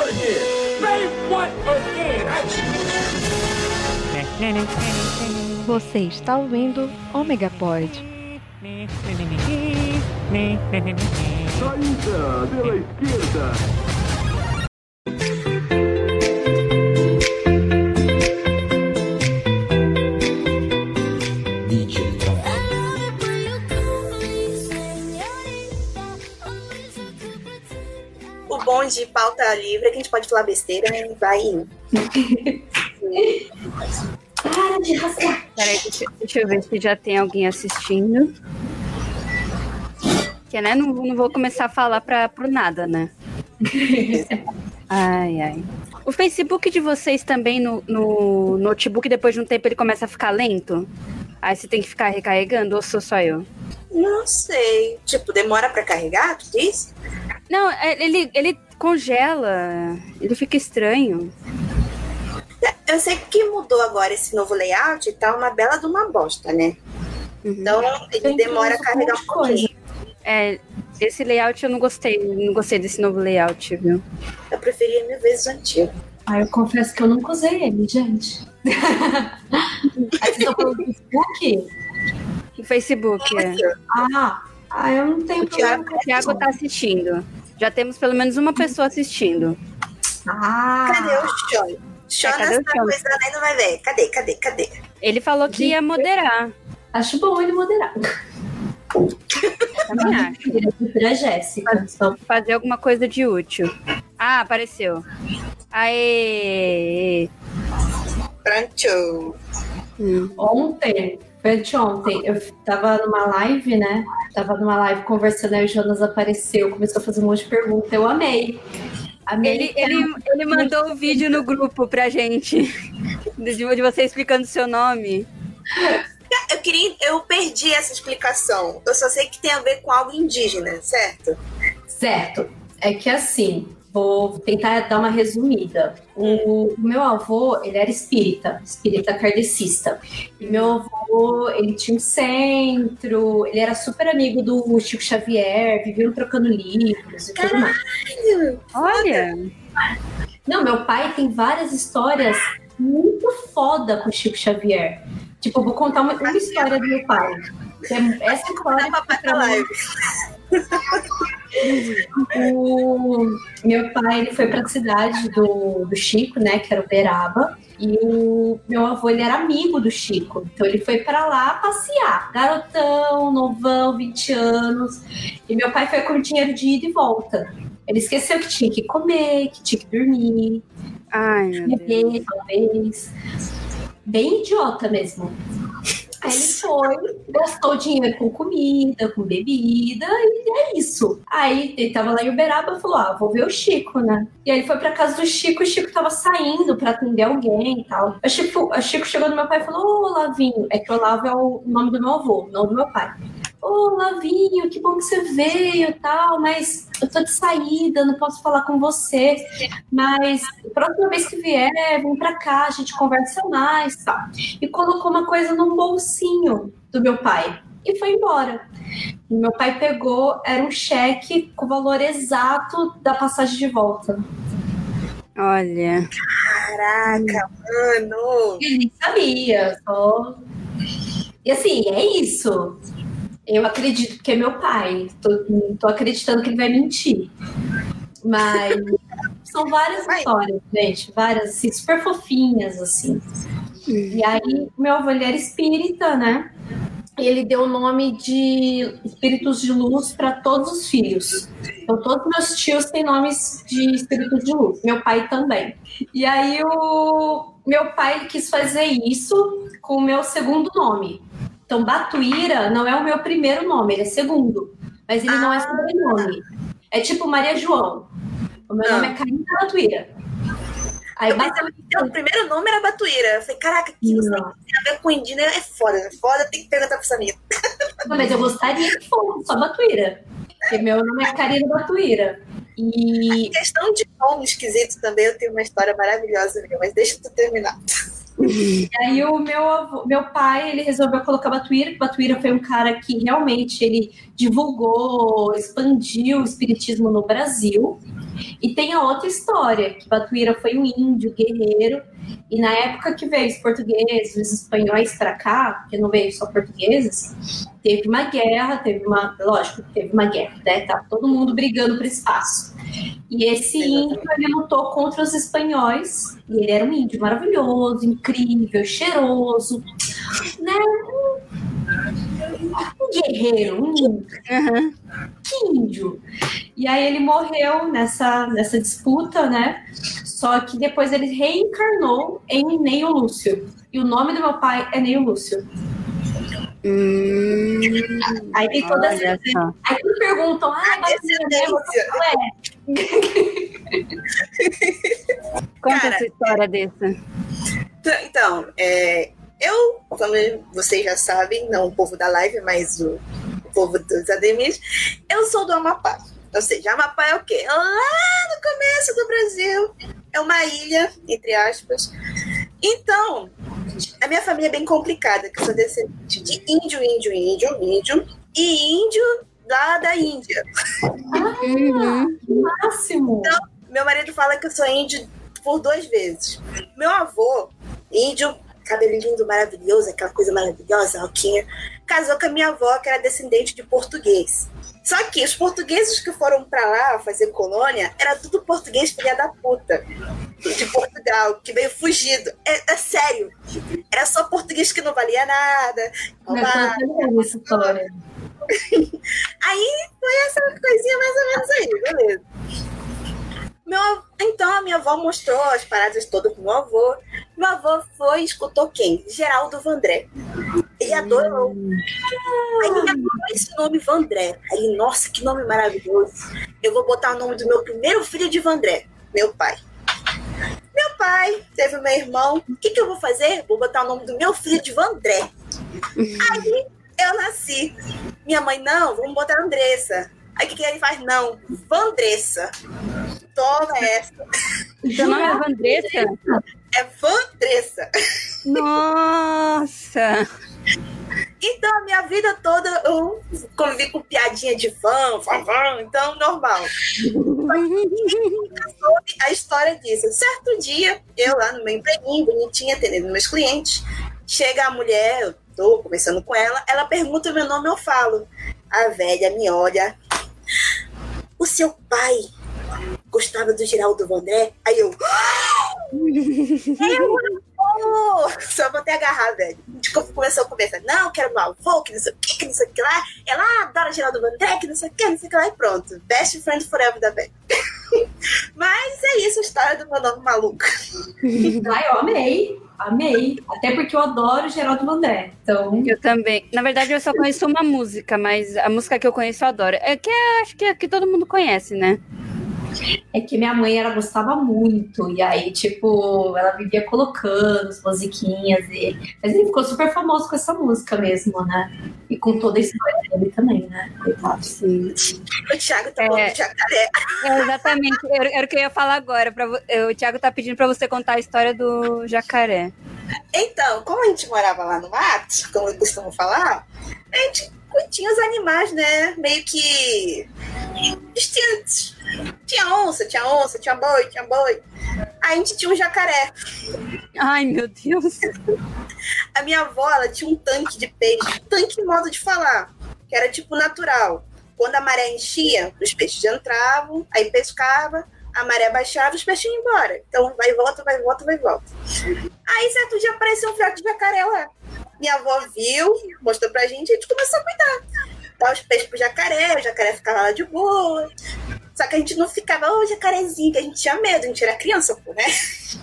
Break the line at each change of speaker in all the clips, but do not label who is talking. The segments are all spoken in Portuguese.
what again? Say what again?
Você está ouvindo Omega Pod.
Saída pela esquerda.
O bom de pauta livre é que a gente pode falar besteira e vai indo.
Para de rasgar.
Peraí, deixa eu ver se já tem alguém assistindo. Que, né? Não vou começar a falar pro nada, né? Ai. O Facebook de vocês também no notebook, depois de um tempo, ele começa a ficar lento? Aí você tem que ficar recarregando, ou sou só eu?
Não sei. Tipo, demora pra carregar, tu diz?
Não, ele congela. Ele fica estranho.
Eu sei que mudou agora esse novo layout e tá uma bela de uma bosta, né?
Uhum.
Então, ele demora a carregar um pouquinho.
Esse layout eu não gostei. Não gostei desse novo layout, viu?
Eu preferia 1000 vezes o antigo.
Eu confesso que eu nunca usei ele, gente. Vocês estão falando do Facebook?
O Facebook, é.
Eu não tenho problema.
O Thiago tá assistindo. Já temos pelo menos uma pessoa assistindo.
Cadê o Sean? Sean
cadê o
tá
Sean?
coisando aí, não vai ver. Cadê?
Ele falou que ia moderar.
Acho bom ele moderar.
Também acho.
Pra Jéssica.
Fazer alguma coisa de útil. Apareceu. Aê!
Pronto.
Ontem, eu tava numa live, né? Tava numa live conversando, aí o Jonas apareceu, começou a fazer um monte de perguntas. Eu amei.
Ele mandou o vídeo no grupo pra gente. De você explicando o seu nome.
Eu perdi essa explicação. Eu só sei que tem a ver com algo indígena, certo?
Certo. É que assim, vou tentar dar uma resumida. O meu avô, ele era espírita kardecista. E meu avô, ele tinha um centro, ele era super amigo do Chico Xavier, viviam trocando livros e tudo mais.
Olha!
Não, meu pai tem várias histórias muito foda com o Chico Xavier. Tipo, eu vou contar uma história do meu pai. Essa história O meu pai, ele foi pra cidade do Chico, né, que era Uberaba, e o meu avô, ele era amigo do Chico, então ele foi pra lá passear, garotão, novão, 20 anos, e meu pai foi com dinheiro de ida e volta. Ele esqueceu que tinha que comer, que tinha que dormir, beber, talvez, bem idiota mesmo. Aí ele foi, gastou o dinheiro com comida, com bebida, e é isso. Aí ele tava lá em Uberaba e falou, vou ver o Chico, né? E aí ele foi pra casa do Chico, o Chico tava saindo pra atender alguém e tal. O Chico chegou no meu pai e falou, ô Lavinho, é que Olavo é o nome do meu avô, não do meu pai. Ô, Lavinho, que bom que você veio e tal, mas eu tô de saída, não posso falar com você, mas próxima vez que vier, vem pra cá, a gente conversa mais, tal. E colocou uma coisa num bolsinho do meu pai e foi embora. E meu pai pegou, era um cheque com o valor exato da passagem de volta.
Olha.
Caraca, mano.
Ele nem sabia, só... E assim, é isso. Eu acredito que é meu pai. Tô acreditando que ele vai mentir. Mas são várias histórias, gente. Várias, assim, super fofinhas, assim. E aí, meu avô, ele era espírita, né? E ele deu o nome de espíritos de luz para todos os filhos. Então, todos meus tios têm nomes de espíritos de luz. Meu pai também. E aí, o meu pai quis fazer isso com o meu segundo nome. Então, Batuíra não é o meu primeiro nome, ele é segundo. Mas ele não é sobrenome. É tipo Maria João. O meu nome é Karina Batuíra. Aí,
o primeiro nome era Batuíra. Eu falei, caraca, que você tem a ver com indígena é foda. Tem que perguntar pra essa amiga.
Não, mas eu gostaria que fosse só Batuíra. Porque meu nome é Karina Batuíra. E...
A questão de nome esquisito também, eu tenho uma história maravilhosa, mas deixa tu terminar.
E aí o meu pai, ele resolveu colocar Batuíra. Batuíra foi um cara que realmente ele divulgou, expandiu o espiritismo no Brasil. E tem a outra história, que Batuíra foi um índio, guerreiro, e na época que veio os portugueses, os espanhóis para cá, porque não veio só portugueses, teve uma guerra, teve uma guerra, né? Tá todo mundo brigando por espaço. E esse índio, ele lutou contra os espanhóis, e ele era um índio maravilhoso, incrível, cheiroso, né? Um guerreiro, um índio.
Uhum.
Que índio. E aí ele morreu nessa disputa, né? Só que depois ele reencarnou em Neio Lúcio. E o nome do meu pai é Neio Lúcio. Aí tem toda essa... Aí quando perguntam,
Conta essa história dessa.
Então, eu, como vocês já sabem, não o povo da live, mas o povo dos ADMs, eu sou do Amapá. Ou seja, Amapá é o quê? Lá no começo do Brasil. É uma ilha, entre aspas. Então, a minha família é bem complicada, que eu sou descendente de índio e índio lá da Índia.
Que máximo!
Então, meu marido fala que eu sou índio por 2 vezes. Meu avô, índio, cabelo lindo, maravilhoso, aquela coisa maravilhosa, alquinha, casou com a minha avó, que era descendente de português. Só que os portugueses que foram pra lá fazer colônia, era tudo português filha da puta, de Portugal, que veio fugido. É sério. Era só português que não valia nada.
Essa história.
Aí foi essa coisinha mais ou menos aí, beleza. Então a minha avó mostrou as paradas todas pro meu avô. Meu avô foi e escutou quem? Geraldo Vandré. Ele adorou. Aí ele adorou esse nome Vandré. Aí, nossa, que nome maravilhoso. Eu vou botar o nome do meu primeiro filho de Vandré, meu pai. Meu pai teve o meu irmão. O que eu vou fazer? Vou botar o nome do meu filho de Vandré. Aí eu nasci. Minha mãe, não, vamos botar Andressa. Aí o que ele faz? Não, Vandressa. Toma essa.
Seu nome é Vandressa?
É Vandressa.
Nossa!
Então, a minha vida toda eu convivi com piadinha de van, então normal. A história disso. Certo dia, eu lá no meu empreguinho, bonitinha, atendendo meus clientes, chega a mulher, eu tô conversando com ela, ela pergunta o meu nome, eu falo. A velha me olha. O seu pai gostava do Geraldo Vandré? Aí eu... Só vou até agarrar, velho. A gente começou a conversar. Não, quero meu avô, que não sei o que não sei o que lá. Ela adora Geraldo Vandré, que não sei o que lá. E pronto. Best friend forever da velha. Mas é isso, a história do meu nome maluco.
Ai, eu amei. Até porque eu adoro Geraldo Vandré. Então...
Eu também. Na verdade, eu só conheço uma música, mas a música que eu conheço eu adoro. Acho que é que todo mundo conhece, né?
É que minha mãe, ela gostava muito, e aí, tipo, ela vivia colocando as musiquinhas dele. Mas ele ficou super famoso com essa música mesmo, né? E com toda a história dele também, né? Coitado.
Sim.
O Thiago tá falando de jacaré.
Exatamente, era o que eu ia falar agora. O Thiago tá pedindo pra você contar a história do jacaré.
Então, como a gente morava lá no mato, como eu costumo falar, a gente tinha os animais, né? Meio que distintos. Tinha onça, tinha boi. Aí a gente tinha um jacaré.
Ai, meu Deus.
A minha avó, ela tinha um tanque de peixe, tanque em modo de falar, que era tipo natural. Quando a maré enchia, os peixes entravam, aí pescava, a maré baixava, os peixes iam embora. Então vai e volta. Aí certo dia apareceu um filhote de jacaré lá. Minha avó viu, mostrou pra gente, a gente começou a cuidar. Dar os peixes pro jacaré, o jacaré ficava lá de boa. Só que a gente não ficava, jacarezinho, que a gente tinha medo, a gente era criança, pô, né?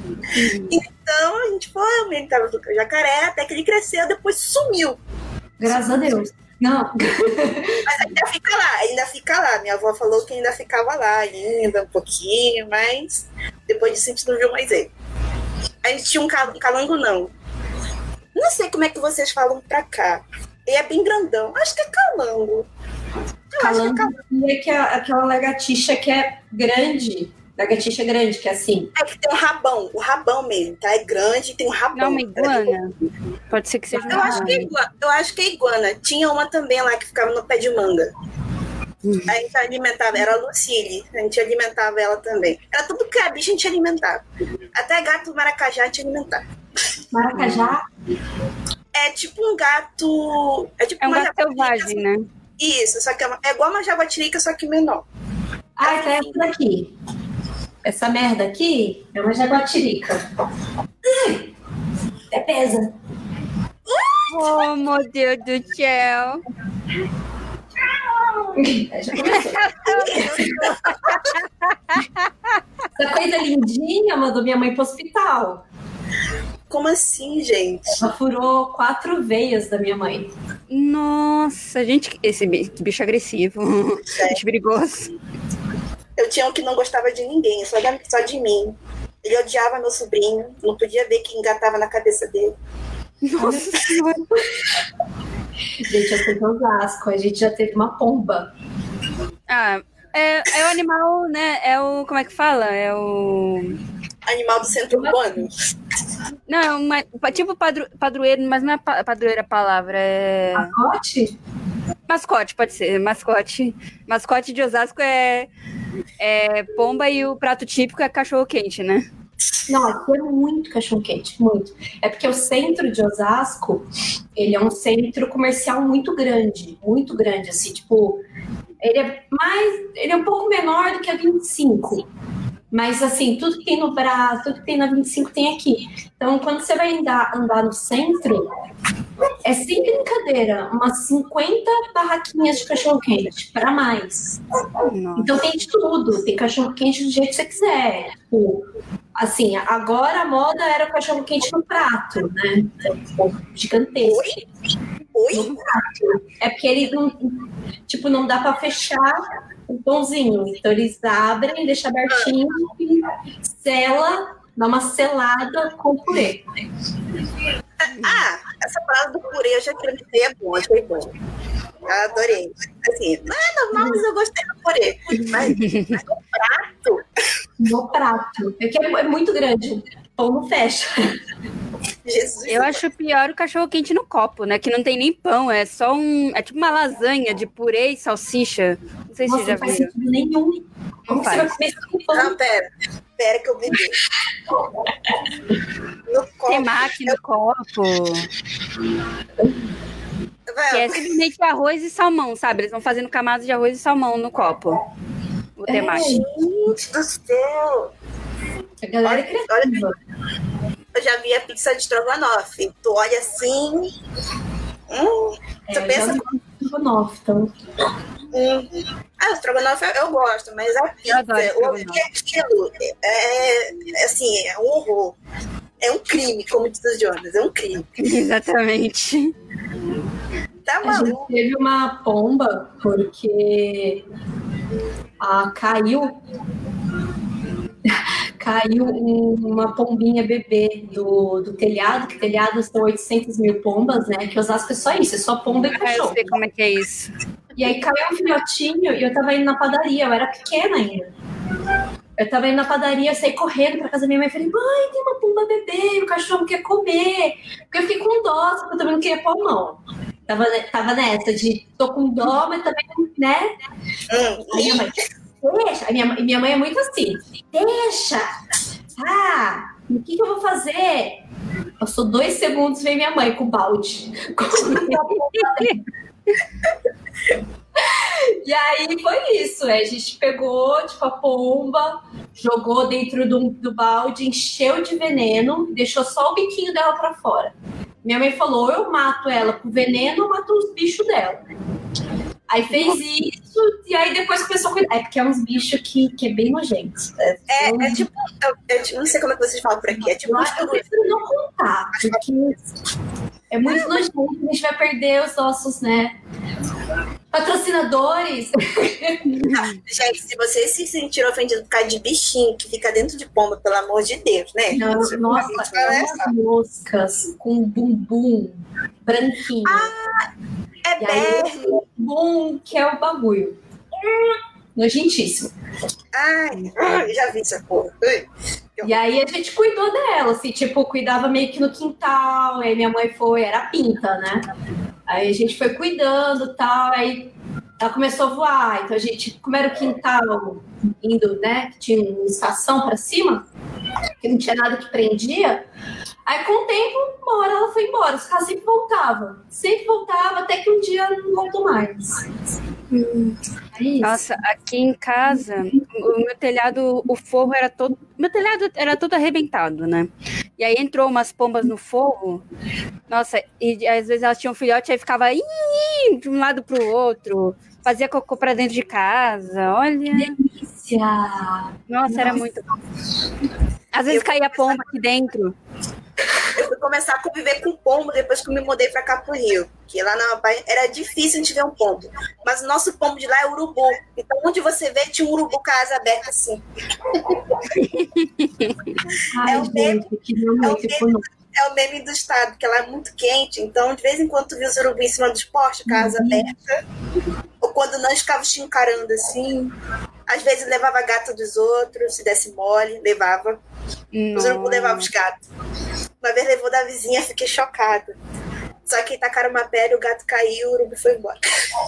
Então a gente foi, aumentava o jacaré, até que ele cresceu, depois sumiu.
Graças a Deus. Não.
Mas ainda fica lá. Minha avó falou que ainda ficava lá, ainda um pouquinho, mas depois disso a gente não viu mais ele. A gente tinha um calango, não. Não sei como é que vocês falam pra cá. Ele é bem grandão. Acho que é calango.
Calango é que é aquela lagartixa que é grande. Lagartixa grande, que é assim.
É que tem o rabão mesmo, tá? É grande e tem um rabão.
Não, uma iguana. Pode ser que seja
eu acho que é iguana. Tinha uma também lá que ficava no pé de manga. A gente alimentava, era a Lucille, a gente alimentava ela também. Era tudo que a bicha a gente alimentava. Até gato maracajá a gente alimentava.
Maracajá?
É tipo um gato. É tipo
É um
uma
gato
jaguatirica.
selvagem, né?
Isso, só que é igual uma jaguatirica, só que menor.
Ah, então é essa daqui. Essa merda aqui é uma jaguatirica. É pesa.
Oh, meu Deus do céu.
Já começou. Essa coisa lindinha mandou minha mãe pro hospital.
Como assim, gente?
Ela furou 4 veias da minha mãe.
Nossa, gente, esse bicho agressivo. Bicho perigoso.
Eu tinha um que não gostava de ninguém, só de mim. Ele odiava meu sobrinho, não podia ver que engatava na cabeça dele.
Nossa senhora.
Gente, eu fui em Osasco, a gente já teve uma pomba.
Ah, é o animal, né? É o. Como é que fala? É o.
Animal do centro urbano.
Não, tipo padroeiro, mas não é padroeiro a palavra. É.
Mascote?
Mascote, pode ser. Mascote. Mascote de Osasco é pomba e o prato típico é cachorro quente, né?
Não, aqui é muito cachorro-quente, muito. É porque o centro de Osasco, ele é um centro comercial muito grande, assim, tipo, ele é um pouco menor do que a 25. Mas, assim, tudo que tem no Brás, tudo que tem na 25 tem aqui. Então, quando você vai andar no centro, é sem brincadeira, umas 50 barraquinhas de cachorro-quente, para mais.
Nossa.
Então, tem de tudo. Tem cachorro-quente do jeito que você quiser. Tipo, assim, agora a moda era o cachorro-quente no prato, né? Então, tipo, gigantesco.
Oi?
No prato. É porque ele não dá para fechar o pãozinho. Então eles abrem, deixam abertinho e sela, dá uma selada com purê.
Ah, essa palavra do purê eu já experimentei, é bom, achei bom. Eu adorei. Assim, não é normal, mas eu gostei do purê. Mas no prato.
No prato. É que é muito grande. O pão não fecha.
Jesus.
Eu acho pior o cachorro quente no copo, né? Que não tem nem pão, é só é tipo uma lasanha de purê e salsicha. Não sei se
Nossa,
você já
não faz
viu.
sentido nenhum. Como você vai comer sem pão?
Não, pera que eu bebi. No copo.
Temaki no copo. Que é simplesmente arroz e salmão, sabe? Eles vão fazendo camadas de arroz e salmão no copo. O temaki.
Gente do céu.
A galera é criativa.
Eu já vi a pizza de estrogonofe. Tu olha assim. Tu pensa.
Estrogonofe, então.
O estrogonofe eu gosto, mas a pizza, o que é aquilo? É assim, é um horror. É um crime, como diz o Jonas, é um crime.
Exatamente.
Tá
A gente
maluco.
teve uma pomba porque caiu uma pombinha bebê do telhado, que telhados são 800 mil pombas, né? Que Osasco é só isso, é só pomba e
Eu
cachorro.
sei como é que é isso.
E aí caiu um filhotinho e eu tava indo na padaria, eu era pequena ainda. Eu tava indo na padaria, eu saí correndo pra casa da minha mãe e falei, mãe, tem uma pomba bebê, o cachorro quer comer. Porque eu fiquei com dó, porque eu também não queria pôr a mão. Tava nessa de tô com dó, mas também, né? Aí minha mãe, deixa. Minha mãe é muito assim, deixa. O que eu vou fazer? Passou 2 segundos, veio minha mãe com o balde. E aí foi isso, a gente pegou tipo a pomba, jogou dentro do balde, encheu de veneno, deixou só o biquinho dela pra fora. Minha mãe falou, eu mato ela com veneno ou mato os bichos dela. Aí fez isso, e aí depois começou a cuidar. É porque é uns bichos que é bem nojento.
É tipo, eu não sei como é que vocês falam por aqui, é tipo
Eu prefiro não contar, porque é muito nojento, a gente vai perder os nossos, né? Patrocinadores.
Gente, se vocês se sentiram ofendidos por causa de bichinho que fica dentro de pomba, pelo amor de Deus, né?
Nossa, é umas moscas com bumbum branquinho.
É
E aí,
berro.
bum, que é o bagulho. Nojentíssimo.
Ai, já vi essa porra.
E aí a gente cuidou dela, assim, tipo, cuidava meio que no quintal. Aí minha mãe era pinta, né? Aí a gente foi cuidando e tal. Aí ela começou a voar. Então a gente, como era o quintal indo, né? Que tinha uma estação pra cima, que não tinha nada que prendia. Aí com o tempo, uma hora ela foi embora. Os caras sempre voltava, até que um dia não voltou mais. É isso.
Nossa, aqui em casa, o meu telhado, o forro era todo. Meu telhado era todo arrebentado, né? E aí entrou umas pombas no forro. Nossa, e às vezes elas tinham um filhote, aí ficava de um lado pro outro. Fazia cocô pra dentro de casa. Olha.
Delícia!
Nossa, era muito bom. Às vezes caía pomba aqui dentro.
Eu fui começar a conviver com pombo depois que eu me mudei pra cá pro Rio. Que lá na Bahia era difícil a gente ver um pombo. Mas o nosso pombo de lá é urubu. Então, onde você vê, tinha um urubu com a asa aberta assim.
Ai,
É o meme do estado, que ela é muito quente. Então, de vez em quando, tu via os urubus em cima dos postes, com a asa aberta. Ou quando nós ficávamos te encarando assim. Às vezes levava gato dos outros, se desse mole, levava. Os urubus levavam os gatos. Uma vez levou da vizinha, fiquei chocada. Só que tacaram uma pedra, o gato caiu, o urubu foi embora.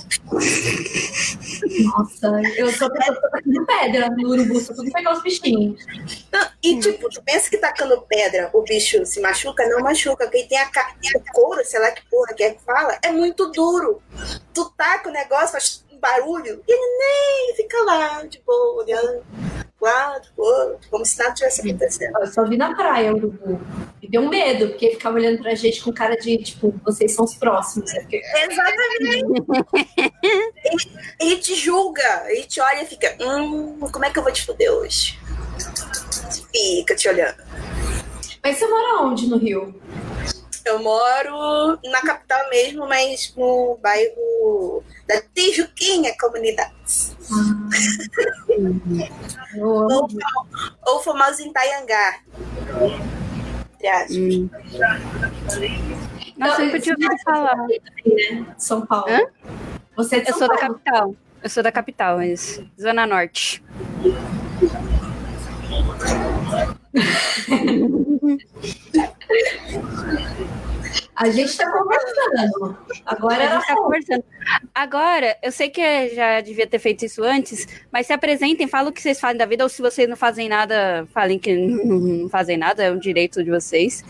Nossa, eu sou tacando pedra no urubu, só pra pegar os bichinhos.
Não, e tipo, tu pensa que tacando pedra o bicho se machuca? Não machuca. Quem tem o couro, sei lá que porra que é que fala, é muito duro. Tu taca o negócio, faz um barulho, e ele nem fica lá, de boa, olhando. Como se nada tivesse acontecendo.
Eu só vi na praia o urubu. E deu um medo, porque ele ficava olhando pra gente com cara de, tipo, vocês são os próximos. Né? Porque...
Exatamente. Ele te julga, ele te olha e fica, como é que eu vou te foder hoje? Fica te olhando.
Mas você mora onde no Rio?
Eu moro na capital mesmo, mas no bairro da Tijuquinha Comunidades. Ou famoso em Taiangá.
Nossa, eu podia ouvir falar.
São Paulo.
Hã?
Você é de
Eu
São
sou
Paulo.
da capital. Eu sou da capital, é isso. Zona Norte.
A gente tá conversando. Agora
A gente tá conversando. Agora, eu sei que eu já devia ter feito isso antes, mas se apresentem, falem o que vocês fazem da vida, ou se vocês não fazem nada, falem que não fazem nada, é um direito de vocês.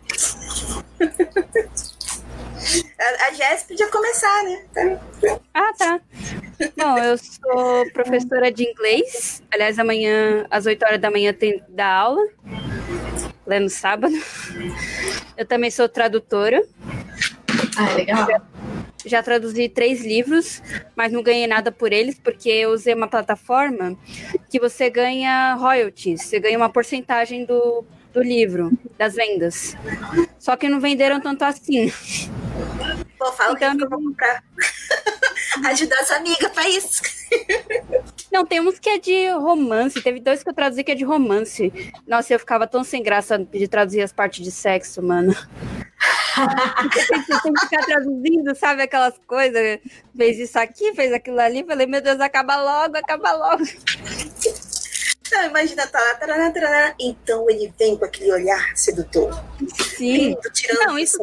A Jéssica podia começar, né?
Ah, tá. Bom, eu sou professora de inglês. Aliás, amanhã, às 8 horas da manhã, tem da aula. Lá no sábado. Eu também sou tradutora.
Ah, legal.
Já traduzi 3 livros, mas não ganhei nada por eles, porque eu usei uma plataforma que você ganha royalties. Você ganha uma porcentagem do livro, das vendas. Só que não venderam tanto assim.
Pô, fala
Então,
que eu vou comprar. Ajudar essa amiga pra isso.
Não, tem uns que é de romance. Teve 2 que eu traduzi que é de romance. Nossa, eu ficava tão sem graça de traduzir as partes de sexo, mano. Você tem que ficar traduzindo, sabe? Aquelas coisas. Fez isso aqui, fez aquilo ali. Falei, meu Deus, acaba logo, acaba logo.
Não, imagina, tá lá, tarará, tarará. Então ele vem com aquele olhar sedutor.
Sim.
Tirando
Não, isso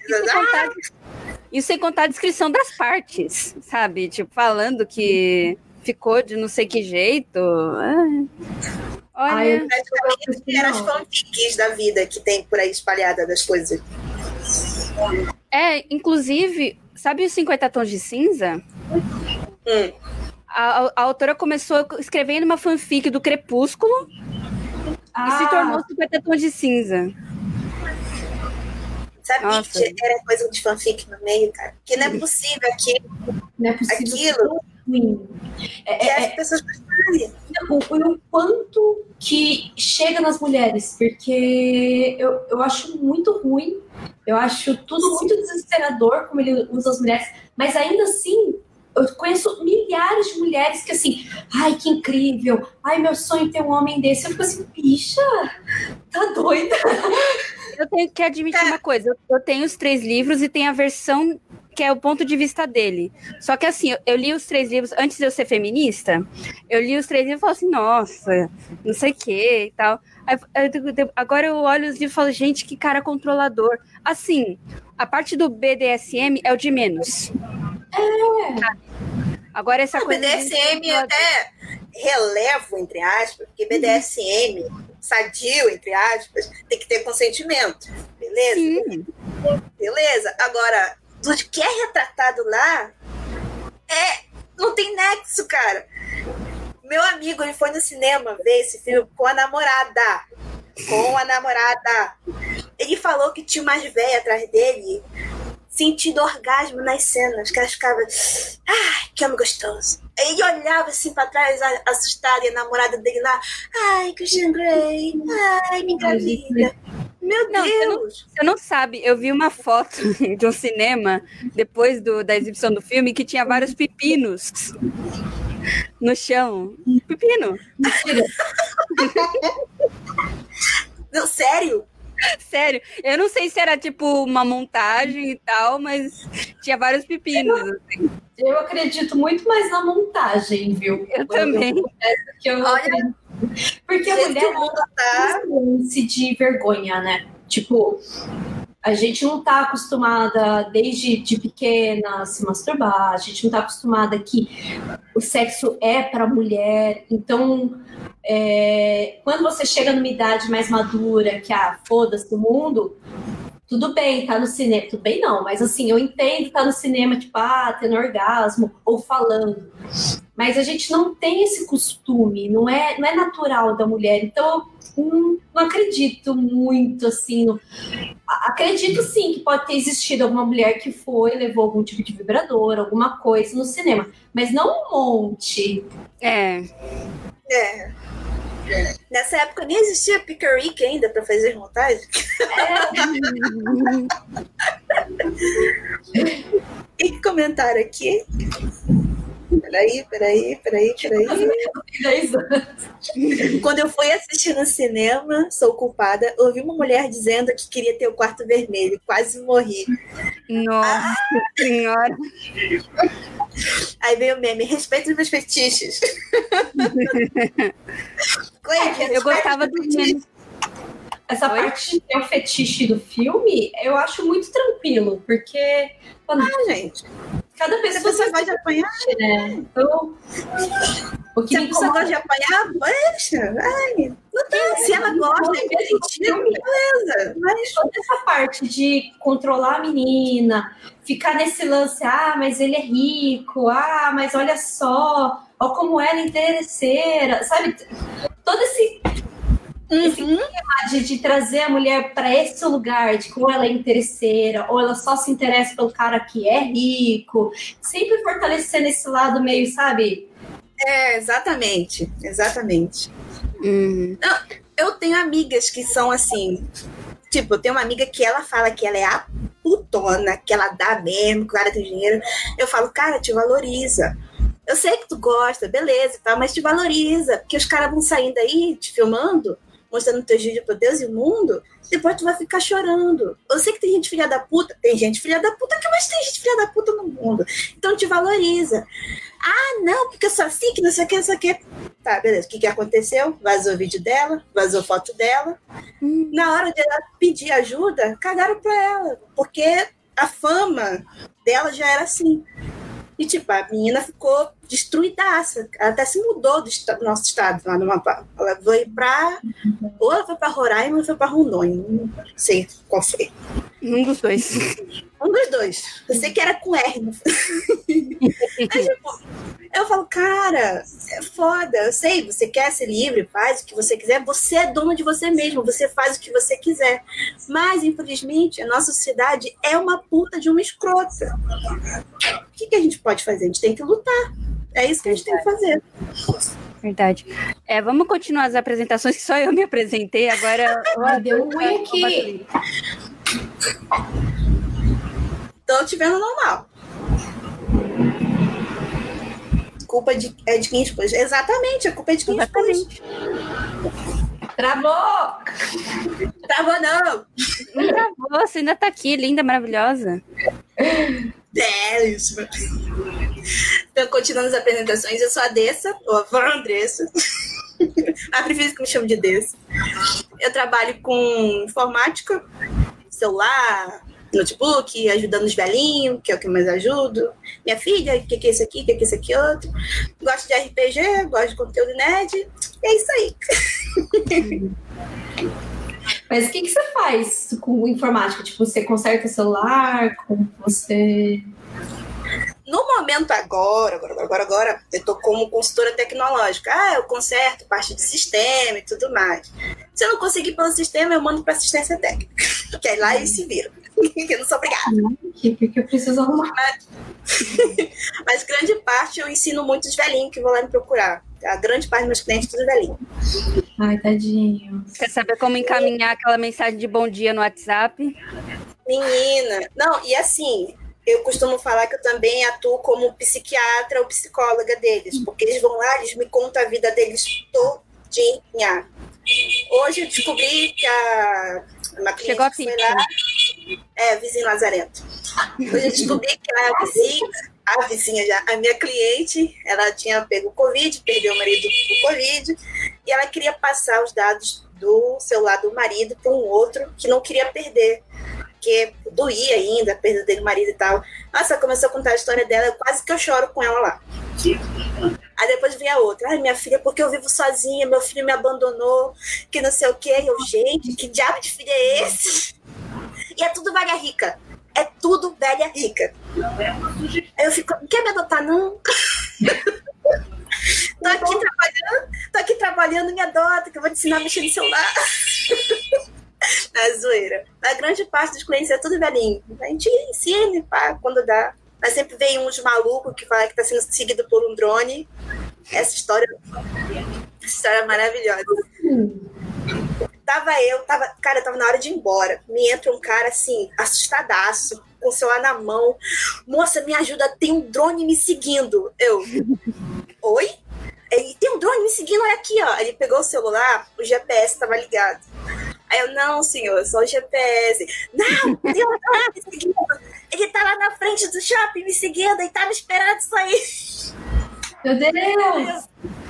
sem contar a descrição das partes, sabe? Tipo, falando que ficou de não sei que jeito. Olha.
Eram as fanfics da vida que tem por aí espalhada das coisas.
Inclusive, sabe os 50 Tons de Cinza? A autora começou escrevendo uma fanfic do Crepúsculo e se tornou 50 Tons de Cinza.
Sabe que era coisa de fanfic no meio, cara? Que não é possível aquilo. Que as pessoas gostarem.
O quanto que chega nas mulheres, porque eu acho muito ruim, eu acho tudo muito desesperador como ele usa as mulheres, mas ainda assim eu conheço milhares de mulheres que assim, ai, que incrível, ai, meu sonho é ter um homem desse. Eu fico assim, bicha, tá doida?
Eu tenho que admitir uma coisa, eu tenho os 3 livros e tem a versão que é o ponto de vista dele. Só que assim, eu li os 3 livros, antes de eu ser feminista, eu li os 3 livros e falei assim, nossa, não sei o que e tal. Agora eu olho os livros e falo, gente, que cara controlador. Assim, a parte do BDSM é o de menos. Agora, essa coisa...
BDSM até relevo, entre aspas, porque BDSM, sadio, entre aspas, tem que ter consentimento, beleza?
Sim.
Beleza? Agora, tudo que é retratado lá, não tem nexo, cara. Meu amigo, ele foi no cinema ver esse filme com a namorada. Ele falou que tinha umas velhas atrás dele sentindo orgasmo nas cenas, que elas ficavam, que homem gostoso. Aí ele olhava assim pra trás, assustado, e a namorada dele lá, Christian Grey, me engravida. Meu Deus!
Você não sabe, eu vi uma foto de um cinema, depois da exibição do filme, que tinha vários pepinos no chão. Pepino!
Não, sério?
Sério, eu não sei se era tipo uma montagem e tal, mas tinha vários pepinos. Assim.
Eu acredito muito mais na montagem, viu?
Eu também.
Olha,
porque a mulher tá de vergonha, né? Tipo, a gente não tá acostumada desde de pequena a se masturbar, a gente não tá acostumada que o sexo é pra mulher, então quando você chega numa idade mais madura, que foda-se o mundo, tudo bem, tá no cinema, tudo bem não, mas assim, eu entendo tá no cinema, tipo, tendo orgasmo, ou falando, mas a gente não tem esse costume, não é natural da mulher, então eu não acredito muito, assim, acredito sim que pode ter existido alguma mulher que levou algum tipo de vibrador, alguma coisa no cinema, mas não um monte.
Nessa época nem existia Pickerick ainda pra fazer montagens. E que comentário aqui? Peraí.
10 anos.
Quando eu fui assistir no cinema, sou culpada, ouvi uma mulher dizendo que queria ter o quarto vermelho. Quase morri.
Nossa senhora.
Aí veio o meme, respeita os meus fetiches.
Eu gostava do meme.
Essa parte de ter o fetiche do filme, eu acho muito tranquilo, porque...
gente... Cada pessoa gosta de apanhar,
né? Então,
se a pessoa gosta de apanhar, deixa. Não tem, se ela gosta, é sentido, beleza. Mas
toda essa parte de controlar a menina, ficar nesse lance, mas ele é rico, mas olha só, olha como ela é interesseira, sabe? Todo esse de trazer a mulher para esse lugar de como ela é interesseira, ou ela só se interessa pelo cara que é rico, sempre fortalecendo esse lado meio, sabe?
Exatamente. Não, eu tenho amigas que são assim, tipo, eu tenho uma amiga que ela fala que ela é a putona, que ela dá mesmo, que o cara tem dinheiro. Eu falo, cara, te valoriza. Eu sei que tu gosta, beleza, tá, mas te valoriza, porque os caras vão saindo aí, te filmando, mostrando teu vídeo pro Deus e o mundo, depois tu vai ficar chorando. Eu sei que tem gente filha da puta, que mais tem gente filha da puta no mundo. Então te valoriza. Não, porque eu sou assim, que não sei o que. Tá, beleza. O que aconteceu? Vazou o vídeo dela, vazou foto dela. Na hora de ela pedir ajuda, cagaram pra ela, porque a fama dela já era assim. E, tipo, a menina ficou destruidaça. Ela até se mudou do nosso estado lá no mapa. Ela foi ou ela foi pra Roraima ou foi pra Rondônia. Não sei qual foi.
Um dos dois.
Eu sei que era com R. Mas, tipo, eu falo, cara, é foda. Eu sei, você quer ser livre, faz o que você quiser. Você é dono de você mesmo. Você faz o que você quiser. Mas, infelizmente, a nossa sociedade é uma puta de uma escrota. O que a gente pode fazer? A gente tem que lutar. É isso que a gente tem que fazer.
Verdade. Vamos continuar as apresentações, que só eu me apresentei. Agora
deu ruim aqui.
Tô te vendo normal. Culpa é de quem expôs. Exatamente, a culpa é de quem expôs.
Travou
não.
Não travou, você ainda tá aqui, linda, maravilhosa.
Belíssima. Então, continuando as apresentações, eu sou a Dessa, ou a Vandressa. Mas prefiro que me chame de Dessa. Eu trabalho com informática, celular, notebook, ajudando os velhinhos, que é o que eu mais ajudo. Minha filha, o que é isso aqui, o que é isso aqui outro. Gosto de RPG, gosto de conteúdo nerd. E é isso aí.
Mas o que você faz com informática? Tipo, você conserta celular? Como você...
No momento agora, eu tô como consultora tecnológica. Eu conserto parte do sistema e tudo mais. Se eu não conseguir pelo sistema, eu mando para assistência técnica. Que aí lá eles se viram. Eu não sou obrigada.
Porque eu preciso arrumar.
Mas grande parte eu ensino muitos velhinhos que vão lá me procurar. A grande parte dos meus clientes, tudo velhinho.
Ai, tadinho.
Quer saber como encaminhar aquela mensagem de bom dia no WhatsApp?
Menina. Não, e assim... Eu costumo falar que eu também atuo como psiquiatra ou psicóloga deles, porque eles vão lá, eles me contam a vida deles todinha. Hoje eu descobri que uma cliente
chegou a
foi lá, vizinho Lazarento. Hoje eu descobri que a minha cliente, ela tinha pego o Covid, perdeu o marido com o Covid, e ela queria passar os dados do celular do marido para um outro que não queria perder. Porque doía ainda, a perda dele, marido e tal. Nossa, começou a contar a história dela, quase que eu choro com ela lá. Aí depois vem a outra. Ai, minha filha, porque eu vivo sozinha, meu filho me abandonou, que não sei o quê. Eu, gente, que diabo de filho é esse? E é tudo velha rica. É tudo velha rica. Aí eu fico, não quer me adotar, não? Tô aqui trabalhando, me adota, que eu vou te ensinar a mexer no celular. Na zoeira. A grande parte dos clientes é tudo velhinho. A gente ensina, pá, quando dá. Mas sempre vem uns malucos que fala que tá sendo seguido por um drone. Essa história é maravilhosa. Cara, eu tava na hora de ir embora. Me entra um cara assim, assustadaço, com o celular na mão. Moça, me ajuda, tem um drone me seguindo. Eu, oi? Ele tem um drone me seguindo, olha aqui, ó. Ele pegou o celular, o GPS tava ligado. Aí eu, não, senhor, só o GPS. Não, tem um drone me seguindo. Ele tá lá na frente do shopping me seguindo e tava esperando isso aí.
Meu Deus!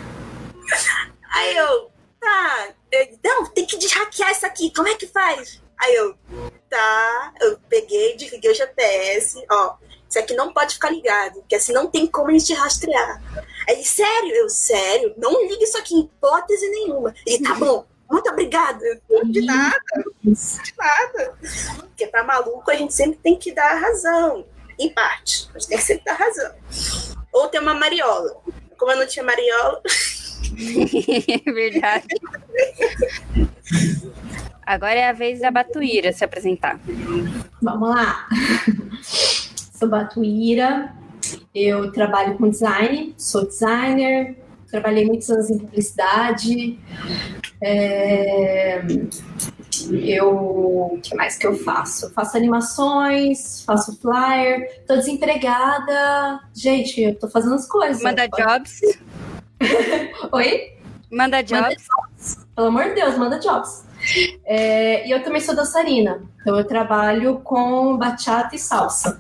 Aí eu, tá. Não, tem que deshackear isso aqui, como é que faz? Aí eu, tá. Eu peguei, desliguei o GPS, ó. Isso aqui não pode ficar ligado, porque assim não tem como a gente rastrear. Aí ele, sério? Eu, sério? Não liga isso aqui em hipótese nenhuma. Ele, tá bom. Muito obrigada. De nada. De nada. Porque pra maluco a gente sempre tem que dar razão. Em parte. A gente tem que sempre dar razão. Ou ter uma mariola. Como eu não tinha mariola.
Verdade. Agora é a vez da Batuíra se apresentar.
Vamos lá. Sou Batuíra. Eu trabalho com design. Sou designer. Trabalhei muitos anos em publicidade. O que mais que eu faço? Faço animações, faço flyer. Tô desempregada. Gente, eu tô fazendo as coisas.
Manda jobs.
Oi?
Manda jobs.
Pelo amor de Deus, manda jobs. E eu também sou dançarina. Então eu trabalho com bachata e salsa.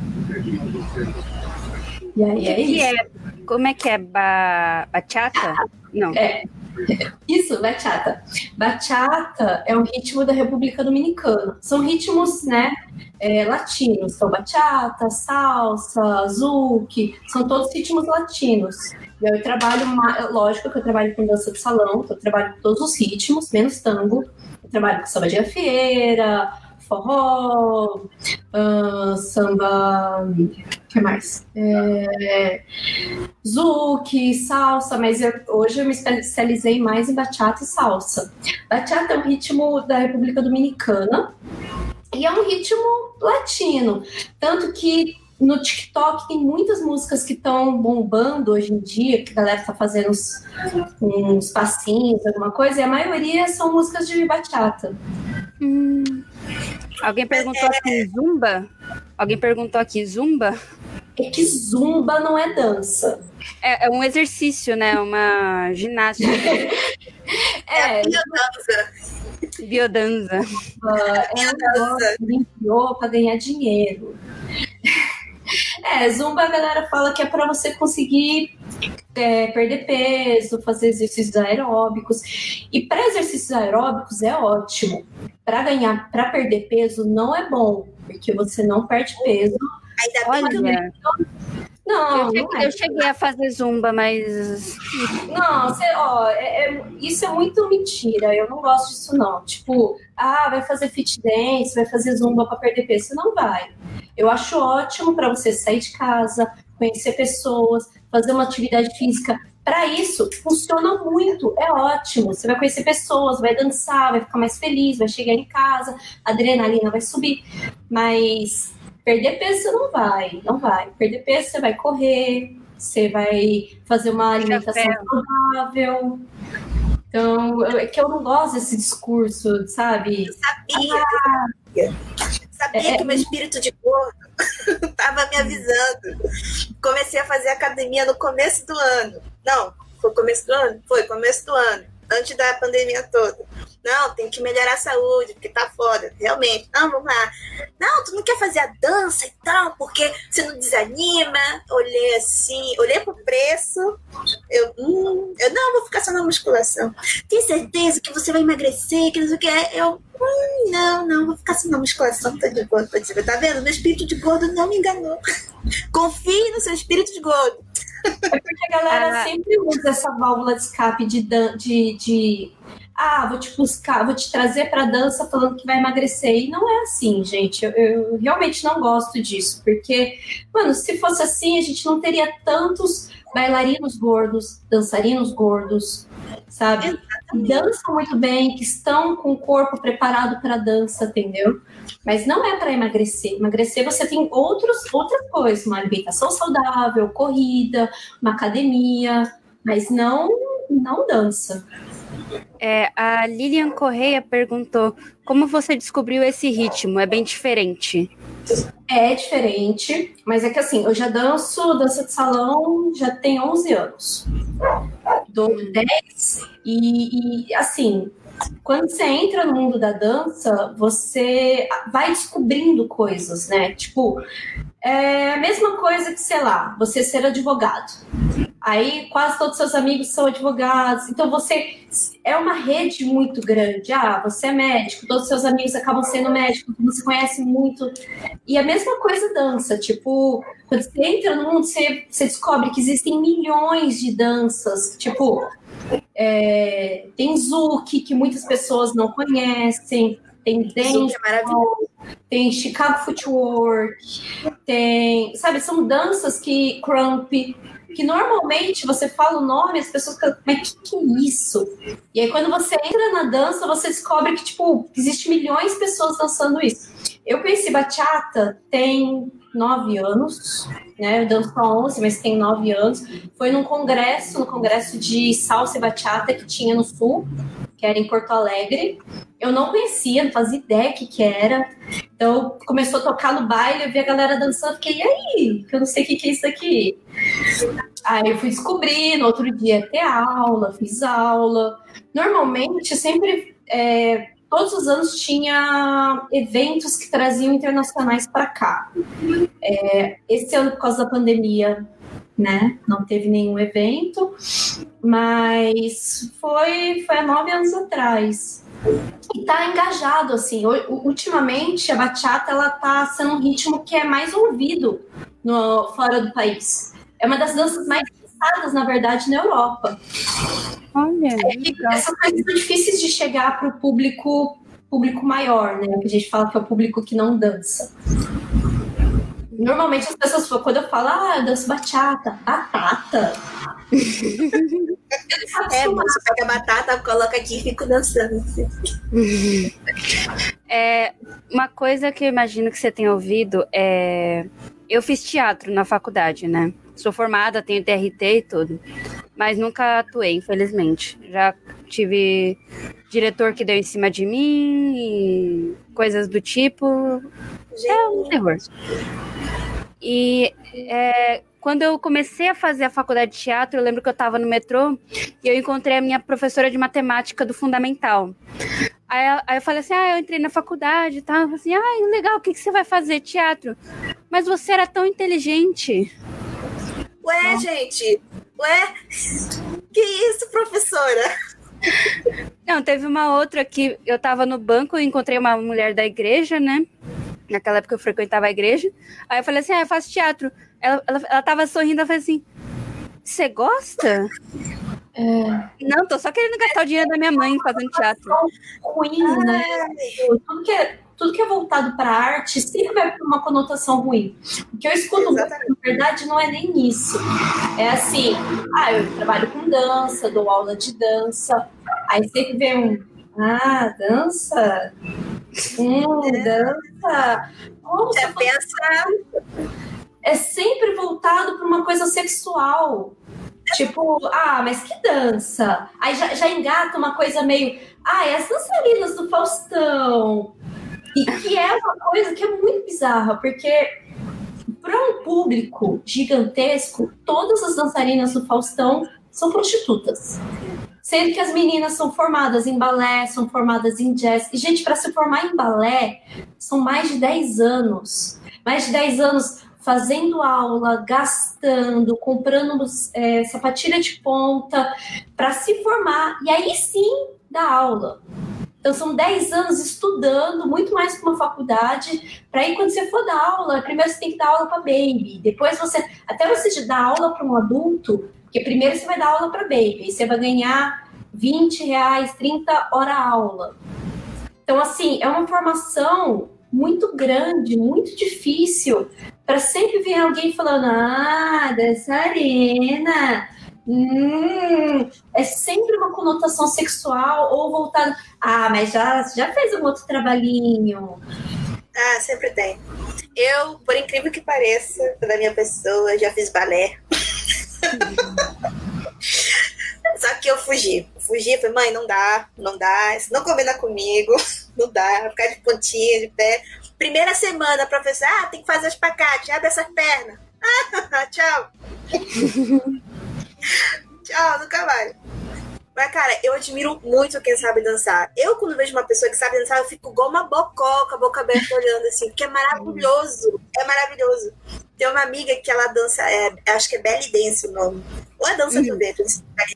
E aí é isso.
Como é que é? Bachata? Não.
Isso, bachata. Bachata é um ritmo da República Dominicana. São ritmos, né, latinos. Então, bachata, salsa, zouk, são todos ritmos latinos. E eu trabalho, lógico que eu trabalho com dança de salão, então eu trabalho com todos os ritmos, menos tango. Eu trabalho com samba de gafieira, forró, samba, o que mais? Zouk, salsa, mas hoje eu me especializei mais em bachata e salsa. Bachata é um ritmo da República Dominicana e é um ritmo latino, tanto que no TikTok tem muitas músicas que estão bombando hoje em dia, que a galera está fazendo uns passinhos, alguma coisa, e a maioria são músicas de bachata.
Alguém perguntou aqui, zumba? Alguém perguntou aqui, zumba?
É que zumba não é dança.
É um exercício, né? Uma ginástica. Biodança.
Enviou para ganhar dinheiro. Zumba a galera fala que é para você conseguir perder peso, fazer exercícios aeróbicos. E para exercícios aeróbicos é ótimo. Para perder peso não é bom, porque você não perde peso.
Ainda bem que
Não,
Eu cheguei a fazer zumba, mas...
Não, isso é muito mentira. Eu não gosto disso, não. Tipo, vai fazer fit dance, vai fazer zumba para perder peso. Você não vai. Eu acho ótimo para você sair de casa, conhecer pessoas, fazer uma atividade física. Para isso, funciona muito, é ótimo. Você vai conhecer pessoas, vai dançar, vai ficar mais feliz, vai chegar em casa, a adrenalina vai subir. Mas perder peso você não vai. Perder peso você vai correr, você vai fazer uma alimentação saudável. Então, é que eu não gosto desse discurso, sabe?
Eu sabia que o meu espírito de gordo estava me avisando. Comecei a fazer academia no começo do ano. Não, foi começo do ano? Foi começo do ano. Antes da pandemia toda. Não, tem que melhorar a saúde, porque tá foda, realmente. Não, vamos lá. Não, tu não quer fazer a dança e tal, porque você não desanima. Olhei assim, olhei pro preço. Eu não, vou ficar só na musculação. Tem certeza que você vai emagrecer, que não sei o que é? Não, vou ficar só na musculação, tô de boa. Tá vendo? Meu espírito de gordo não me enganou. Confie no seu espírito de gordo.
É porque a galera sempre usa essa válvula de escape vou te buscar, vou te trazer pra dança falando que vai emagrecer. E não é assim, gente. Eu realmente não gosto disso. Porque, mano, se fosse assim, a gente não teria tantos bailarinos gordos, dançarinos gordos, sabe? Que dançam muito bem, que estão com o corpo preparado pra dança, entendeu? Mas não é para emagrecer. Emagrecer você tem outras coisas, uma alimentação saudável, corrida, uma academia, mas não dança.
A Lilian Correia perguntou como você descobriu esse ritmo, é bem diferente.
É diferente, mas é que assim, eu já dança de salão já tem 11 anos. Dou 10 e assim, quando você entra no mundo da dança, você vai descobrindo coisas, né? Tipo, é a mesma coisa que, sei lá, você ser advogado. Aí quase todos os seus amigos são advogados. Então você é uma rede muito grande. Você é médico, todos os seus amigos acabam sendo médicos, você conhece muito. E a mesma coisa dança. Tipo, quando você entra no mundo, você descobre que existem milhões de danças. Tipo, tem Zouk, que muitas pessoas não conhecem. Tem dance, tem Chicago Footwork, tem... Sabe, são danças que... Crump... que normalmente você fala o nome, as pessoas ficam, mas que é isso? E aí quando você entra na dança, você descobre que, tipo, existe milhões de pessoas dançando isso. Eu conheci bachata tem 9 anos, né? Eu danço há 11, mas tem 9 anos. Foi no congresso de salsa e bachata que tinha no Sul, que era em Porto Alegre. Eu não conhecia, não fazia ideia que era. Então, começou a tocar no baile, eu vi a galera dançando, fiquei, e aí? Que eu não sei o que é isso aqui. Aí eu fui descobrir, no outro dia ter aula, fiz aula. Normalmente, sempre, todos os anos tinha eventos que traziam internacionais para cá. Esse ano, por causa da pandemia, né, não teve nenhum evento, mas foi há 9 anos atrás. E tá engajado, assim. Ultimamente, a bachata, ela tá sendo um ritmo que é mais ouvido fora do país. É uma das danças mais dançadas, na verdade, na Europa.
Olha,
essas coisas são difíceis de chegar para o público maior, né? Que a gente fala que é o público que não dança. Normalmente as pessoas, quando eu falo, eu danço bachata. Batata?
Você pega a batata, coloca aqui e fico dançando.
Uma coisa que eu imagino que você tenha ouvido é... Eu fiz teatro na faculdade, né? Sou formada, tenho TRT e tudo. Mas nunca atuei, infelizmente. Já tive diretor que deu em cima de mim e coisas do tipo. É um terror. E quando eu comecei a fazer a faculdade de teatro, eu lembro que eu estava no metrô e eu encontrei a minha professora de matemática do Fundamental. Aí eu falei assim, eu entrei na faculdade e tal. Eu falei assim, legal, o que você vai fazer? Teatro. Mas você era tão inteligente.
Ué, gente, Ué? Que isso, professora?
Não, teve uma outra que eu tava no banco e encontrei uma mulher da igreja, né? Naquela época eu frequentava a igreja. Aí eu falei assim, eu faço teatro. Ela tava sorrindo, eu falei assim, você gosta? Não, tô só querendo gastar o dinheiro da minha mãe fazendo teatro.
Ruim, né? Tudo que é voltado para arte sempre vai para uma conotação ruim. O que eu escuto, na verdade, não é nem isso. É assim, eu trabalho com dança, dou aula de dança, aí sempre vem dança? Dança? Como você
pensa?
É sempre voltado para uma coisa sexual. Tipo, mas que dança? Aí já engata uma coisa meio... as dançarinas do Faustão... E que é uma coisa que é muito bizarra, porque para um público gigantesco, todas as dançarinas do Faustão são prostitutas. Sendo que as meninas são formadas em balé, são formadas em jazz. E, gente, para se formar em balé, são mais de 10 anos. Mais de 10 anos fazendo aula, gastando, comprando sapatilha de ponta para se formar. E aí sim dá aula. Então, são 10 anos estudando, muito mais que uma faculdade, para aí, quando você for dar aula, primeiro você tem que dar aula para baby, depois até você dar aula para um adulto, porque primeiro você vai dar aula para baby, e você vai ganhar R$20, 30 hora aula. Então, assim, é uma formação muito grande, muito difícil, para sempre vir alguém falando, dançarina... é sempre uma conotação sexual ou voltada. Mas já fez um outro trabalhinho.
Sempre tem. Eu, por incrível que pareça, da minha pessoa, já fiz balé. Só que eu fugi. Falei, mãe, não dá, isso não combina comigo, não dá, vou ficar de pontinha, de pé. Primeira semana, professor, tem que fazer as pacates, abre essas pernas. Tchau. Tchau, nunca mais. Mas, cara, eu admiro muito quem sabe dançar. Eu, quando vejo uma pessoa que sabe dançar, eu fico igual uma bococa, a boca aberta olhando assim, porque é maravilhoso. É maravilhoso. Tem uma amiga que ela dança, acho que é belly dance o nome. Ou é dança do dedo?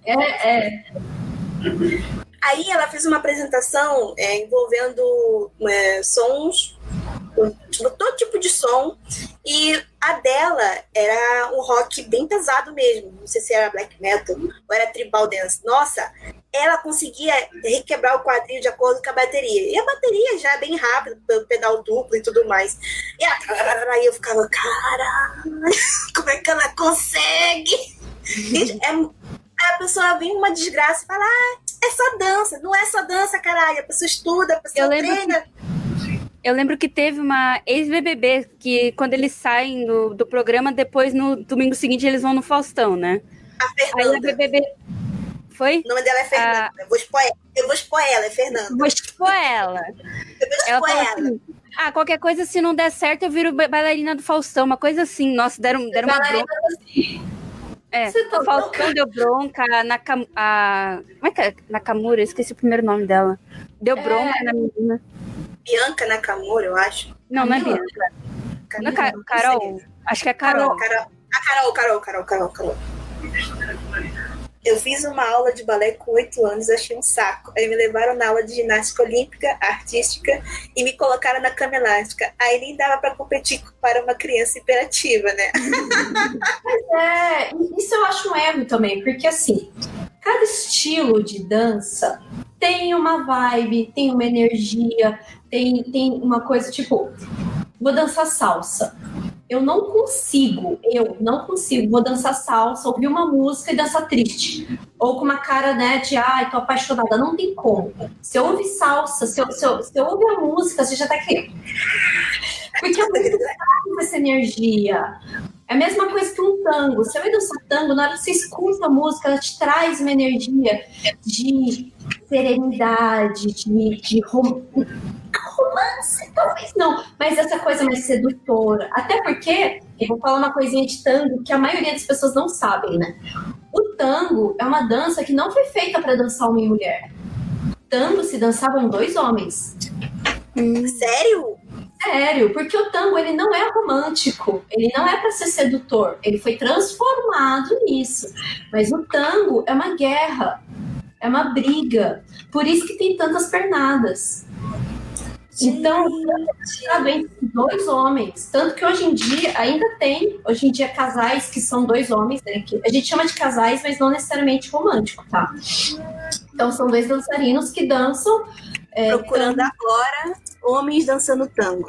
Aí ela fez uma apresentação envolvendo sons, todo tipo de som, e a dela era um rock bem pesado mesmo, não sei se era black metal ou era tribal dance. Nossa, ela conseguia requebrar o quadril de acordo com a bateria, e a bateria já é bem rápida, pelo pedal duplo e tudo mais, e aí eu ficava, caralho, como é que ela consegue? A pessoa vem uma desgraça e fala, é só dança, não é só dança, caralho, a pessoa estuda, a pessoa treina.
Eu lembro que teve uma ex-BBB que, quando eles saem do programa, depois, no domingo seguinte, eles vão no Faustão, né?
A Fernanda.
Aí a BBB... Foi?
O nome dela é Fernanda. Eu vou expor ela, é Fernanda.
Vou expor ela.
Eu vou expor ela.
Assim, qualquer coisa, se não der certo, eu viro bailarina do Faustão. Uma coisa assim. Nossa, deram uma bronca. O Faustão deu bronca. Como é que é? Nakamura, eu esqueci o primeiro nome dela. Deu bronca na menina.
Bianca Nakamura, eu acho.
Não é Bianca. Não é Carol? Acho que é Carol. Carol.
Eu fiz uma aula de balé com 8 anos, achei um saco. Aí me levaram na aula de ginástica olímpica, artística, e me colocaram na cama elástica. Aí nem dava pra competir para uma criança hiperativa, né?
Mas isso eu acho um erro também, porque assim, cada estilo de dança tem uma vibe, tem uma energia, tem uma coisa, tipo, vou dançar salsa. Eu não consigo, vou dançar salsa, ouvir uma música e dançar triste. Ou com uma cara, né, de, tô apaixonada. Não tem como. Se eu ouvir salsa, se eu ouvir a música, você já tá aqui. Porque é muito com essa energia. É a mesma coisa que um tango. Você vai dançar tango, na hora que você escuta a música, ela te traz uma energia de serenidade, de romance, talvez não, mas essa coisa mais sedutora. Até porque, eu vou falar uma coisinha de tango que a maioria das pessoas não sabem, né? O tango é uma dança que não foi feita para dançar homem e mulher. Tango se dançavam 2 homens.
Sério?
Sério, porque o tango, ele não é romântico, ele não é para ser sedutor, ele foi transformado nisso. Mas o tango é uma guerra, é uma briga, por isso que tem tantas pernadas. Então, é entre dois homens, tanto que hoje em dia ainda tem, casais que são dois homens, né, que a gente chama de casais, mas não necessariamente romântico, tá? Então são dois dançarinos que dançam.
Procurando agora homens dançando tango.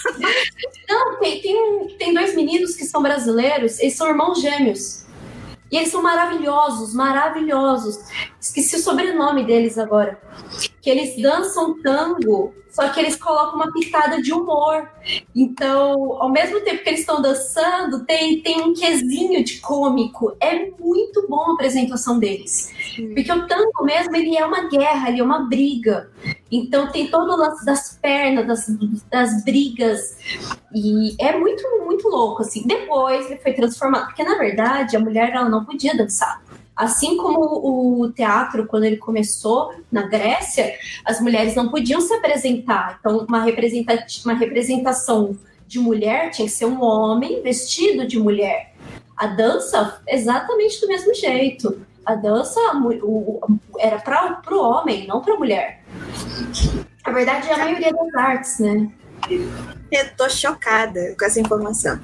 Não, tem dois meninos que são brasileiros, eles são irmãos gêmeos. E eles são maravilhosos, maravilhosos. Esqueci o sobrenome deles agora. Que eles dançam tango, só que eles colocam uma pitada de humor. Então, ao mesmo tempo que eles estão dançando, tem um quesinho de cômico. É muito bom a apresentação deles. Porque o tango mesmo, ele é uma guerra, ele é uma briga. Então tem todo o lance das pernas, das brigas. E é muito, muito louco, assim. Depois ele foi transformado. Porque, na verdade, a mulher ela não podia dançar. Assim como o teatro, quando ele começou na Grécia, as mulheres não podiam se apresentar. Então, uma representação de mulher tinha que ser um homem vestido de mulher. A dança, exatamente do mesmo jeito. A dança era para o homem, não para a mulher. Na verdade, é a maioria das artes, né?
Eu tô chocada com essa informação.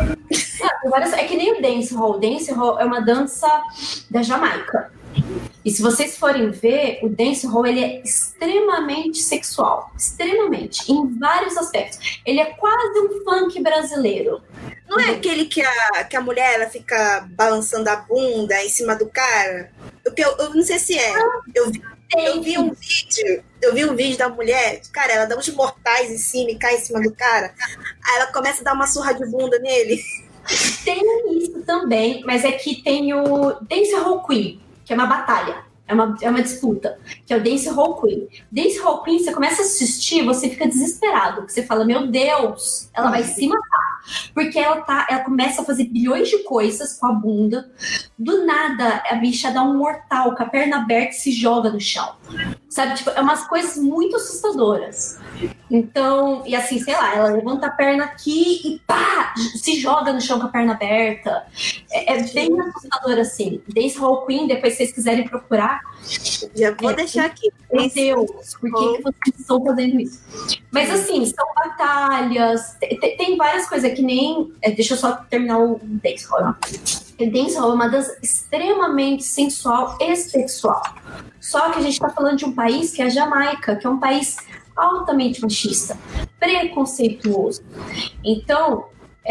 É que nem o dancehall. O dancehall é uma dança da Jamaica. E se vocês forem ver, o dancehall ele é extremamente sexual. Extremamente. Em vários aspectos. Ele é quase um funk brasileiro.
Não é aquele que a mulher ela fica balançando a bunda em cima do cara? Eu não sei se é. Eu vi um vídeo da mulher, cara, ela dá uns mortais em cima e cai em cima do cara. Aí ela começa a dar uma surra de bunda nele.
Tem isso também, mas é que tem o Dancehall Queen, que é uma batalha. É uma disputa, que é o Dancehall Queen. Dancehall Queen, você começa a assistir, você fica desesperado. Você fala, meu Deus, ela vai se matar. Porque ela começa a fazer bilhões de coisas com a bunda. Do nada, a bicha dá um mortal com a perna aberta e se joga no chão. Sabe, tipo, é umas coisas muito assustadoras. Então, e assim, sei lá, ela levanta a perna aqui e pá, se joga no chão com a perna aberta. É bem assustador, assim. Dancehall Queen, depois se vocês quiserem procurar.
Já vou deixar aqui.
Meu Deus, por que vocês estão fazendo isso? Mas assim, são batalhas, tem várias coisas que nem... deixa eu só terminar o dancehall. O dancehall é uma dança extremamente sensual e sexual. Só que a gente está falando de um país que é a Jamaica, que é um país altamente machista, preconceituoso. Então,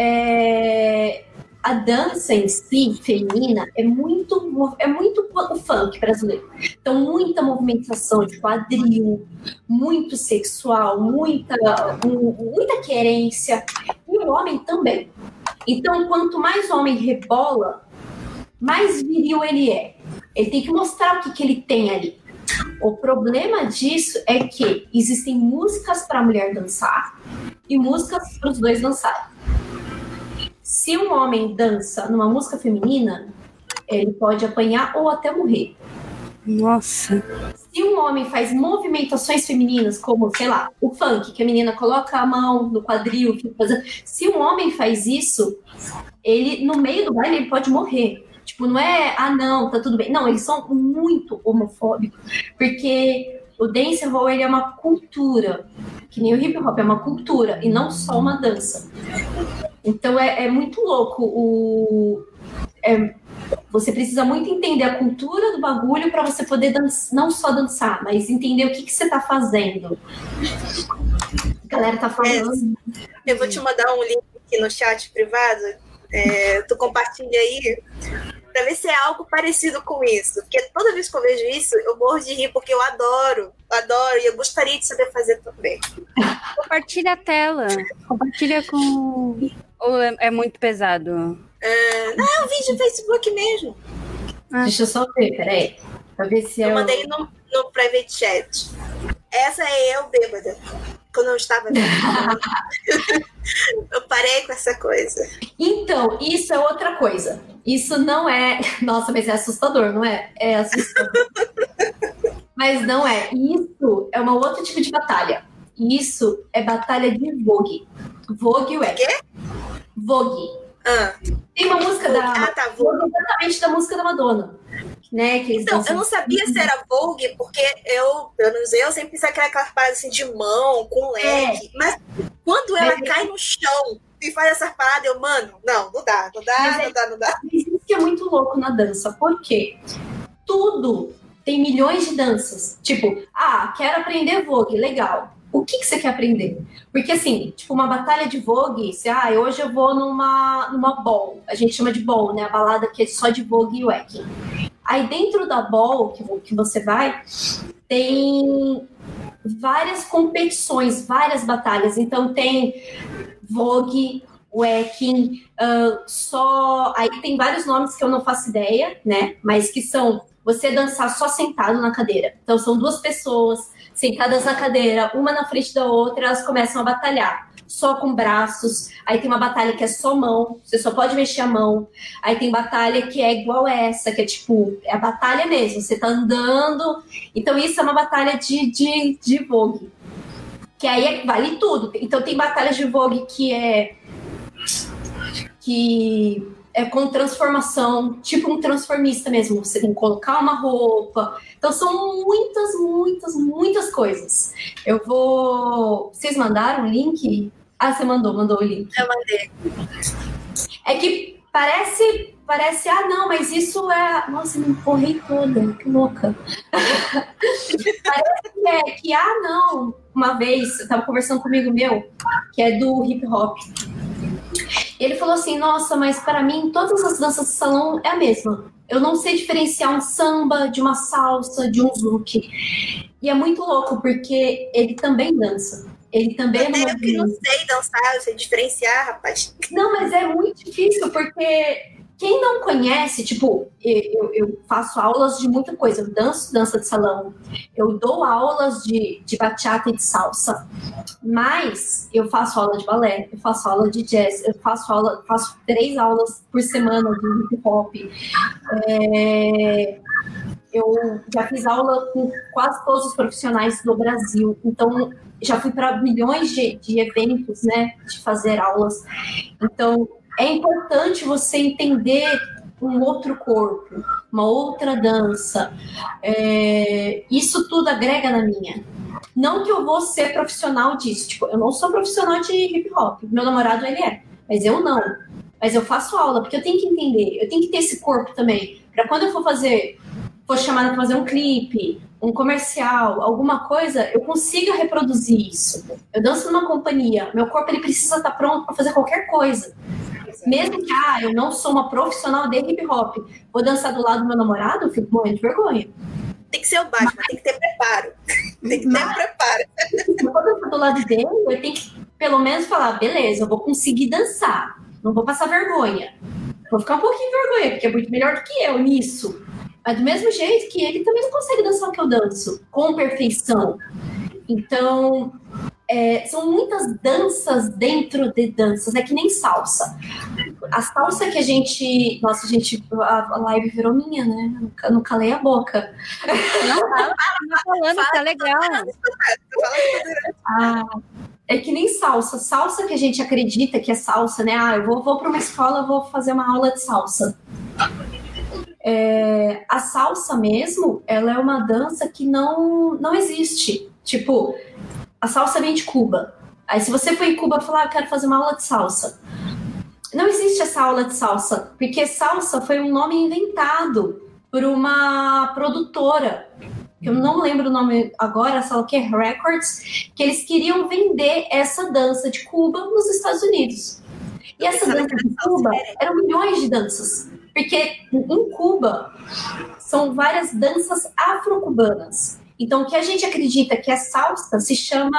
a dança em si, feminina, é muito o funk brasileiro. Então, muita movimentação de quadril, muito sexual, muita querência. E o homem também. Então, quanto mais o homem rebola, mais viril ele é. Ele tem que mostrar o que ele tem ali. O problema disso é que existem músicas para a mulher dançar e músicas para os dois dançarem. Se um homem dança numa música feminina, ele pode apanhar ou até morrer.
Nossa.
Se um homem faz movimentações femininas, como, sei lá, o funk, que a menina coloca a mão no quadril, se um homem faz isso, ele, no meio do baile, ele pode morrer. Tipo, não é, não, tá tudo bem. Não, eles são muito homofóbicos. Porque o dancehall, ele é uma cultura. Que nem o hip hop é uma cultura e não só uma dança. Então, é muito louco. Você precisa muito entender a cultura do bagulho para você poder não só dançar, mas entender o que você tá fazendo. A galera tá falando.
Eu vou te mandar um link aqui no chat privado. Tu compartilha aí para ver se é algo parecido com isso. Porque toda vez que eu vejo isso, eu morro de rir, porque eu adoro e eu gostaria de saber fazer também.
Compartilha a tela. Compartilha com... Ou é muito pesado?
Não, é um vídeo no Facebook mesmo.
Deixa eu só ver, peraí. Pra ver se
eu mandei no private chat. Essa é eu bêbada. Quando eu estava bêbada. Eu parei com essa coisa.
Então, isso é outra coisa. Isso não é... Nossa, mas é assustador, não é? É assustador. Mas não é. Isso é um outro tipo de batalha. Isso é batalha de Vogue. Vogue, ué.
Quê?
Vogue. Tem uma música da... Vogue, exatamente da música da Madonna. Né, que
então, eu não sabia se era Vogue, porque eu sempre pensei que era aquela parada assim de mão, com leque. Mas quando ela cai no chão e faz essa parada, eu, mano, não dá.
Isso que é muito louco na dança. Por quê? Tudo tem milhões de danças. Tipo, quero aprender Vogue, legal. O que você quer aprender? Porque, assim, tipo, uma batalha de Vogue, hoje eu vou numa ball. A gente chama de ball, né? A balada que é só de Vogue e Wacking. Aí, dentro da ball que você vai, tem várias competições, várias batalhas. Então, tem Vogue, Wacking, Aí tem vários nomes que eu não faço ideia, né? Mas que são você dançar só sentado na cadeira. Então, são duas pessoas sentadas na cadeira, uma na frente da outra, elas começam a batalhar. Só com braços. Aí tem uma batalha que é só mão, você só pode mexer a mão. Aí tem batalha que é igual essa, que é tipo, é a batalha mesmo, você tá andando. Então, isso é uma batalha de Vogue. Que aí vale tudo. Então, tem batalhas de Vogue que é com transformação, tipo um transformista mesmo. Você tem que colocar uma roupa. Então, são muitas coisas. Vocês mandaram o link? Você mandou o link.
Eu mandei.
É que parece... não, mas isso é... Nossa, me empurrei toda. Que louca. Parece que não. Uma vez, eu tava conversando com um amigo meu, que é do hip hop. Ele falou assim, nossa, mas para mim todas as danças de salão é a mesma. Eu não sei diferenciar um samba de uma salsa, de um zouk. E é muito louco, porque ele também dança. Ele também
eu que não sei dançar, eu sei diferenciar, rapaz.
Não, mas é muito difícil, porque quem não conhece, tipo, eu faço aulas de muita coisa. Eu dança de salão, eu dou aulas de bachata e de salsa, mas eu faço aula de balé, eu faço aula de jazz, eu faço 3 aulas por semana de hip hop. Eu já fiz aula com quase todos os profissionais do Brasil, então já fui para milhões de eventos, né, de fazer aulas. Então, é importante você entender um outro corpo, uma outra dança. Isso tudo agrega na minha. Não que eu vou ser profissional disso. Tipo, eu não sou profissional de hip hop. Meu namorado, ele é. Mas eu não. Mas eu faço aula, porque eu tenho que entender. Eu tenho que ter esse corpo também. Para quando eu for chamada para fazer um clipe, um comercial, alguma coisa, eu consiga reproduzir isso. Eu danço numa companhia. Meu corpo, ele precisa estar pronto para fazer qualquer coisa. Mesmo que eu não sou uma profissional de hip hop, vou dançar do lado do meu namorado, eu fico morrendo de vergonha.
Tem que ser o Batman, tem que ter preparo. Tem que ter preparo.
Se eu for dançar do lado dele, eu tenho que pelo menos falar, beleza, eu vou conseguir dançar, não vou passar vergonha. Vou ficar um pouquinho de vergonha, porque é muito melhor do que eu nisso. Mas do mesmo jeito que ele também não consegue dançar o que eu danço, com perfeição. Então, são muitas danças dentro de danças, é que nem salsa. A salsa que a gente... Nossa, a live virou minha, né? Eu não calei a boca.
Não falando, tá legal.
É que nem salsa. Salsa que a gente acredita que é salsa, né? Eu vou para uma escola, vou fazer uma aula de salsa. A salsa mesmo, ela é uma dança que não existe. Tipo, a salsa vem de Cuba. Aí se você for em Cuba e falar, eu quero fazer uma aula de salsa. Não existe essa aula de salsa, porque salsa foi um nome inventado por uma produtora. Eu não lembro o nome agora, só que é Records, que eles queriam vender essa dança de Cuba nos Estados Unidos. E essa dança de Cuba eram milhões de danças. Porque em Cuba são várias danças afro-cubanas. Então, o que a gente acredita que é salsa se chama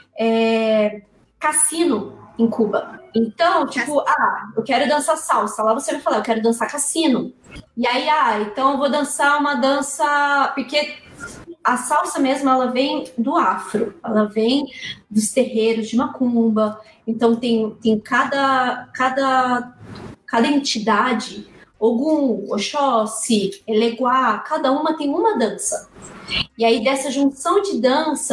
cassino em Cuba. Então, tipo, eu quero dançar salsa. Lá você vai falar, eu quero dançar cassino. E aí, então eu vou dançar uma dança... Porque a salsa mesmo, ela vem do afro. Ela vem dos terreiros de macumba. Então, tem cada entidade... Ogum, Oxóssi, Eleguá, cada uma tem uma dança. E aí, dessa junção de danças,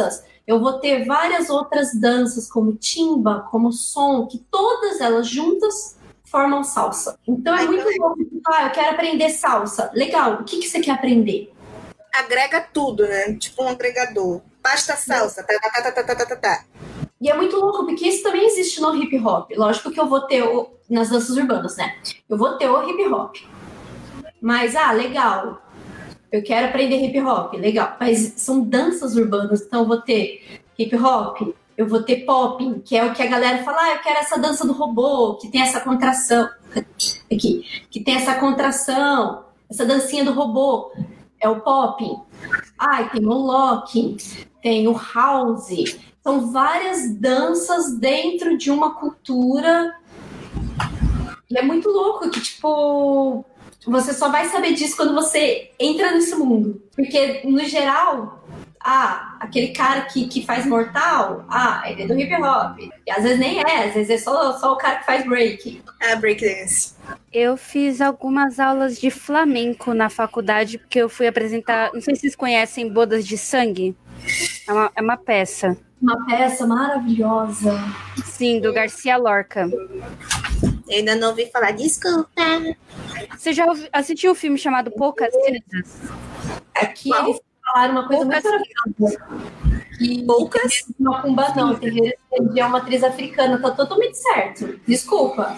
eu vou ter várias outras danças, como timba, como som, que todas elas juntas formam salsa. Então é muito louco. Eu quero aprender salsa. Legal, o que você quer aprender?
Agrega tudo, né? Tipo um agregador. Basta salsa. Tá.
E é muito louco, porque isso também existe no hip hop. Lógico que eu vou ter nas danças urbanas, né? Eu vou ter o hip hop. Mas, legal. Eu quero aprender hip hop, legal. Mas são danças urbanas, então eu vou ter hip hop, eu vou ter popping, que é o que a galera fala, eu quero essa dança do robô, que tem essa contração. Aqui, que tem essa contração, essa dancinha do robô. É o popping. Tem o locking, tem o house. São várias danças dentro de uma cultura. E é muito louco que, tipo, você só vai saber disso quando você entra nesse mundo. Porque, no geral, aquele cara que faz Mortal, ele é do hip hop. E às vezes nem é, às vezes é só o cara que faz break.
Breakdance.
Eu fiz algumas aulas de flamenco na faculdade, porque eu fui apresentar, não sei se vocês conhecem Bodas de Sangue. É uma peça.
Uma peça maravilhosa.
Sim, do Garcia Lorca.
Eu ainda não ouvi falar, desculpa.
Você já assistiu um filme chamado Poucas Cinzas?
Aqui eles falaram uma coisa muito maravilhosa.
Poucas?
Macumba não, Terreira é uma atriz africana, tá totalmente certo. Desculpa.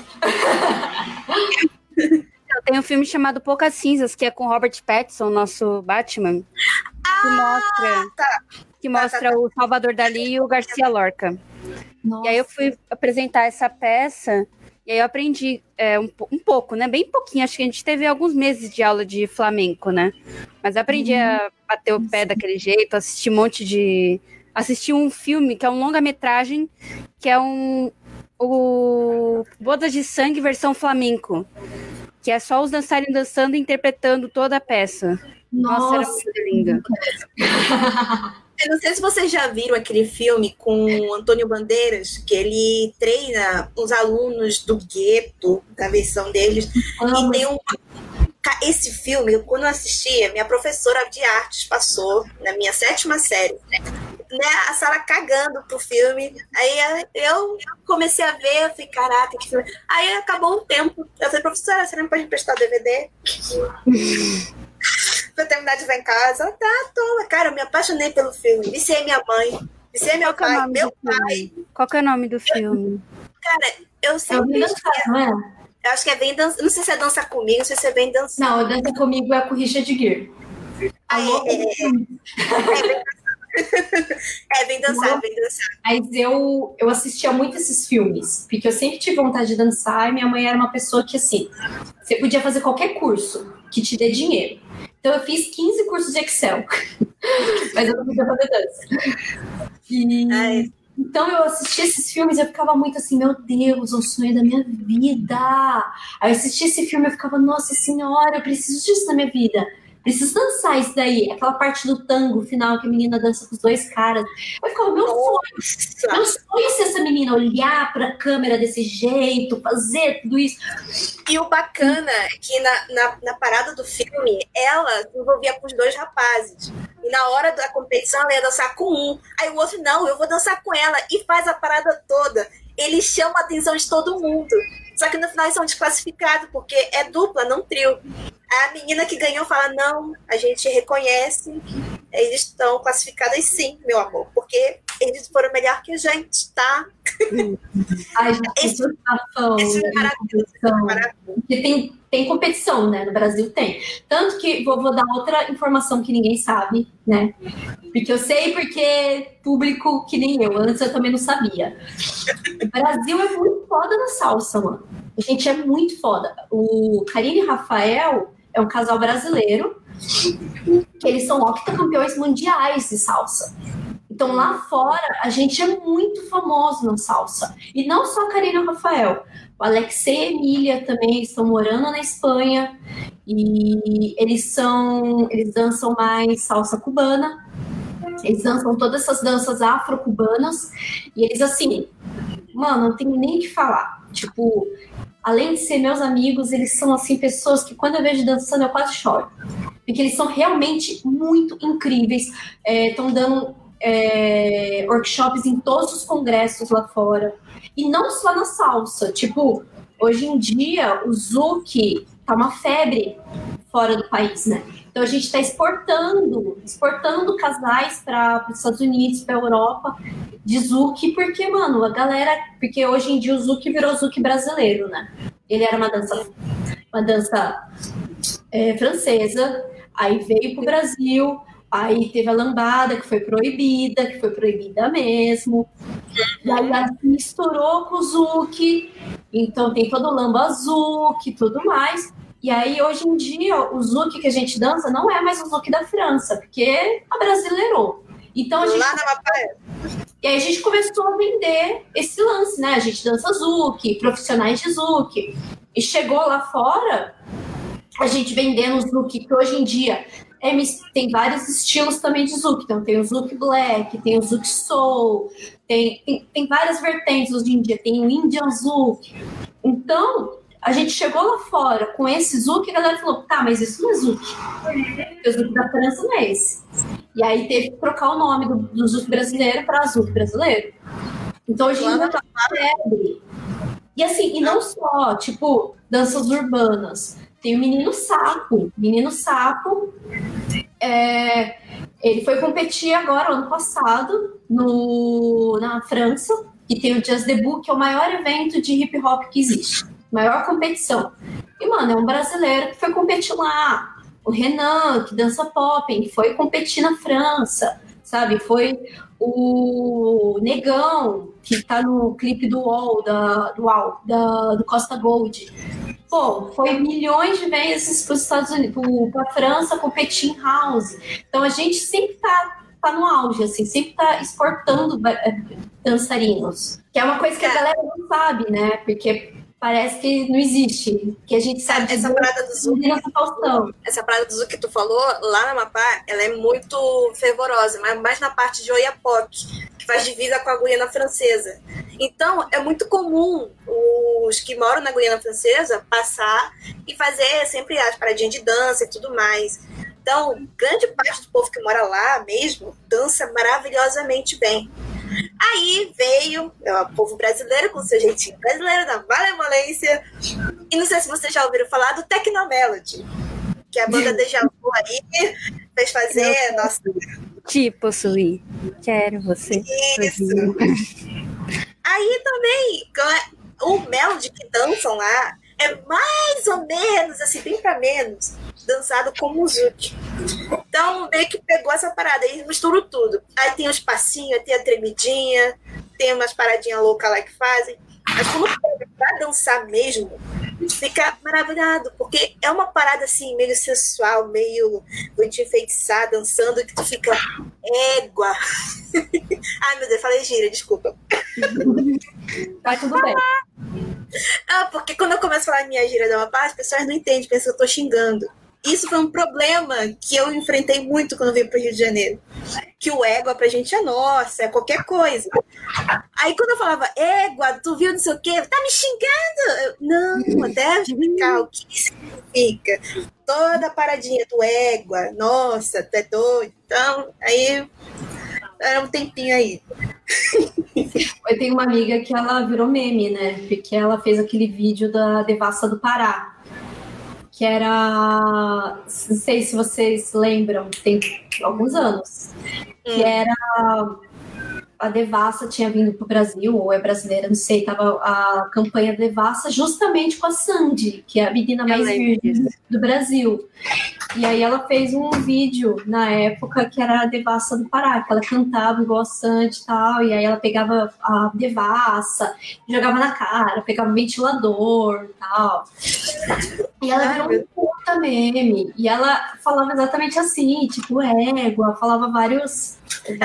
Eu tenho um filme chamado Poucas Cinzas, que é com Robert Pattinson, nosso Batman, que mostra o Salvador Dalí e o Garcia Lorca. Nossa. E aí eu fui apresentar essa peça, e aí eu aprendi um pouco, né? Bem pouquinho, acho que a gente teve alguns meses de aula de flamenco, né? Mas eu aprendi a bater o pé daquele jeito, assisti um filme que é um longa-metragem, que é o Bodas de Sangue versão flamenco, que é só os dançarinos dançando e interpretando toda a peça. Nossa, era muito linda.
Eu não sei se vocês já viram aquele filme com o Antônio Bandeiras, que ele treina os alunos do gueto, da versão deles. E tem esse filme, quando eu assistia, minha professora de artes passou na minha 7ª série, né, a sala cagando pro filme. Aí eu comecei a ver, eu falei, caraca, que filme. Aí acabou o tempo. Eu falei, professora, você não pode emprestar o DVD? Pra terminar de ver em casa. Toma. Cara, eu me apaixonei pelo filme. Viciei minha mãe. Viciei meu pai. Meu pai.
Qual que é o nome do filme?
Cara, eu sempre... Eu acho que é Vem Dançar. Não sei se é Dança Comigo, não sei se é Vem Dançar.
Não, Dança Comigo é com o Richard Gere.
Vem dançar.
Mas eu assistia muito esses filmes, porque eu sempre tive vontade de dançar e minha mãe era uma pessoa que, assim, você podia fazer qualquer curso que te dê dinheiro. Então eu fiz 15 cursos de Excel, mas eu não podia fazer dança. Então eu assistia esses filmes e eu ficava muito assim, meu Deus, é o sonho da minha vida. Aí eu assistia esse filme e eu ficava, nossa senhora, eu preciso disso na minha vida. Preciso dançar isso daí. Aquela parte do tango final que a menina dança com os 2 caras. Eu ficava, meu sonho é ser essa menina, olhar pra câmera desse jeito, fazer tudo isso.
E o bacana é que na parada do filme, ela se envolvia com os 2 rapazes. E na hora da competição, ela ia dançar com um. Aí o outro, não, eu vou dançar com ela. E faz a parada toda. Ele chama a atenção de todo mundo. Só que no final eles são desclassificados, porque é dupla, não trio. A menina que ganhou fala, não, a gente reconhece, eles estão classificados sim, meu amor, porque eles foram melhor que a gente, tá?
Ai, esse é maravilhoso. Porque tem competição, né? No Brasil tem. Tanto que, vou dar outra informação que ninguém sabe, né? Porque eu sei, porque público que nem eu. Antes eu também não sabia. O Brasil é muito foda na salsa, mano. A gente é muito foda. O Karine e Rafael é um casal brasileiro que eles são octacampeões mundiais de salsa. Então, lá fora, a gente é muito famoso na salsa. E não só a Karine e o Rafael. O Alexei e a Emília também estão morando na Espanha. E eles dançam mais salsa cubana. Eles dançam todas essas danças afro-cubanas. E eles, assim, mano, não tem nem o que falar. Tipo, além de ser meus amigos, eles são, assim, pessoas que quando eu vejo dançando, eu quase choro. Porque eles são realmente muito incríveis. Estão dando workshops em todos os congressos lá fora. E não só na salsa. Tipo, hoje em dia, o zouk tá uma febre fora do país, né? Então a gente está exportando casais para os Estados Unidos, para a Europa, de zouk, porque, mano, porque hoje em dia o zouk virou zouk brasileiro, né? Ele era uma dança francesa, aí veio pro Brasil, aí teve a lambada, que foi proibida mesmo, e aí ela se misturou com o zouk, então tem todo o lamba zouk e tudo mais. E aí, hoje em dia, o zouk que a gente dança não é mais o zouk da França, porque abrasileirou. Então,
Lá na Mapaia.
E aí a gente começou a vender esse lance, né? A gente dança zouk, profissionais de zouk. E chegou lá fora, a gente vendendo zouk, que hoje em dia tem vários estilos também de zouk. Então, tem o zouk black, tem o zouk soul, tem várias vertentes hoje em dia. Tem o Indian zouk. Então, a gente chegou lá fora com esse zouk e a galera falou, tá, mas isso não é zouk. O zouk da França não é esse. E aí teve que trocar o nome do zouk brasileiro para zouk brasileiro. Então hoje em dia é febre. E assim, e não só, tipo, danças urbanas. Tem o Menino Sapo. Menino Sapo, ele foi competir agora, ano passado, na França, e tem o Jazz Debout, que é o maior evento de hip hop que existe. Maior competição. E, mano, é um brasileiro que foi competir lá. O Renan, que dança pop, foi competir na França, sabe? Foi o Negão, que tá no clipe do UOL, do Costa Gold. Pô, foi milhões de vezes para os Estados Unidos, para a França competir em house. Então, a gente sempre tá no auge, assim, sempre tá exportando dançarinos. Que é uma coisa que a galera não sabe, né? Porque parece que não existe, que a gente sabe
essa parada do zouk. Essa parada do zouk que tu falou, lá na Amapá, ela é muito fervorosa, mas mais na parte de Oiapoque, que faz divisa com a Guiana Francesa. Então, é muito comum os que moram na Guiana Francesa passar e fazer sempre as paradinhas de dança e tudo mais. Então, grande parte do povo que mora lá mesmo dança maravilhosamente bem. Aí veio o povo brasileiro com seu jeitinho brasileiro, da malemolência. E não sei se vocês já ouviram falar do Tecnomelody, que a banda Deja Vu aí fez fazer. Nossa.
Te possuir. Quero você.
Isso. Aí também, o Melody que dançam lá é mais ou menos, assim, bem pra menos, dançado como o zouk. Então, meio que pegou essa parada aí, misturou tudo. Aí tem os passinhos, aí tem a tremidinha, tem umas paradinhas loucas lá que fazem. Mas quando pega pra dançar mesmo, fica maravilhado, porque é uma parada assim, meio sensual, meio vou te enfeitiçar, dançando, que tu fica égua. Ai, meu Deus, falei gira, desculpa.
Tá tudo bem.
Porque quando eu começo a falar minha gíria da Amapá, as pessoas não entendem, pensam que eu tô xingando. Isso foi um problema que eu enfrentei muito quando eu vim pro Rio de Janeiro. Que o égua pra gente é nossa, é qualquer coisa. Aí quando eu falava, égua, tu viu não sei o quê? Tá me xingando? Não, até explicar o que significa. Toda a paradinha do égua, nossa, tu é doido. Então, aí era um tempinho aí.
Eu tenho uma amiga que ela virou meme, né? Porque ela fez aquele vídeo da Devassa do Pará. Que era, não sei se vocês lembram, tem alguns anos, que era a Devassa tinha vindo para o Brasil, ou é brasileira, não sei, tava a campanha Devassa justamente com a Sandy, que é a menina mais virgem do Brasil. E aí ela fez um vídeo na época que era a Devassa do Pará, que ela cantava igual a Sandy e tal, e aí ela pegava a Devassa, jogava na cara, pegava o ventilador e tal. E ela virou um puta meme. E ela falava exatamente assim, tipo, égua, falava vários.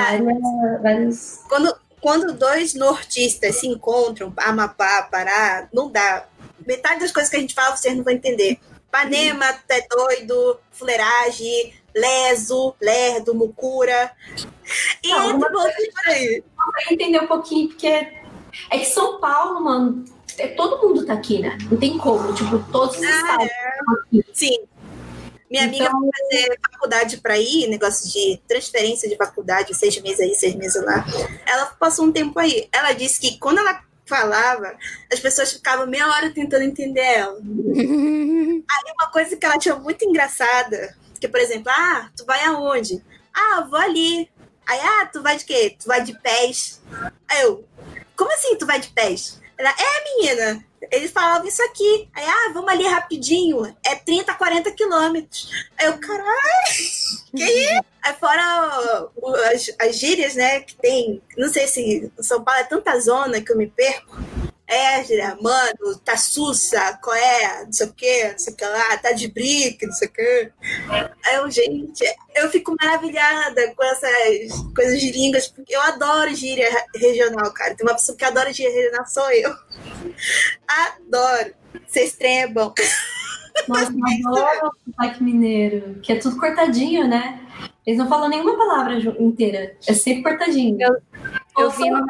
Quando dois nortistas se encontram, Amapá, Pará, não dá. Metade das coisas que a gente fala, vocês não vão entender. Panema, é doido, fuleiragem, leso, lerdo, mucura. E entre vocês por aí.
Pra entender um pouquinho, porque é que São Paulo, mano, todo mundo tá aqui, né? Não tem como, tipo, todos os estados estão aqui.
Sim. Minha amiga foi fazer faculdade pra ir, negócio de transferência de faculdade, 6 meses aí, 6 meses lá. Ela passou um tempo aí. Ela disse que quando ela falava, as pessoas ficavam meia hora tentando entender ela. Aí uma coisa que ela achou muito engraçada, que, por exemplo, tu vai aonde? Eu vou ali. Aí, tu vai de quê? Tu vai de pés. Aí eu, como assim tu vai de pés? Ela, menina, eles falavam isso aqui. Aí, vamos ali rapidinho. É 30, 40 quilômetros. Aí eu, caralho, que isso? Aí fora as gírias, né, que tem, não sei se em São Paulo é tanta zona que eu me perco. Gíria, mano, tá sussa, qual é? Não sei o que lá, tá de brique, não sei o que. Aí gente, eu fico maravilhada com essas coisas de línguas, porque eu adoro gíria regional, cara. Tem uma pessoa que adora gíria regional, sou eu. Adoro. Vocês trem é bom.
Nossa, eu adoro o sotaque mineiro, que é tudo cortadinho, né? Eles não falam nenhuma palavra inteira, é sempre cortadinho.
Eu vi numa...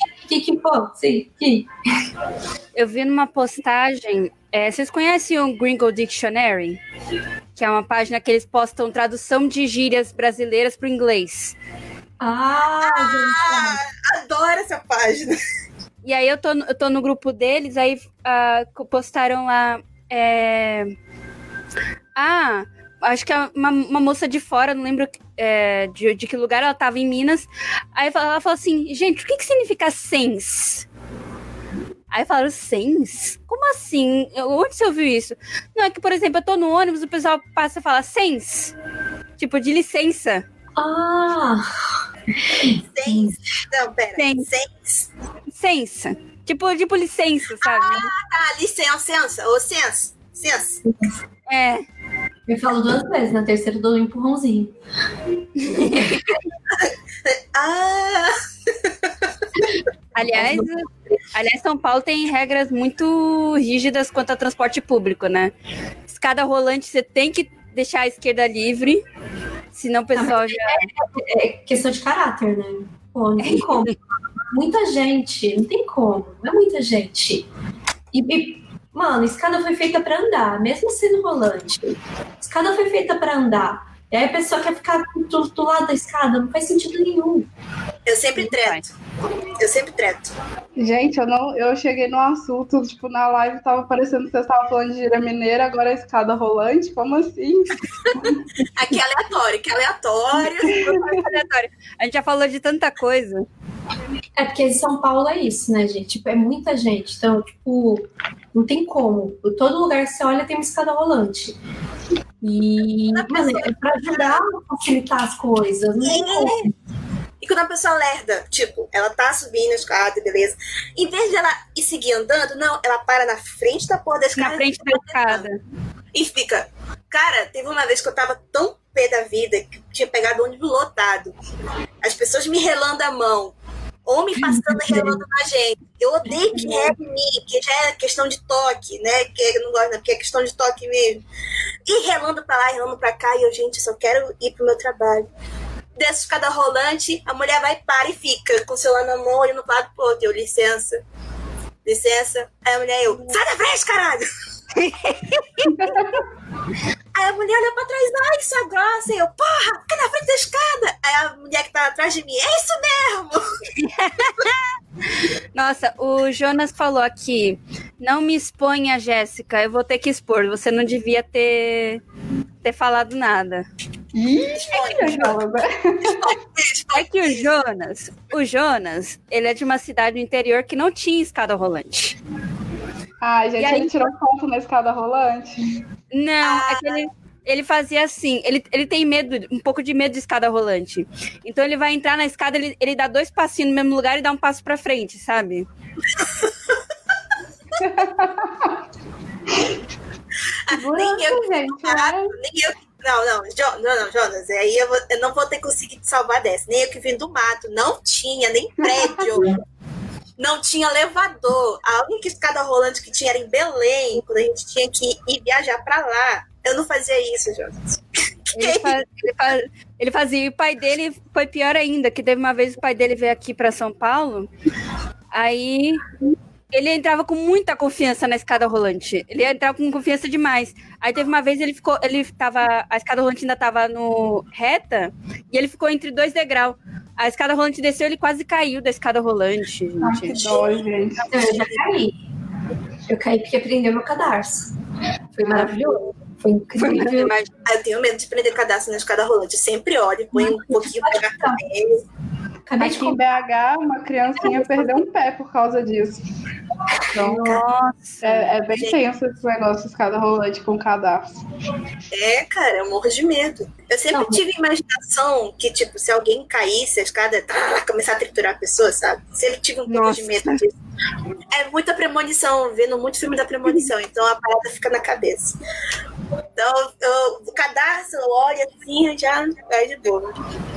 Eu vi numa postagem, vocês conhecem o Gringo Dictionary? Que é uma página que eles postam tradução de gírias brasileiras para o inglês.
Adoro essa página.
E aí eu tô no grupo deles, aí postaram lá... acho que é uma moça de fora, não lembro de que lugar ela tava, em Minas. Aí ela falou assim, gente, o que significa sens? Aí falaram, sens? Como assim? Onde você ouviu isso? Não, é que, por exemplo, eu tô no ônibus, o pessoal passa e fala sens. Tipo, de licença.
Sens. Não, pera.
Sens. Licença. Tipo licença, sabe?
Licença. Ou senso.
Eu falo 2 vezes, na terceira eu dou um empurrãozinho.
Aliás, São Paulo tem regras muito rígidas quanto ao transporte público, né? Escada rolante, você tem que deixar a esquerda livre, senão o pessoal já...
É questão de caráter, né? Pô, não tem como. Muita gente, não tem como. Não é muita gente. Mano, escada foi feita pra andar, mesmo sendo rolante. Escada foi feita pra andar. E aí a pessoa quer ficar do lado da escada, não faz sentido nenhum.
Eu sempre treto.
Gente, eu cheguei no assunto, tipo, na live tava parecendo que vocês estavam falando de gíria mineira, agora é escada rolante, como assim?
Aqui é aleatório.
A gente já falou de tanta coisa.
É porque São Paulo é isso, né, gente? Tipo, é muita gente. Então, tipo, não tem como. Todo lugar que você olha tem uma escada rolante. Mas é pra ajudar a facilitar as coisas. Não tem como.
E quando a pessoa lerda, tipo, ela tá subindo a escada, beleza. Em vez de ela ir seguir andando, não, ela para na frente da porta da escada.
Na frente da escada.
E fica... Cara, teve uma vez que eu tava tão pé da vida que tinha pegado ônibus lotado. As pessoas me relando a mão. Ou me passando e relando na gente. Eu odeio que rele em mim, que já é questão de toque, né? Que eu não gosto, porque é questão de toque mesmo. E relando pra lá, relando pra cá. E eu, gente, só quero ir pro meu trabalho. Desce escada rolante, a mulher vai, para e fica com o celular na mão, olhando pro lado pro outro. Eu, licença. Aí a mulher, sai da frente, caralho! Aí a mulher olhou pra trás, ai, que sua grossa. E eu, porra, fica na frente da escada. Aí a mulher que tá atrás de mim, é isso mesmo.
Nossa, o Jonas falou aqui, não me exponha, Jéssica, eu vou ter que expor, você não devia ter falado nada. É que o Jonas, ele é de uma cidade do interior que não tinha escada rolante.
Ai, gente, ele tirou foto na escada rolante?
Não, é que ele fazia assim, ele tem medo, um pouco de medo de escada rolante. Então ele vai entrar na escada, ele dá 2 passinhos no mesmo lugar e dá um passo pra frente, sabe?
Não, Jonas, aí eu não vou ter conseguido te salvar dessa. Nem eu que vim do mato, não tinha nem prédio. Não tinha elevador. A única escada rolante que tinha era em Belém, quando a gente tinha que ir viajar pra lá. Eu não fazia isso, Jonas.
Ele fazia. E o pai dele foi pior ainda, que teve uma vez o pai dele veio aqui pra São Paulo. Aí ele entrava com muita confiança na escada rolante. Ele entrava com confiança demais. Aí teve uma vez, a escada rolante ainda tava no reta, e ele ficou entre 2 degraus. A escada rolante desceu, ele quase caiu da escada rolante.
Ai, que dó, gente.
Eu já caí. Eu caí porque prendeu meu cadarço. Foi maravilhoso. Foi incrível.
Eu tenho medo de prender cadastro na escada rolante. Eu sempre olho, põe um pouquinho pra cá dele.
Acabei de
Aqui em BH, uma criancinha perdeu um pé por causa disso. Então,
Nossa.
é bem tenso esse negócio de escada rolante com cadastro.
Cara, eu morro de medo. Eu sempre tive imaginação que, tipo, se alguém caísse, a escada começar a triturar a pessoa, sabe? Sempre tive um pouco de medo disso. É muita premonição, vendo muito filme da premonição, então a parada fica na cabeça. Então, o cadastro, eu olho assim, já vai de boa.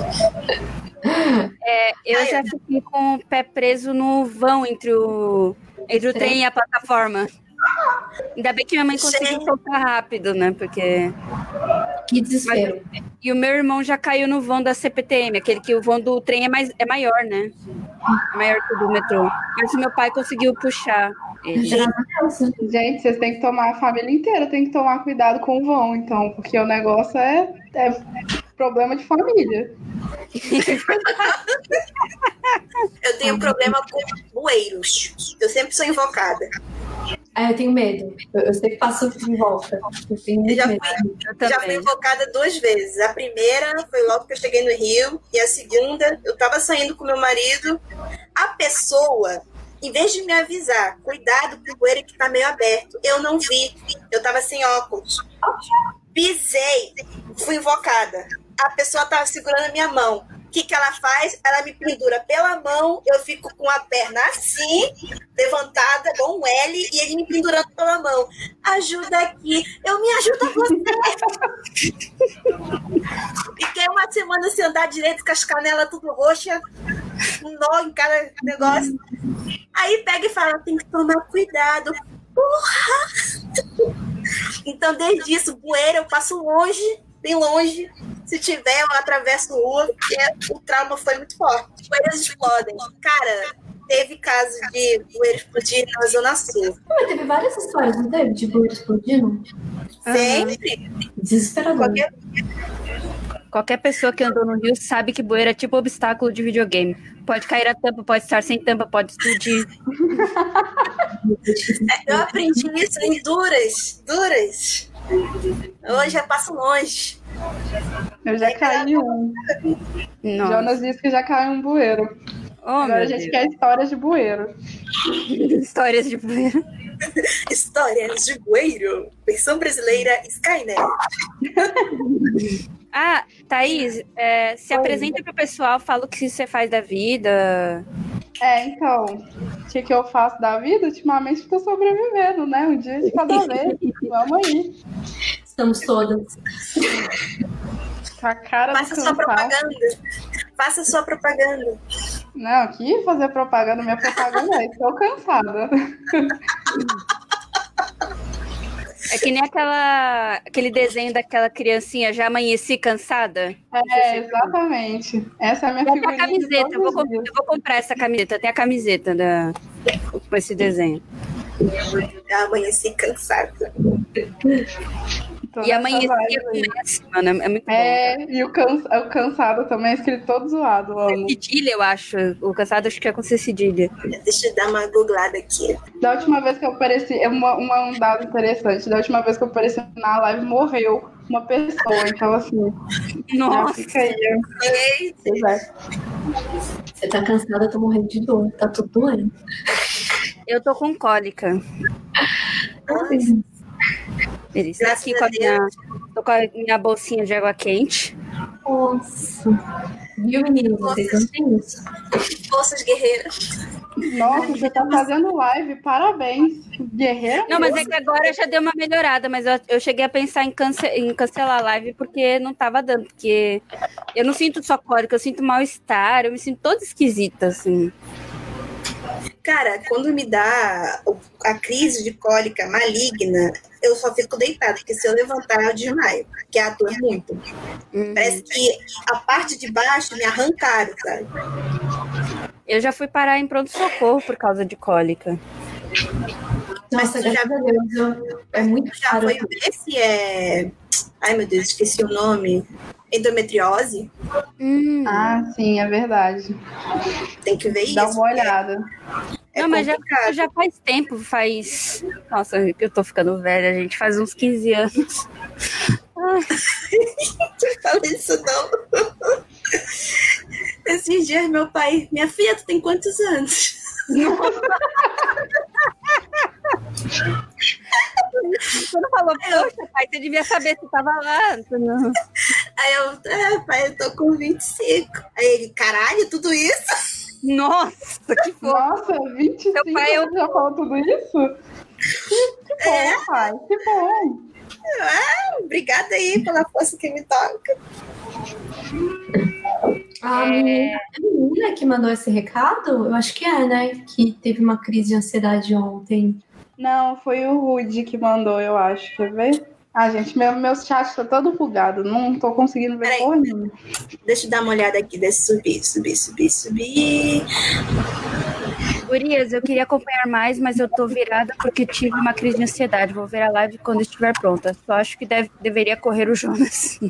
Eu já fiquei com o pé preso no vão entre o trem e a plataforma. Ainda bem que minha mãe conseguiu soltar rápido, né? Porque...
Que desespero.
E o meu irmão já caiu no vão da CPTM, aquele que o vão do trem é maior, né? É maior que o do metrô. Mas o meu pai conseguiu puxar ele.
Gente, vocês têm que tomar, a família inteira tem que tomar cuidado com o vão, então, porque o negócio é problema de família.
Eu tenho problema com bueiros. Eu sempre sou invocada.
Eu tenho medo. Eu sempre passo em volta. Eu tenho muito medo.
Já fui invocada 2 vezes. A primeira foi logo que eu cheguei no Rio. E a segunda, eu tava saindo com meu marido. A pessoa, em vez de me avisar, cuidado com o bueiro que tá meio aberto, eu não vi. Eu tava sem óculos. Pisei. Fui invocada. A pessoa tava segurando a minha mão. O que ela faz? Ela me pendura pela mão, eu fico com a perna assim, levantada, com um L, e ele me pendurando pela mão. Ajuda aqui. Eu me ajudo você. Fiquei uma semana sem andar direito, com as canelas tudo roxas, um nó em cada negócio. Aí pega e fala, tem que tomar cuidado. Porra! Então, desde isso, bueiro, eu passo longe, bem longe. Se tiver, eu atravesso rua, porque o trauma foi muito forte. Bueiros explodem. Cara, teve caso de bueiro explodir na Zona Sul.
Teve várias histórias, não teve? De bueiro explodindo?
Sempre.
Desesperador.
Qualquer pessoa que andou no Rio sabe que bueiro é tipo obstáculo de videogame. Pode cair a tampa, pode estar sem tampa, pode explodir.
Eu aprendi isso em duras. Hoje eu passo longe.
Eu já caí um.
Nossa.
Jonas disse que já caiu um bueiro. Agora a gente quer histórias de bueiro.
Histórias de bueiro.
Histórias de bueiro. Versão brasileira Skynet.
Thaís, se apresenta pro pessoal, fala o que você faz da vida.
Então, o que eu faço da vida? Ultimamente estou sobrevivendo, né? Um dia de cada vez. Vamos aí.
Estamos todas.
Com a cara
Faça
do
sua
cansaço.
propaganda. Faça sua propaganda.
Não, aqui fazer propaganda, minha propaganda é estou cansada.
É que nem aquele desenho daquela criancinha, já amanheci cansada.
Exatamente. Essa é a minha figurinha.
Tem a camiseta, eu vou comprar essa camiseta. Tem a camiseta com esse desenho.
Amanheci cansada.
E amanhecia com mano, é muito bom.
E o cansado também é escrito todo zoado.
Cedilha, eu acho. O cansado acho que é com cedilha.
Deixa eu dar uma googlada aqui.
Da última vez que eu apareci, um dado interessante. Da última vez que eu apareci na live, morreu uma pessoa. Então, assim.
Nossa.
Fica aí.
Você tá cansada, eu tô morrendo de dor. Tá tudo doendo.
Eu tô com cólica. Estou aqui tô com a minha bolsinha de água quente.
Nossa. Viu, meninos? Vocês não têm isso.
Forças guerreiras.
Nossa, você tá fazendo live, parabéns. Guerreira.
Não, mas é que agora já deu uma melhorada, mas eu cheguei a pensar em cancelar a live porque não tava dando, porque eu não sinto só cólica, eu sinto mal-estar, eu me sinto toda esquisita, assim.
Cara, quando me dá a crise de cólica maligna, eu só fico deitada, porque se eu levantar eu desmaio, porque a dor muito. Parece que a parte de baixo me arrancaram, sabe?
Eu já fui parar em pronto-socorro por causa de cólica.
Nossa, graças a Deus, é muito
Já
caro.
foi esse ai meu Deus, esqueci o nome. Endometriose.
Ah, sim, é verdade.
Tem que ver isso.
Dá uma olhada.
É
Não, mas
complicado.
já faz tempo, Nossa, eu tô ficando velha, gente. Faz uns 15 anos.
Não fala isso não. Esses dias meu pai, minha filha, tu tem quantos anos?
Você não falou, poxa, pai, você devia saber se tava lá. Não.
Aí eu, pai, eu tô com 25. Aí ele, caralho, tudo isso?
Nossa, que fofo.
Nossa, 25
Meu pai,
você já falou tudo isso? Que bom, pai, que bom.
Obrigada aí pela força que me toca.
A menina que mandou esse recado, eu acho que né? Que teve uma crise de ansiedade ontem.
Não, foi o Rude que mandou, eu acho. Quer ver? Ah, gente, meu chat tá todo bugado. Não tô conseguindo ver
Peraí.
porra nenhuma.
Deixa eu dar uma olhada aqui. Deixa eu subir.
Gurias, eu queria acompanhar mais, mas eu tô virada porque tive uma crise de ansiedade. Vou ver a live quando estiver pronta. Só acho que deveria correr o Jonas.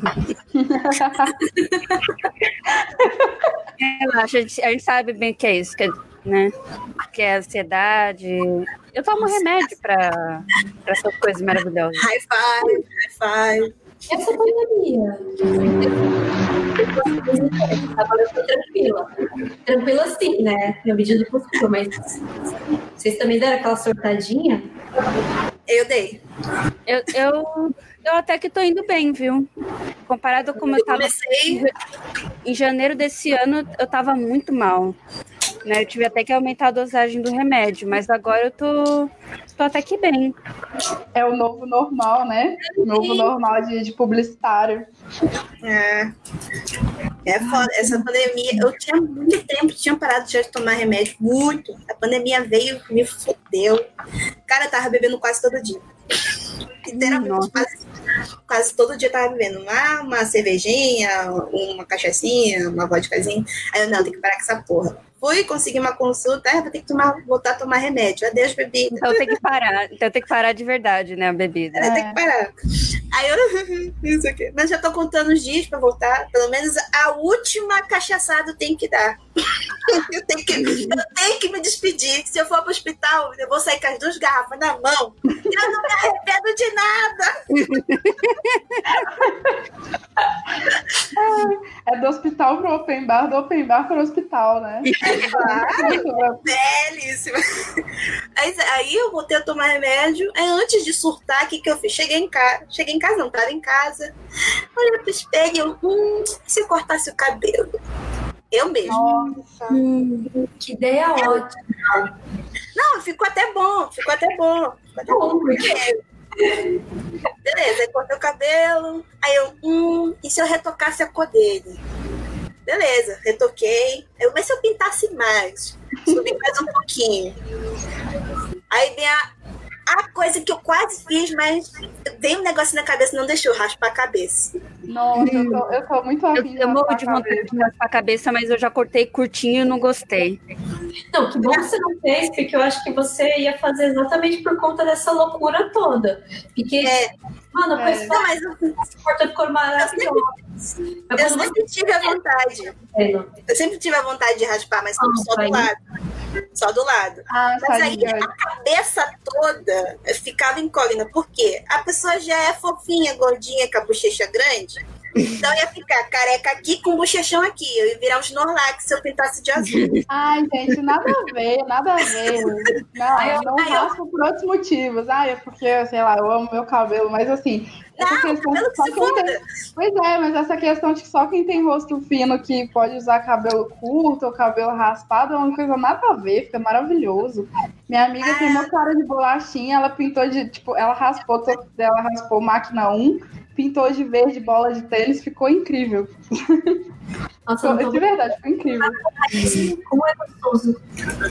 Relaxa, a gente sabe bem o que é isso, né? Que é ansiedade. Eu tomo remédio pra essas coisas maravilhosas.
High five.
Essa pandemia. Eu tô tranquila. Tranquila sim, né? Na medida do possível, mas vocês também deram aquela sortadinha?
Eu dei.
Eu até que tô indo bem, viu? Comparado com como eu tava em janeiro desse ano, eu tava muito mal. Né? Eu tive até que aumentar a dosagem do remédio, mas agora eu tô até que bem.
É o novo normal, né? O novo normal de publicitário.
É foda. Essa pandemia, eu tinha muito tempo que tinha parado de tomar remédio. Muito. A pandemia veio, me fodeu. Cara, eu tava bebendo quase todo dia. Literalmente, quase todo dia eu tava bebendo uma cervejinha, uma cachaçinha, uma vodkazinha. Aí eu, não, tem que parar com essa porra. Fui, consegui uma consulta, vou ter que voltar a tomar remédio. Adeus, bebida.
Então tem que parar de verdade, né, a bebida.
Tem que parar. Aí eu, isso aqui. Mas já tô contando os dias pra voltar. Pelo menos a última cachaçada eu tenho que dar. Eu tenho que me despedir. Se eu for pro hospital, eu vou sair com as 2 garrafas na mão. Eu não me arrependo de nada.
É do hospital pro open bar, do open bar pro hospital, né?
Belíssima. Aí eu voltei a tomar remédio. Aí antes de surtar, o que eu fiz? Cheguei em casa, não, tava em casa. Olhei pro espelho e eu, se eu cortasse o cabelo? Eu mesmo.
Nossa.
Que ideia ótima.
Não, ficou até bom. Beleza, aí cortei o cabelo. Aí eu, e se eu retocasse a cor dele? Beleza, retoquei. Mas se eu pintasse mais? Subi mais um pouquinho. Aí vem a coisa que eu quase fiz, mas veio um negócio na cabeça, não deixou raspar a cabeça.
Nossa, eu tô muito afim de
Eu morro de vontade de raspar a cabeça, mas eu já cortei curtinho e não gostei.
Não, que bom que você não fez, porque eu acho que você ia fazer exatamente por conta dessa loucura toda. Porque, mano, a pessoa
Não, mas
cortando cor maravilhosa.
eu sempre tive a vontade. Eu sempre tive a vontade de raspar, mas só do lado. Só do lado. Mas aí a cabeça toda ficava incógnita. Por quê? A pessoa já é fofinha, gordinha, com a bochecha grande. Então ia ficar careca aqui com bochechão aqui. Eu ia virar um Snorlax se eu pintasse de azul.
Ai, gente, nada a ver. Não raspo por outros motivos. É porque, sei lá, eu amo meu cabelo, mas assim... Pois é, mas essa questão de que só quem tem rosto fino que pode usar cabelo curto ou cabelo raspado é uma coisa nada a ver, fica maravilhoso. Minha amiga tem uma cara de bolachinha, ela pintou ela raspou máquina 1, pintou de verde bola de tênis, ficou incrível.
Nossa,
de verdade, ficou incrível.
Como é gostoso.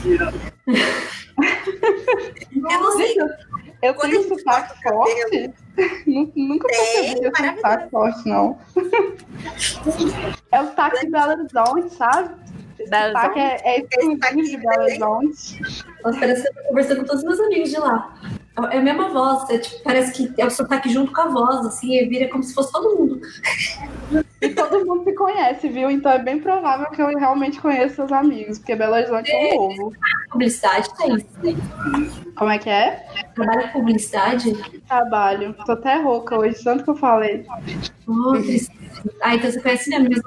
Eu não sei.
Eu tenho sotaque forte? Nunca percebi que eu tenho sotaque forte, não. É o sotaque de Belo Horizonte, sabe? Esse sotaque é exclusivo de Belo Horizonte.
Nossa, parece que eu tô conversando com todos os meus amigos de lá. É a mesma voz, tipo, parece que é o sotaque junto com a voz, assim, e vira como se fosse todo mundo.
E todo mundo se conhece, viu? Então é bem provável que eu realmente conheça seus amigos, porque Belo Horizonte é um ovo.
Publicidade, tá isso.
Como é que é?
Trabalho com publicidade?
Trabalho. Tô até rouca hoje, tanto que eu falei.
Então você conhece mesmo.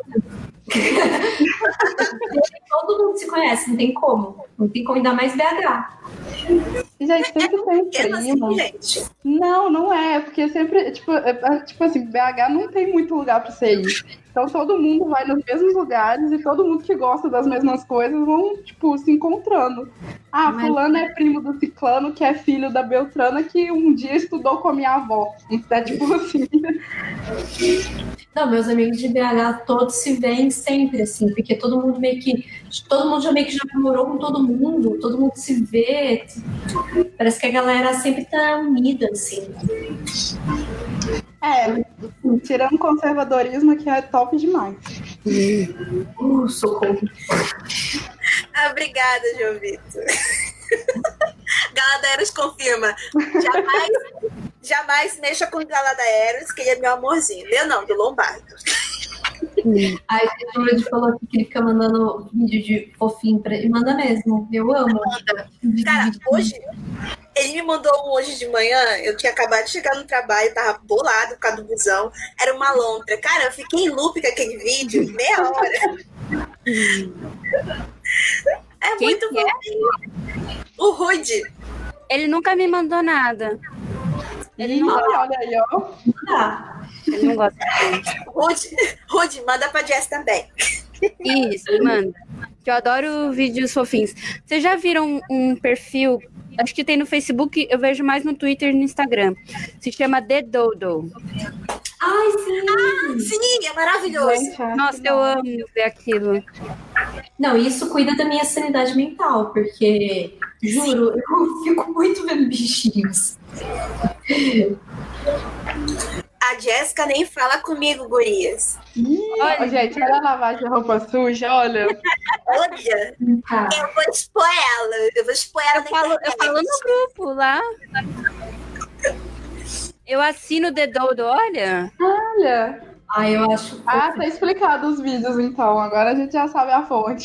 Todo mundo se conhece, não tem como. Não tem como, ainda mais BH.
Gente, sempre tem primo.
Assim, gente.
Não é, porque sempre, tipo assim, BH não tem muito lugar pra você ir. Então todo mundo vai nos mesmos lugares e todo mundo que gosta das mesmas coisas vão, tipo, se encontrando. Fulano é primo do ciclano, que é filho da Beltrana, que um dia estudou com a minha avó. Então é tipo assim.
Não, meus amigos de BH todos se veem sempre, assim, porque todo mundo já meio que já namorou com todo mundo se vê. Parece que a galera sempre tá unida, assim.
Tirando conservadorismo, que é top demais.
Socorro.
Obrigada, João Vitor. Galadaeros confirma. Jamais mexa com o Galadaeros, que ele é meu amorzinho. Meu não, do Lombardo.
Aí o Júlio falou aqui que ele fica mandando vídeo de fofinho pra ele. Manda mesmo, eu amo.
Cara, hoje, ele me mandou um hoje de manhã, eu tinha acabado de chegar no trabalho, tava bolado por causa do busão, era uma lontra. Cara, eu fiquei em loop com aquele vídeo, meia hora. É
Quem
muito bom. O Rude.
Ele nunca me mandou nada. Ele não gosta.
Olha aí, ó.
Ele não gosta.
Rude, manda pra Jess também.
Isso, manda. Que eu adoro vídeos fofinhos. Vocês já viram um perfil? Acho que tem no Facebook, eu vejo mais no Twitter e no Instagram. Se chama The Dodo.
Ai, sim!
Sim, é maravilhoso.
Gente,
Nossa, eu amo ver aquilo.
Não, isso cuida da minha sanidade mental, porque, juro, eu fico muito vendo bichinhos.
A Jéssica nem fala comigo, gurias.
Olha, gente, olha a lavagem de roupa suja, olha.
Olha,
Tá.
eu vou expor ela. Eu vou expor ela na
Eu
internet.
falo no grupo lá. Eu assino The Dodo, olha.
Olha.
Ai, eu acho.
Tá explicado os vídeos, então. Agora a gente já sabe a fonte.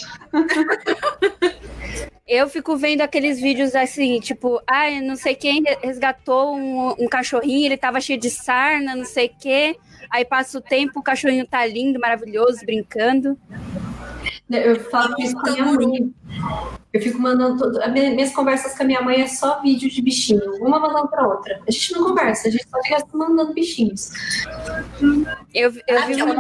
Eu fico vendo aqueles vídeos assim, tipo, não sei quem resgatou um cachorrinho, ele tava cheio de sarna, não sei o quê. Aí passa o tempo, o cachorrinho tá lindo, maravilhoso, brincando.
Eu falo isso com a minha mãe. Eu fico mandando. Minhas conversas com a minha mãe é só vídeo de bichinho, uma mandando pra outra. A gente não conversa, a gente só fica mandando bichinhos.
Eu vi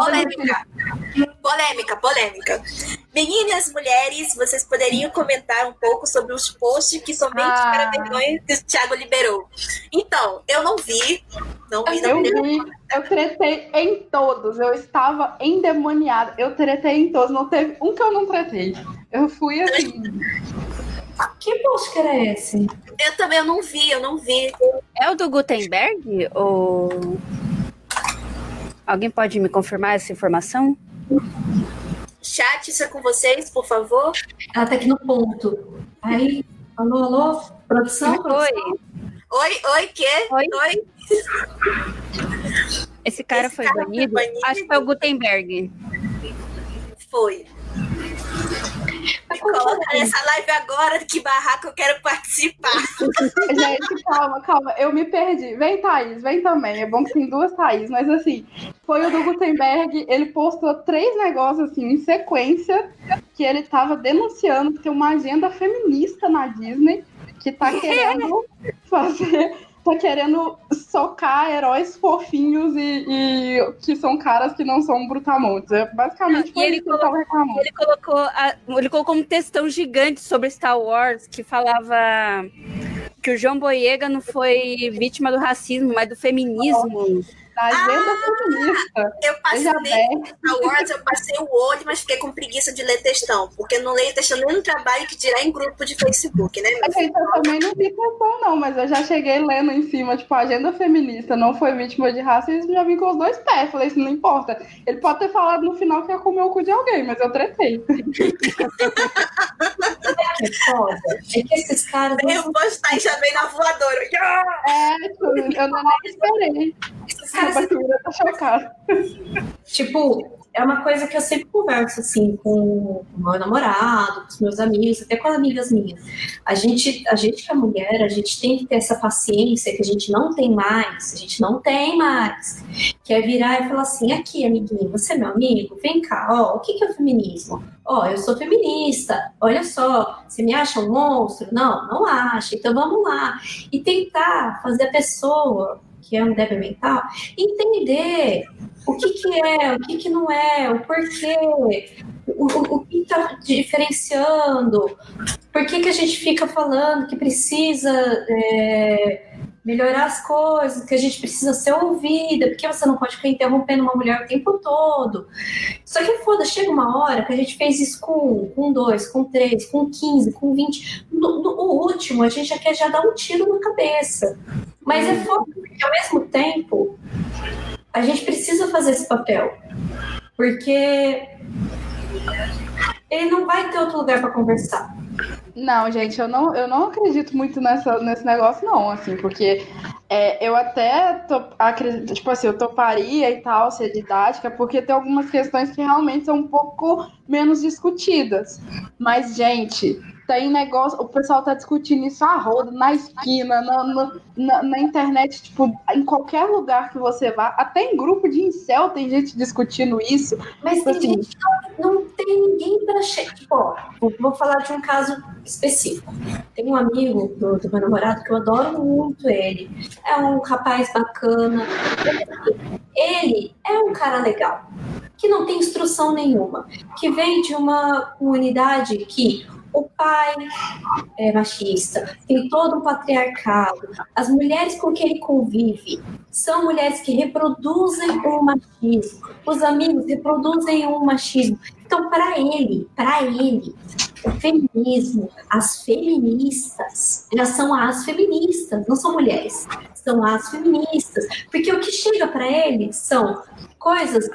Polêmica. Meninas, mulheres, vocês poderiam comentar um pouco sobre os posts que somente para vergonha que o Thiago liberou. Então, eu não vi.
Eu tretei em todos. Eu estava endemoniada. Eu tretei em todos. Não teve um que eu não tretei. Eu fui assim.
Que post que era esse?
Eu não vi.
É o do Gutenberg? Ou alguém pode me confirmar essa informação?
Chat, isso é com vocês, por favor.
Ela tá aqui no ponto. Aí, alô? Produção?
Oi, quê?
Oi. Esse cara foi banido? Acho que foi o Gutenberg.
Foi. Me coloca nessa live agora, que barraco eu quero participar.
Gente, calma. Eu me perdi. Vem, Thaís, vem também. É bom que tem duas Thaís, mas assim, foi o do Gutenberg, ele postou 3 negócios assim em sequência que ele tava denunciando que tem uma agenda feminista na Disney que tá querendo tá querendo socar heróis fofinhos e que são caras que não são brutamontes. Basicamente foi isso que ele tava reclamando.
Ele colocou um textão gigante sobre Star Wars que falava que o João Boyega não foi vítima do racismo, mas do feminismo.
Da agenda feminista.
Eu passei Star Wars, eu passei o olho, mas fiquei com preguiça de ler textão, porque eu não leio textão nem no trabalho, que dirá em grupo de Facebook, né?
Gente, eu também não vi textão, não, mas eu já cheguei lendo em cima, tipo, a agenda feminista não foi vítima de racismo, já vim com os 2 pés. Falei, isso não importa. Ele pode ter falado no final que ia comer o cu de alguém, mas eu tretei.
que é foda? É que esses caras...
Eu postar e já vem na voadora.
Eu não esperei.
Esses caras...
A Batida tá chocada.
Tipo, é uma coisa que eu sempre converso, assim, com o meu namorado, com os meus amigos, até com amigas minhas. A gente que é mulher, a gente tem que ter essa paciência que a gente não tem mais, que é virar e falar assim, aqui, amiguinho, você é meu amigo? Vem cá, ó, o que é o feminismo? Ó, eu sou feminista, olha só, você me acha um monstro? Não acha, então vamos lá. E tentar fazer a pessoa, que é um débil mental, entender o que é, o que não é, o porquê, o que está diferenciando, por que a gente fica falando que precisa melhorar as coisas, que a gente precisa ser ouvida, porque você não pode ficar interrompendo uma mulher o tempo todo. Só que foda, chega uma hora que a gente fez isso com 1, com 2, com 3, com 15, com 20. No último, a gente já quer dar um tiro na cabeça. Mas é foda, porque ao mesmo tempo a gente precisa fazer esse papel, porque ele não vai ter outro lugar para conversar.
Não, gente, eu não acredito muito nesse negócio, não, assim, porque eu até acredito, tipo assim, eu toparia e tal, ser didática, porque tem algumas questões que realmente são um pouco menos discutidas. Mas, gente, tem negócio, o pessoal tá discutindo isso a roda, na esquina, na internet, tipo, em qualquer lugar que você vá, até em grupo de incel tem gente discutindo isso.
Mas
tipo
tem gente que não tem ninguém para chegar. Tipo, vou falar de um caso específico. Tem um amigo do meu namorado que eu adoro muito ele. É um rapaz bacana. Ele é um cara legal, que não tem instrução nenhuma, que vem de uma comunidade que o pai é machista, tem todo um patriarcado. As mulheres com que ele convive são mulheres que reproduzem o machismo. Os amigos reproduzem o machismo. Então, para ele, o feminismo, as feministas, já são as feministas, não são mulheres, são as feministas. Porque o que chega para ele são coisas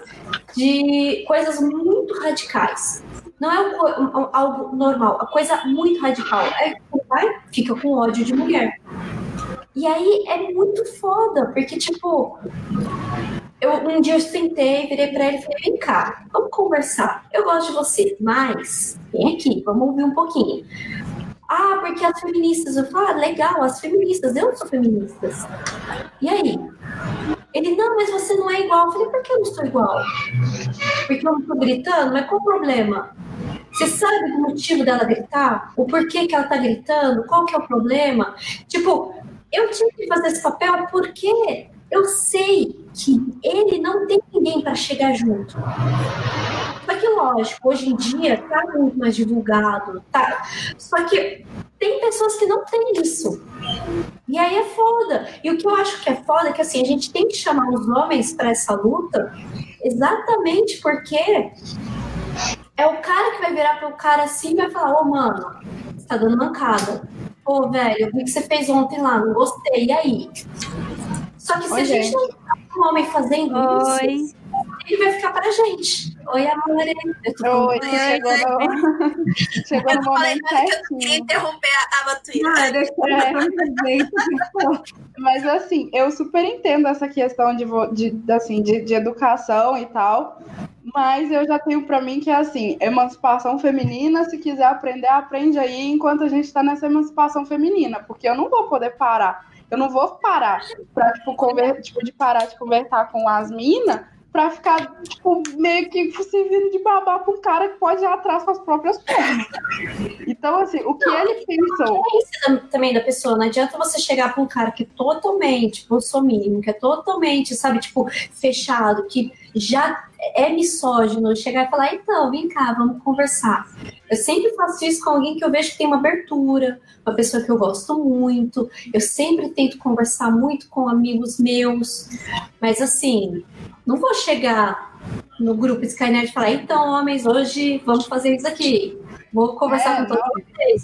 muito radicais. Não é algo normal, a coisa muito radical. Aí fica com ódio de mulher. E aí é muito foda, porque, tipo, um dia eu sentei, virei pra ele e falei, vem cá, vamos conversar. Eu gosto de você, mas vem aqui, vamos ouvir um pouquinho. Ah, porque as feministas, eu falo, legal, as feministas, eu sou feminista. E aí? Ele, não, mas você não é igual. Eu falei, por que eu não sou igual? Porque eu não tô gritando? Mas qual o problema? Você sabe o motivo dela gritar? O porquê que ela tá gritando? Qual que é o problema? Tipo, eu tive que fazer esse papel porque eu sei que ele não tem ninguém para chegar junto. Só que, lógico, hoje em dia tá muito mais divulgado, tá? Só que tem pessoas que não têm isso. E aí é foda. E o que eu acho que é foda é que, assim, a gente tem que chamar os homens para essa luta exatamente porque é o cara que vai virar pro cara assim e vai falar, ô, mano, você tá dando mancada. Pô, velho, eu vi que você fez ontem lá, não gostei, e aí? Só que se a gente não tá com um homem fazendo isso, ele vai ficar pra gente. Oi, amor.
Oi, chegou no momento certinho.
Eu queria interromper a Batuíra.
Mas, assim, eu super entendo essa questão de educação e tal, mas eu já tenho pra mim que é assim, emancipação feminina, se quiser aprender, aprende aí enquanto a gente tá nessa emancipação feminina, porque eu não vou poder parar. Eu não vou parar pra, de parar de conversar com as minas pra ficar, meio que servindo de babá pra um cara que pode ir atrás com as próprias pernas. Então, assim, o que ele pensou...
É isso também da pessoa. Não adianta você chegar pra um cara que é totalmente bolsominion, que é totalmente, sabe, tipo, fechado, que já é misógino, chegar e falar, então, vem cá, vamos conversar. Eu sempre faço isso com alguém que eu vejo que tem uma abertura, uma pessoa que eu gosto muito. Eu sempre tento conversar muito com amigos meus. Mas, assim, não vou chegar no grupo Skynet e falar, então, homens, hoje vamos fazer isso aqui. Vou conversar com todos vocês.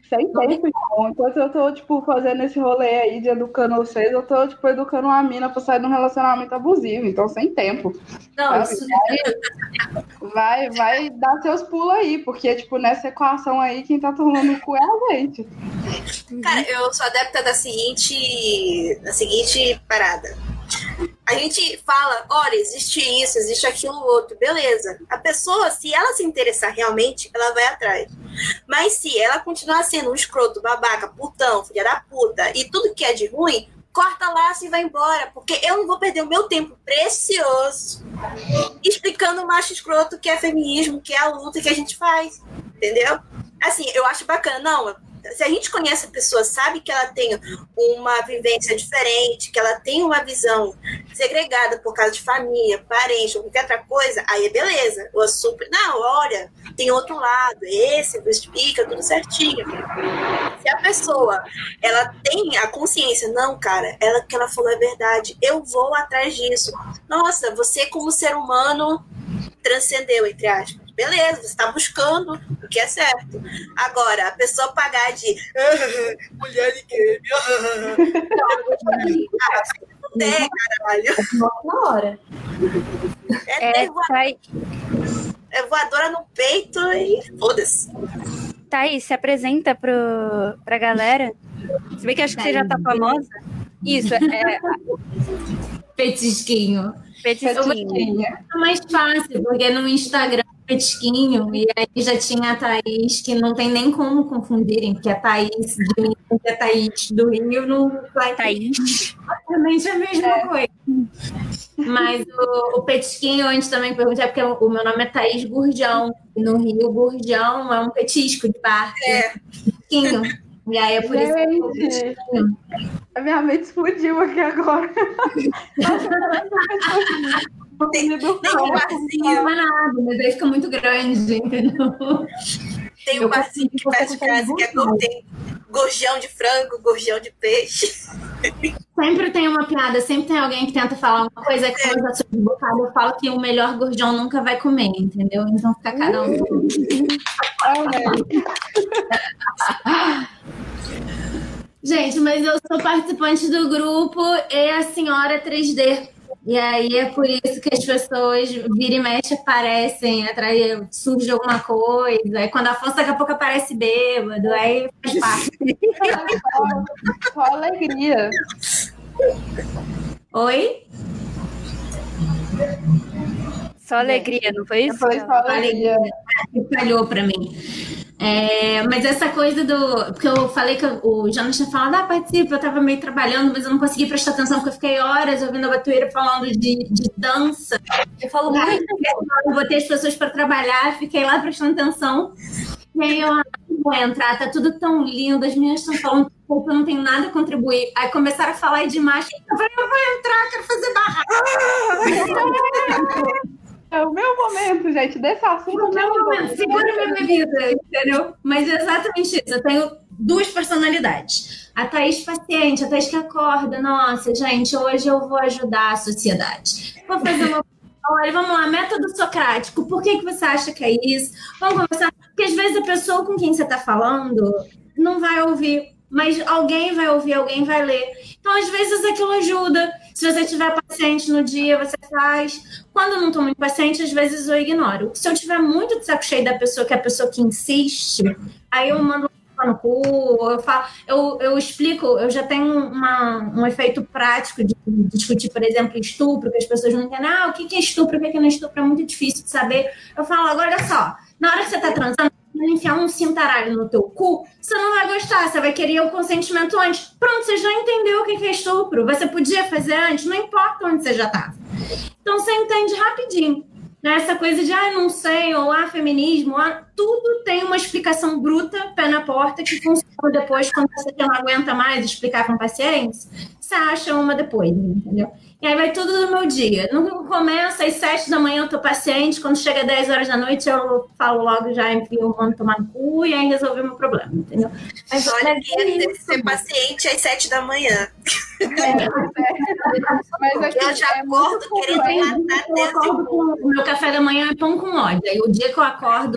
Sem tempo, então. Enquanto eu tô, tipo, fazendo esse rolê aí de educando vocês, eu tô, tipo, educando uma mina pra sair de um relacionamento abusivo. Então, sem tempo.
Não,
sabe?
isso
Vai dar seus pulos aí, porque, tipo, nessa equação aí, quem tá tomando o cu é a gente.
Cara, eu sou adepta da seguinte parada. A gente fala, olha, existe isso, existe aquilo outro, beleza. A pessoa, se ela se interessar realmente, ela vai atrás. Mas se ela continuar sendo um escroto, babaca, putão, filha da puta, e tudo que é de ruim, corta laço e vai embora. Porque eu não vou perder o meu tempo precioso explicando o macho escroto que é feminismo, que é a luta que a gente faz. Entendeu? Assim, eu acho bacana. Não, se a gente conhece a pessoa, sabe que ela tem uma vivência diferente, que ela tem uma visão segregada por causa de família, parente ou qualquer outra coisa, aí é beleza. Ou super, não, olha, tem outro lado, esse, explica tudo certinho. Se a pessoa, ela tem a consciência, não, cara, ela que ela falou é verdade, eu vou atrás disso. Nossa, você como ser humano transcendeu, entre aspas. Beleza, você está buscando o que é certo. Agora, a pessoa pagar de mulher de quê? Não, caralho.
Na hora.
É voadora no peito e foda-se.
Thaís, se apresenta pra galera. Se bem que acho que você já tá famosa. Isso,
Petisquinho.
Petisquinho.
É mais fácil, porque no Instagram Petisquinho, e aí já tinha a Thaís, que não tem nem como confundirem, porque a Thaís de mim e a Thaís do Rio não vai
Thaís.
exatamente a mesma coisa. Mas o Petisquinho, antes também perguntei, porque o meu nome é Thaís Gurjão. No Rio, Gurjão é um petisco de bar. Petisquinho. E aí é por isso que eu petisquinho.
A minha mente explodiu aqui agora.
Tem um barzinho.
Não é nada, mas aí fica muito grande, entendeu?
Tem um barzinho que perto de casa que tem gorjão de frango, gorjão de peixe.
Sempre tem uma piada, sempre tem alguém que tenta falar uma coisa que quando eu sou de bocado, eu falo que o melhor gorjão nunca vai comer, entendeu? Então fica cada um. Gente, mas eu sou participante do grupo E a Senhora 3D. E aí é por isso que as pessoas vira e mexe aparecem, surge alguma coisa. Aí quando a Afonso daqui a pouco aparece bêbado, aí faz parte.
Só alegria.
Oi?
Só alegria, não foi isso?
Eu falei só alegria.
Falhou pra mim. Mas essa coisa do... Porque eu falei que o Jonas tinha falado, participa, eu tava meio trabalhando, mas eu não consegui prestar atenção, porque eu fiquei horas ouvindo a Batuíra falando de dança. Eu falo muito, eu botei as pessoas pra trabalhar, fiquei lá prestando atenção. E aí eu vou entrar, tá tudo tão lindo, as meninas estão falando que eu não tenho nada a contribuir. Aí começaram a falar de macho, eu falei, eu vou entrar, quero fazer barraco.
É o meu momento, gente, desse assunto.
É o meu momento, segura minha bebida, entendeu? Mas é exatamente isso, eu tenho duas personalidades. A Thaís paciente, a Thaís que acorda, nossa, gente, hoje eu vou ajudar a sociedade. Vou fazer uma... Olha, vamos lá, método socrático, por que você acha que é isso? Vamos conversar, porque às vezes a pessoa com quem você está falando não vai ouvir, mas alguém vai ouvir, alguém vai ler. Então, às vezes, aquilo ajuda. Se você tiver paciente no dia, você faz. Quando eu não estou muito paciente, às vezes eu ignoro. Se eu tiver muito de saco cheio da pessoa, que é a pessoa que insiste, aí eu mando no cu, eu falo, eu explico, eu já tenho um efeito prático de discutir, por exemplo, estupro, que as pessoas não entendem. O que é estupro, o que não é estupro, é muito difícil de saber. Eu falo, agora olha só, na hora que você está transando, enfiar um cintaralho no teu cu, você não vai gostar, você vai querer o consentimento antes. Pronto, você já entendeu o que é estupro. Você podia fazer antes, não importa onde você já estava. Então você entende rapidinho. Essa coisa de, não sei, ou feminismo, tudo tem uma explicação bruta, pé na porta, que funciona depois, quando você não aguenta mais explicar com paciência, você acha uma depois, entendeu? E aí vai tudo do meu dia. Não começa às 7 da manhã, eu tô paciente, quando chega às 10 horas da noite, eu falo logo, já enfio o mano tomar no cu, e aí resolvi o meu problema, entendeu?
Mas olha que ele deve ser paciente às 7 da manhã.
Mas aqui
Eu já acordo querendo matar
Eu
dentro.
acordo com o meu café da manhã é pão com ódio. Aí o dia que eu acordo.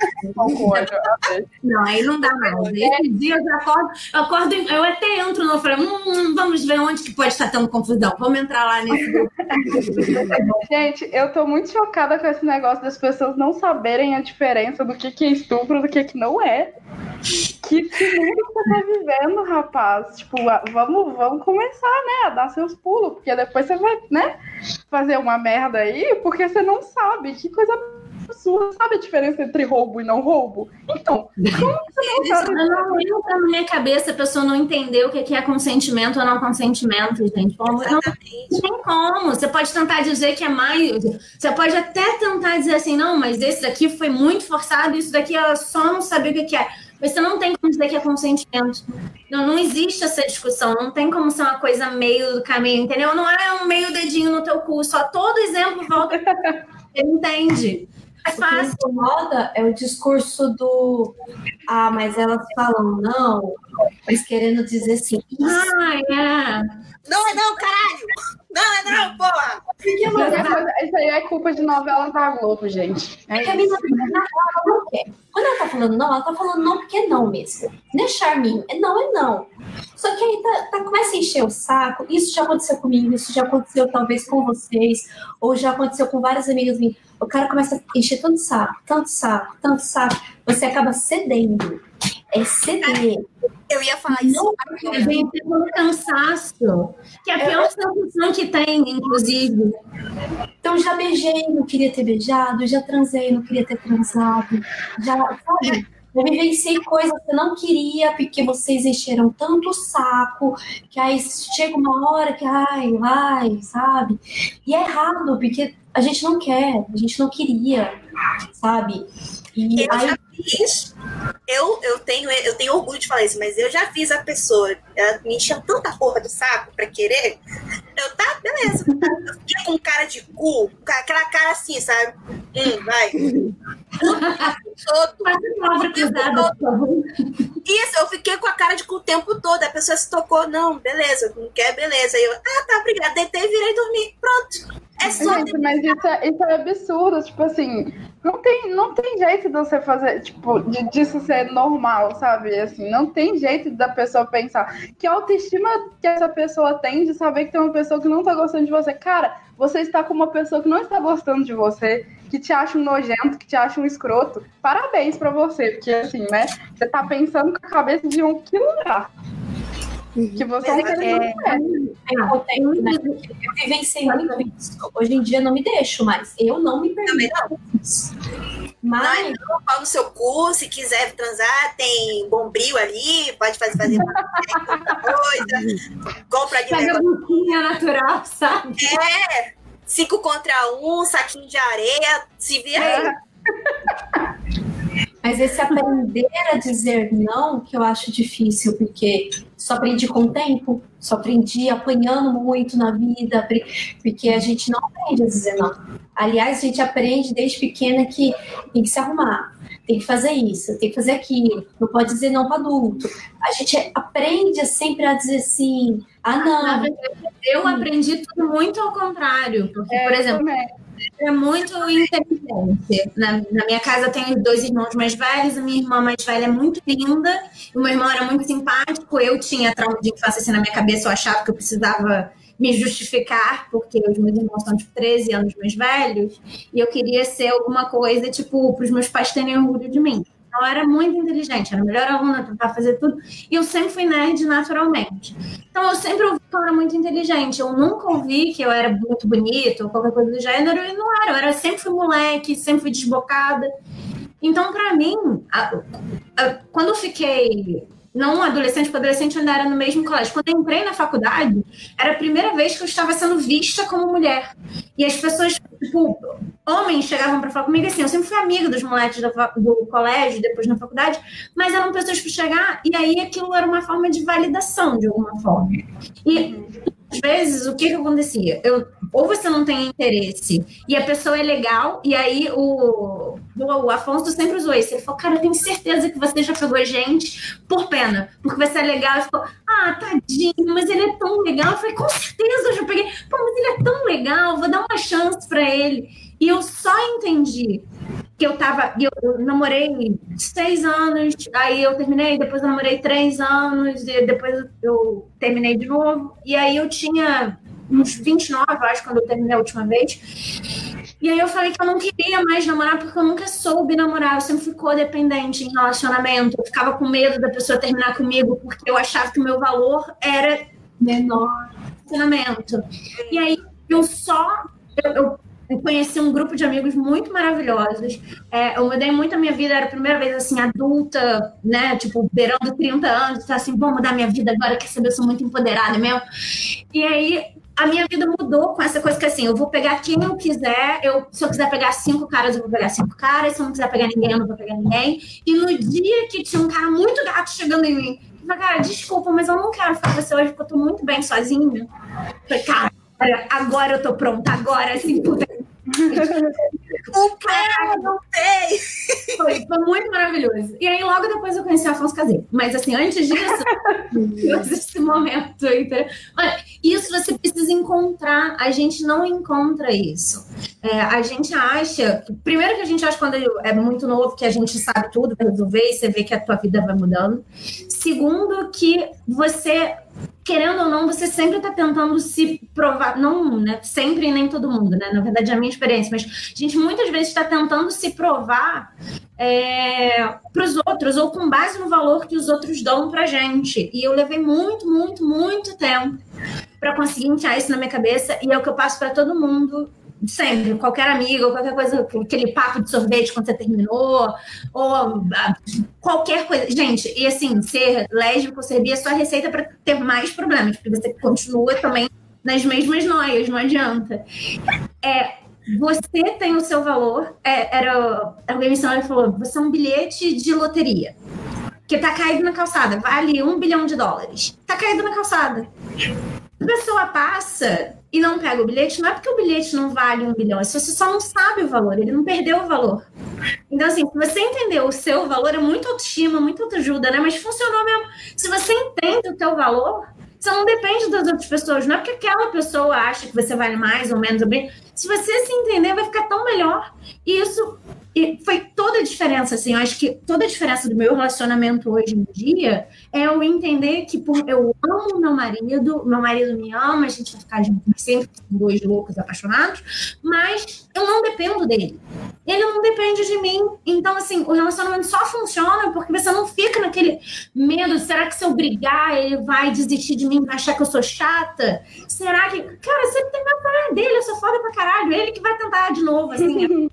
Não, aí não dá mais. Esse dia eu já acordo, eu até entro no. Eu falei, vamos ver onde que pode estar tendo confusão. Vamos entrar lá nesse grupo.
Gente, eu tô muito chocada com esse negócio das pessoas não saberem a diferença do que é estupro do que não é. Que mundo que você tá vivendo, rapaz? Tipo, vamos começar, né, a dar seus pulos, porque depois você vai, né, fazer uma merda aí, porque você não sabe. Que coisa absurda. Sabe a diferença entre roubo e não roubo? Então, como você não sabe?
Não entra na minha cabeça a pessoa não entender o que é consentimento ou não consentimento, gente. Não tem como. Você pode tentar dizer que é mais. Você pode até tentar dizer assim, não, mas esse daqui foi muito forçado, isso daqui ela só não sabia o que é. Mas você não tem como dizer que é consentimento. Não existe essa discussão. Não tem como ser uma coisa meio do caminho, entendeu? Não é um meio dedinho no teu cu. Só todo exemplo volta. Você entende? É
O que me incomoda é o discurso do mas elas falam não, mas querendo dizer assim.
Não é não, caralho! Não, porra!
Isso aí é culpa de novela da Globo, gente.
Porque a menina não quer. Quando ela tá falando não, ela tá falando não porque é não mesmo. Não é charminho, é não. Só que aí começa a encher o saco. Isso já aconteceu comigo, isso já aconteceu talvez com vocês, ou já aconteceu com várias amigas minhas. O cara começa a encher tanto saco. Você acaba cedendo. É ceder.
Eu ia falar isso.
Vem pelo cansaço. Que é a pior sensação que tem, inclusive.
Então, já beijei, não queria ter beijado. Já transei, não queria ter transado. Já, sabe? Eu vivenciei coisas que eu não queria, porque vocês encheram tanto o saco, que aí chega uma hora que, vai, sabe? E é errado, porque a gente não quer, a gente não queria, sabe? E
eu já fiz, eu tenho orgulho de falar isso, mas eu já fiz a pessoa, ela me encheu tanta porra do saco pra querer, beleza. Eu fiquei com cara de cu, aquela cara assim, sabe? Vai. Isso, eu fiquei com a cara de cu o tempo todo, a pessoa se tocou, não, beleza, não quer, beleza. Aí eu, tá, obrigada, deitei, virei dormir, pronto. É só.
Gente, mas isso é absurdo, tipo assim, não tem jeito de você fazer, tipo, disso ser normal, sabe? Assim, não tem jeito da pessoa pensar. Que autoestima que essa pessoa tem de saber que tem uma pessoa que não tá gostando de você. Cara, você está com uma pessoa que não está gostando de você, que te acha um nojento, que te acha um escroto. Parabéns pra você, porque assim, né? Você tá pensando com a cabeça de um quilogramas. Que você
eu vivenciei muito isso. Hoje em dia não me deixo mais. Eu não me permito isso. Mas
não, pau no seu cu, se quiser transar, tem bombril ali, pode fazer muita coisa. Compra ali
fazer buquinha natural, sabe?
5 contra 1, saquinho de areia, se vira aí.
Mas esse aprender a dizer não, que eu acho difícil, porque só aprendi com o tempo, só aprendi apanhando muito na vida, porque a gente não aprende a dizer não. Aliás, a gente aprende desde pequena que tem que se arrumar, tem que fazer isso, tem que fazer aquilo, não pode dizer não para adulto. A gente aprende sempre a dizer sim, não.
Eu aprendi tudo muito ao contrário, porque, por exemplo, é muito inteligente. Na minha casa eu tenho 2 irmãos mais velhos, a minha irmã mais velha é muito linda, o meu irmão era muito simpático, eu tinha trauma de infância assim na minha cabeça, eu achava que eu precisava me justificar, porque os meus irmãos são tipo 13 anos mais velhos, e eu queria ser alguma coisa, tipo, para os meus pais terem orgulho de mim. Então, eu era muito inteligente, era a melhor aluna, tentava fazer tudo. E eu sempre fui nerd naturalmente. Então, eu sempre ouvi que eu era muito inteligente. Eu nunca ouvi que eu era muito bonita ou qualquer coisa do gênero. E não era. Eu sempre fui moleque, sempre fui desbocada. Então, para mim, quando eu fiquei... Não adolescente, porque adolescente eu ainda era no mesmo colégio. Quando eu entrei na faculdade, era a primeira vez que eu estava sendo vista como mulher. E as pessoas, tipo, homens chegavam para falar comigo assim, eu sempre fui amiga dos moleques do colégio, depois na faculdade, mas eram pessoas para chegar, e aí aquilo era uma forma de validação, de alguma forma. E às vezes, o que acontecia? Ou você não tem interesse e a pessoa é legal, e aí o Afonso sempre usou isso. Ele falou, cara, eu tenho certeza que você já pegou gente por pena, porque você é legal. E ficou, tadinho, mas ele é tão legal. Eu falei, com certeza eu já peguei. Pô, mas ele é tão legal, vou dar uma chance pra ele. E eu só entendi que eu namorei 6 anos, aí eu terminei, depois eu namorei 3 anos, e depois eu terminei de novo. E aí eu tinha uns 29, eu acho, quando eu terminei a última vez. E aí eu falei que eu não queria mais namorar, porque eu nunca soube namorar, eu sempre fui codependente em relacionamento. Eu ficava com medo da pessoa terminar comigo, porque eu achava que o meu valor era menor no relacionamento. E aí eu conheci um grupo de amigos muito maravilhosos. Eu mudei muito a minha vida, era a primeira vez, assim, adulta, né? Tipo, beirando 30 anos, tá assim, vou mudar minha vida agora, quer saber, eu sou muito empoderada mesmo. E aí, a minha vida mudou com essa coisa que, assim, eu vou pegar quem eu quiser, se eu quiser pegar 5 caras, eu vou pegar 5 caras, se eu não quiser pegar ninguém, eu não vou pegar ninguém. E no dia que tinha um cara muito gato chegando em mim, eu falei, cara, desculpa, mas eu não quero ficar com você hoje, porque eu tô muito bem sozinha. Eu falei, cara, agora eu tô pronta, agora, assim, puta.
O cara não tem.
Foi muito maravilhoso. E aí, logo depois eu conheci o Afonso, casei. Mas, assim, antes disso, esse momento, entendeu? Olha, isso você precisa encontrar. A gente não encontra isso. A gente acha... Primeiro que a gente acha quando é muito novo, que a gente sabe tudo, vai resolver, e você vê que a tua vida vai mudando. Segundo, que você... Querendo ou não, você sempre está tentando se provar, não, né, sempre e nem todo mundo, né, na verdade é a minha experiência, mas a gente muitas vezes está tentando se provar para os outros, ou com base no valor que os outros dão para a gente, e eu levei muito, muito, muito tempo para conseguir enfiar isso na minha cabeça, e é o que eu passo para todo mundo, sempre, qualquer amigo, ou qualquer coisa, aquele papo de sorvete quando você terminou, ou qualquer coisa. Gente, e assim, ser lésbico, ser bi é só receita para ter mais problemas, porque você continua também nas mesmas noias, não adianta. Você tem o seu valor, alguém me ensinou, ele falou, você é um bilhete de loteria, que tá caído na calçada, vale $1 bilhão, tá caído na calçada. A pessoa passa e não pega o bilhete, não é porque o bilhete não vale $1 bilhão, você só não sabe o valor, ele não perdeu o valor. Então, assim, se você entender o seu valor, é muito autoestima, muito autoajuda, né? Mas funcionou mesmo. Se você entende o teu valor, você não depende das outras pessoas, não é porque aquela pessoa acha que você vale mais ou menos ou bem. Se você se entender, vai ficar tão melhor. E foi toda a diferença, assim, eu acho que toda a diferença do meu relacionamento hoje em dia é eu entender que eu amo meu marido me ama, a gente vai ficar junto sempre, 2 loucos apaixonados, mas eu não dependo dele. Ele não depende de mim. Então, assim, o relacionamento só funciona porque você não fica naquele medo, será que se eu brigar ele vai desistir de mim, vai achar que eu sou chata? Será que... Cara, você tem que falar dele, eu sou foda pra caralho, ele que vai tentar de novo, assim...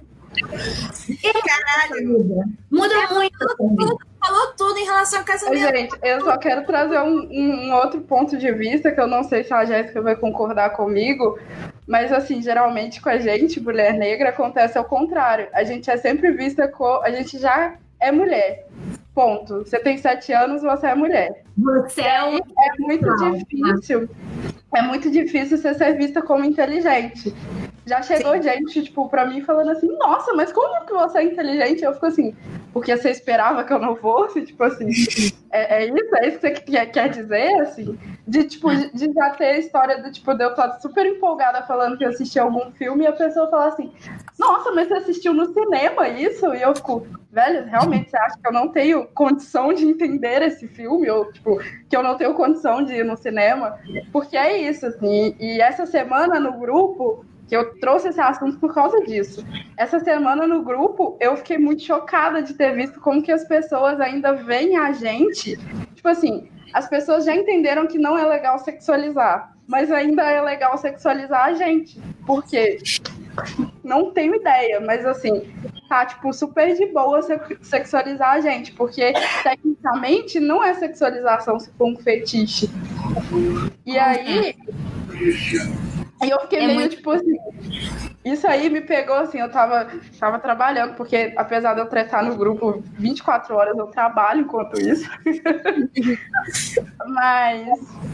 Caralho.
Muda muito.
Falou tudo em relação ao casamento.
Gente, eu só quero trazer um outro ponto de vista, que eu não sei se a Jéssica vai concordar comigo, mas assim, geralmente com a gente, mulher negra, acontece ao contrário. A gente é sempre vista como... A gente já é mulher. Ponto. Você tem 7 anos, você é mulher.
Você
é muito difícil. É muito difícil você ser vista como inteligente. Já chegou gente, tipo, pra mim falando assim, nossa, mas como que você é inteligente? Eu fico assim, porque você esperava que eu não fosse? Tipo assim, é isso que você quer dizer, assim? De já ter a história do, tipo, de eu estar super empolgada falando que eu assisti algum filme e a pessoa fala assim, nossa, mas você assistiu no cinema isso? E eu fico, velho, realmente você acha que eu não tenho condição de entender esse filme? Ou, tipo, que eu não tenho condição de ir no cinema? Porque é isso, assim. E essa semana no grupo, que eu trouxe esse assunto por causa disso. Essa semana no grupo, eu fiquei muito chocada de ter visto como que as pessoas ainda veem a gente. Tipo assim, as pessoas já entenderam que não é legal sexualizar, mas ainda é legal sexualizar a gente. Por quê? Não tenho ideia, mas assim, tá, tipo, super de boa sexualizar a gente, porque tecnicamente não é sexualização se for um fetiche. E aí... E eu fiquei meio, tipo assim, isso aí me pegou, assim, eu tava trabalhando, porque apesar de eu tretar no grupo 24 horas, eu trabalho enquanto isso. Mas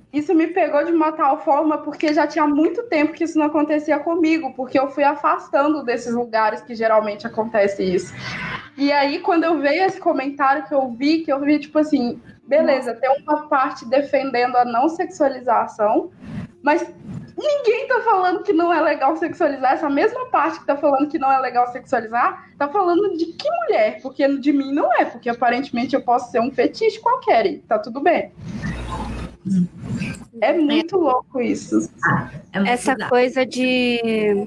isso me pegou de uma tal forma porque já tinha muito tempo que isso não acontecia comigo, porque eu fui afastando desses lugares que geralmente acontece isso. E aí, quando eu veio esse comentário que eu vi, tipo assim, beleza, tem uma parte defendendo a não sexualização, mas ninguém tá falando que não é legal sexualizar. Essa mesma parte que tá falando que não é legal sexualizar, tá falando de que mulher? Porque de mim não é, porque aparentemente eu posso ser um fetiche qualquer e tá tudo bem. É muito louco isso.
Essa coisa de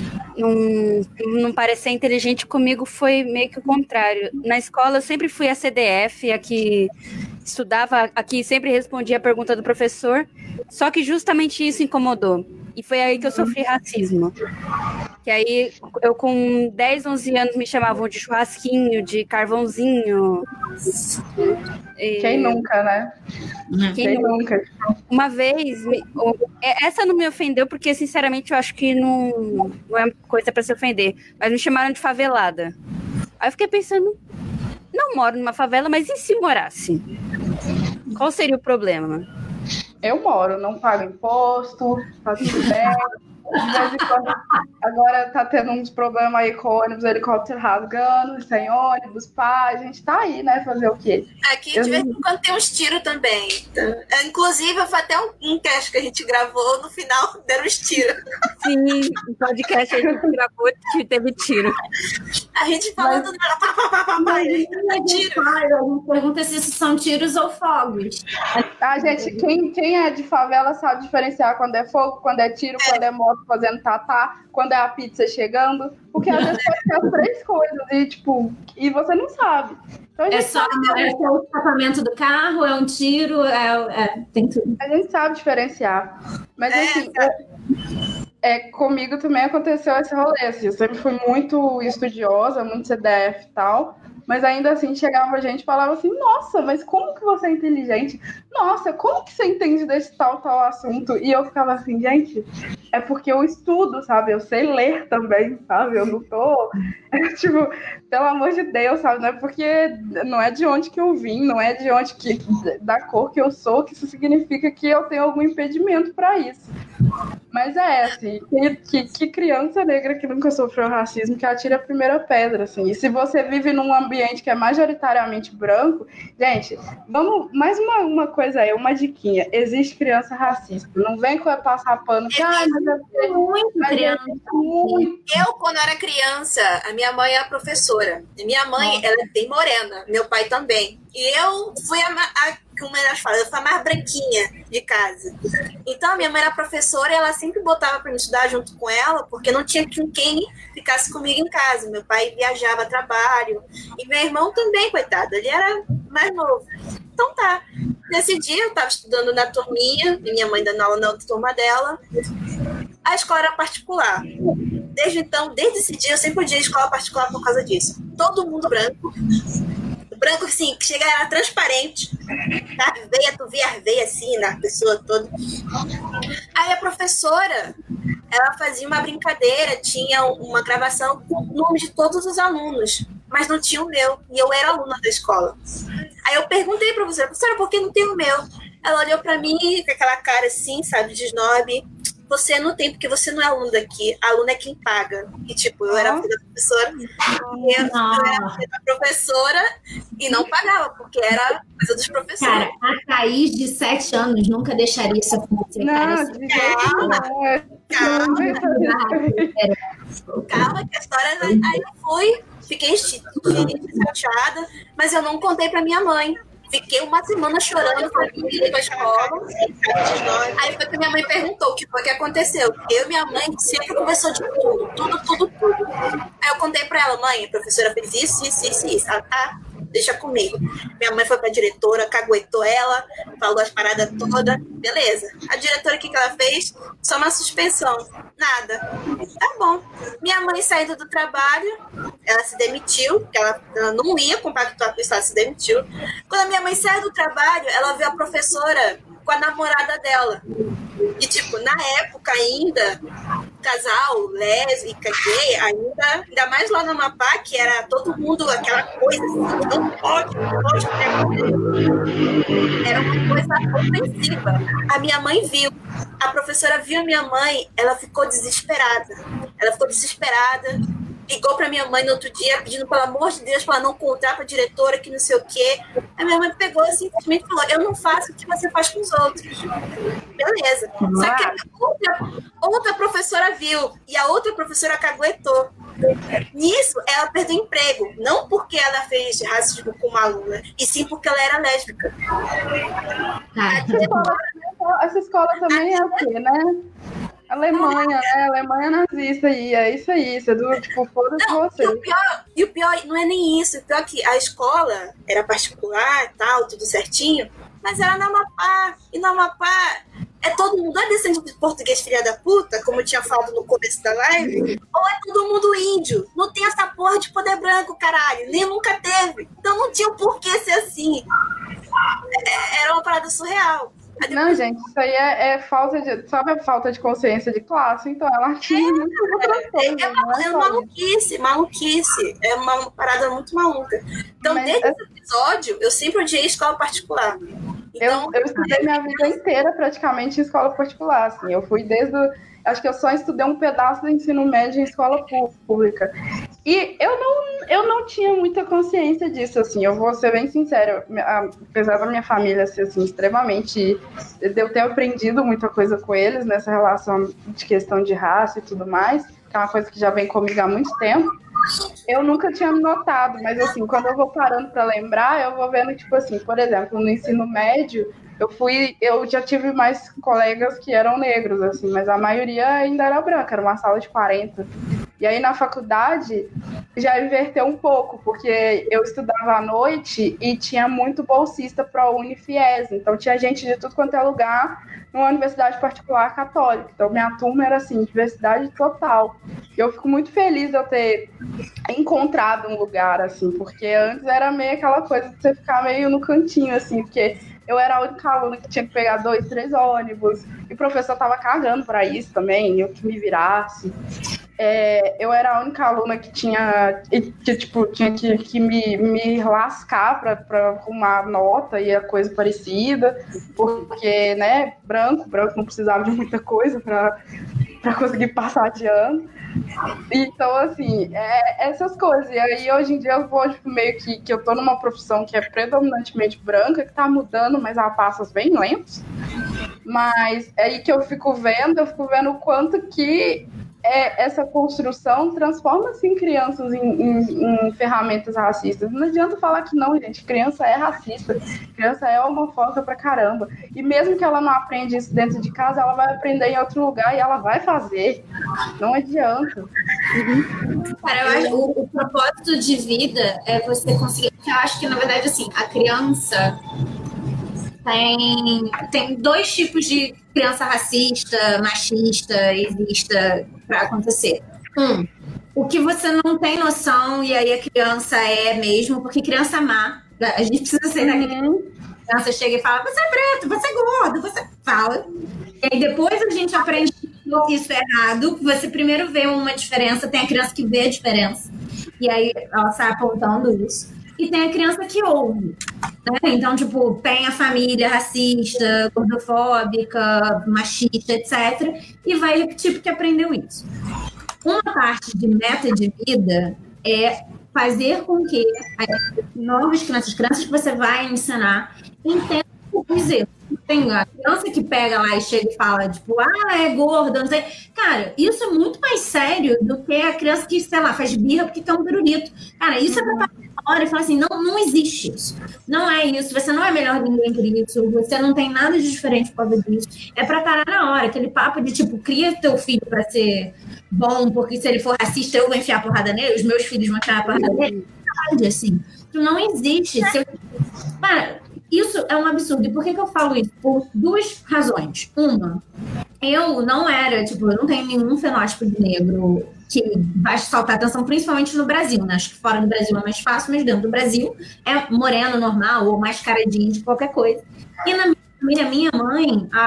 não parecer inteligente comigo foi meio que o contrário. Na escola eu sempre fui a CDF, a que estudava, a que sempre respondia a pergunta do professor, só que justamente isso incomodou. E foi aí que eu sofri racismo. Que aí, eu com 10, 11 anos me chamavam de churrasquinho, de carvãozinho.
Quem nunca, né? Quem nunca?
Uma vez, essa não me ofendeu, porque sinceramente eu acho que não é coisa pra se ofender. Mas me chamaram de favelada. Aí eu fiquei pensando, não moro numa favela, mas e se morasse? Qual seria o problema?
Eu moro, não pago imposto, tá tudo bem. De vez em quando, agora tá tendo uns problemas aí com ônibus, helicóptero rasgando, sem ônibus, pá, a gente tá aí, né, fazer o quê?
Aqui de vez em quando tem uns tiros também. Inclusive, foi até um teste que a gente gravou, no final deram uns tiros.
Sim, o podcast a gente gravou e teve tiro.
A gente falando
A gente pergunta se isso são tiros ou fogos.
A gente, quem é de favela sabe diferenciar quando é fogo, quando é tiro, quando é moto fazendo tatá, quando é a pizza chegando, porque às vezes pode ser as 3 coisas e você não sabe. Então,
É só o escapamento do carro, é um tiro, tem tudo.
A gente sabe diferenciar. Mas assim, comigo também aconteceu esse rolê. Assim, eu sempre fui muito estudiosa, muito CDF e tal. Mas ainda assim chegava a gente e falava assim, nossa, mas como que você é inteligente? Nossa, como que você entende desse tal assunto? E eu ficava assim, gente, é porque eu estudo, sabe? Eu sei ler também, sabe? Eu não tô... tipo, pelo amor de Deus, sabe? Não é porque não é de onde que eu vim, não é de onde que... da cor que eu sou, que isso significa que eu tenho algum impedimento para isso. Mas assim, que criança negra que nunca sofreu racismo que atira a primeira pedra, assim. E se você vive num ambiente que é majoritariamente branco, gente, vamos, mais uma coisa aí, uma diquinha. Existe criança racista. Não vem com passar pano.
Eu, quando era criança, a minha mãe é professora. E minha mãe, ela é bem morena. Meu pai também. E eu fui como elas falam, eu fui a mais branquinha de casa. Então, a minha mãe era professora e ela sempre botava para me estudar junto com ela, porque não tinha quem ficasse comigo em casa. Meu pai viajava a trabalho. E meu irmão também, coitado, ele era mais novo. Então tá. Nesse dia, eu estava estudando na turminha, e minha mãe dando aula na outra turma dela. A escola era particular. Desde esse dia, eu sempre odiei escola particular por causa disso. Todo mundo branco. Branco, assim, que chega, era transparente. Tá? Tu via as veias assim na pessoa toda. Aí a professora, ela fazia uma brincadeira, tinha uma gravação com o nome de todos os alunos, mas não tinha o meu. E eu era aluna da escola. Aí eu perguntei pra professora, por que não tem o meu? Ela olhou pra mim com aquela cara assim, sabe, de snob. Você não tem, porque você não é aluno daqui. Aluno é quem paga. E, tipo, eu era filha da professora. Eu era filha da professora e não pagava, porque era coisa dos professores.
Cara, a Thaís, de 7 anos, nunca deixaria isso acontecer.
Calma, que a história... Aí eu fui, fiquei chateada, mas eu não contei pra minha mãe. Fiquei uma semana chorando pra ir pra escola. Aí foi que minha mãe perguntou o que foi que aconteceu. Eu e minha mãe sempre conversou de tudo. Aí eu contei pra ela, mãe, a professora fez isso. Ela, tá, deixa comigo. Minha mãe foi pra diretora, caguetou ela, falou as paradas todas. Beleza. A diretora, o que ela fez? Só uma suspensão. Nada. Tá bom. Minha mãe saindo do trabalho, ela se demitiu, porque ela não ia compactuar com isso, ela se demitiu. Quando a minha mãe saiu do trabalho, ela viu a professora com a namorada dela. E, tipo, na época ainda, casal lésbica, gay, ainda mais lá no Amapá, que era todo mundo aquela coisa assim, não pode era uma coisa ofensiva. A minha mãe viu, a professora viu a minha mãe, ela ficou desesperada, ligou pra minha mãe no outro dia pedindo, pelo amor de Deus, pra ela não contar pra diretora que não sei o quê. A minha mãe pegou assim, simplesmente falou, eu não faço o que você faz com os outros. Beleza. Só que outra professora viu e a outra professora caguetou. Nisso, ela perdeu o emprego. Não porque ela fez racismo com uma aluna, e sim porque ela era lésbica.
Essa escola também é o quê, né? Alemanha, né? Alemanha nazista, e é isso aí, isso é do tipo, foda-se você.
E o pior não é nem isso, o pior é que a escola era particular, tal, tudo certinho, mas era no Amapá, e no Amapá é todo mundo é descendente de português filha da puta, como eu tinha falado no começo da live, ou é todo mundo índio, não tem essa porra de poder branco, caralho, nem nunca teve, então não tinha o porquê ser assim, era uma parada surreal.
Não, gente, isso aí é falta de... Sabe a falta de consciência de classe? Então ela tinha outras coisas.
Maluquice. É uma parada muito maluca. Então, desde esse episódio, eu sempre odiei escola particular. Então,
eu estudei minha vida inteira praticamente em escola particular. Assim. Eu fui desde... Acho que eu só estudei um pedaço do ensino médio em escola pública. E eu não tinha muita consciência disso, assim, eu vou ser bem sincera, apesar da minha família ser, assim, extremamente... De eu ter aprendido muita coisa com eles nessa relação de questão de raça e tudo mais, que é uma coisa que já vem comigo há muito tempo, eu nunca tinha notado, mas, assim, quando eu vou parando para lembrar, eu vou vendo, tipo assim, por exemplo, no ensino médio, eu já tive mais colegas que eram negros, assim, mas a maioria ainda era branca, era uma sala de 40. E aí na faculdade já inverteu um pouco, porque eu estudava à noite e tinha muito bolsista para o Unifies, então tinha gente de tudo quanto é lugar numa universidade particular católica. Então minha turma era assim, diversidade total. E eu fico muito feliz de eu ter encontrado um lugar, assim, porque antes era meio aquela coisa de você ficar meio no cantinho, assim, porque eu era a única aluna que tinha que pegar 2, 3 ônibus, e o professor tava cagando para isso também, eu que me virasse. Eu era a única aluna que tinha que me lascar para arrumar nota e a coisa parecida, porque, né, branco não precisava de muita coisa para conseguir passar de ano. Então, assim, essas coisas. E aí, hoje em dia, eu vou tipo, meio que eu tô numa profissão que é predominantemente branca, que tá mudando, mas a passos bem lentos. Mas é aí que eu fico vendo o quanto que essa construção transforma, assim, crianças em ferramentas racistas. Não adianta falar que não, gente. Criança é racista. Criança é homofóbica pra caramba. E mesmo que ela não aprenda isso dentro de casa, ela vai aprender em outro lugar e ela vai fazer. Não adianta.
Cara, eu acho que o propósito de vida é você conseguir... Eu acho que, na verdade, assim, a criança... Tem 2 tipos de criança racista, machista, exista para acontecer. O que você não tem noção, e aí a criança é mesmo, porque criança má, a gente precisa aceitar que a criança chega e fala, você é preto, você é gordo, você fala. E aí depois a gente aprende que isso é errado, você primeiro vê uma diferença, tem a criança que vê a diferença, e aí ela sai apontando isso. E tem a criança que ouve, né? Então, tipo, tem a família racista, gordofóbica, machista, etc. E vai repetir porque aprendeu isso. Uma parte de meta de vida é fazer com que as novas crianças que você vai ensinar entendam os erros. Tem a criança que pega lá e chega e fala, tipo, é gorda, não sei. Cara, isso é muito mais sério do que a criança que, sei lá, faz birra porque tem um pirulito. Cara, isso é pra parar na hora e falar assim, não existe isso. Não é isso, você não é melhor que ninguém por isso, você não tem nada de diferente por causa disso. É pra parar na hora, aquele papo de, tipo, cria teu filho pra ser bom, porque se ele for racista, eu vou enfiar a porrada nele, os meus filhos vão enfiar a porrada nele. Assim, não existe. Cara, isso é um absurdo. E por que eu falo isso? Por 2 razões. Uma, eu não era, tipo, eu não tenho nenhum fenótipo de negro que vai saltar atenção, principalmente no Brasil, né? Acho que fora do Brasil é mais fácil, mas dentro do Brasil é moreno normal ou mais cara de índio, qualquer coisa. E na minha família, minha mãe,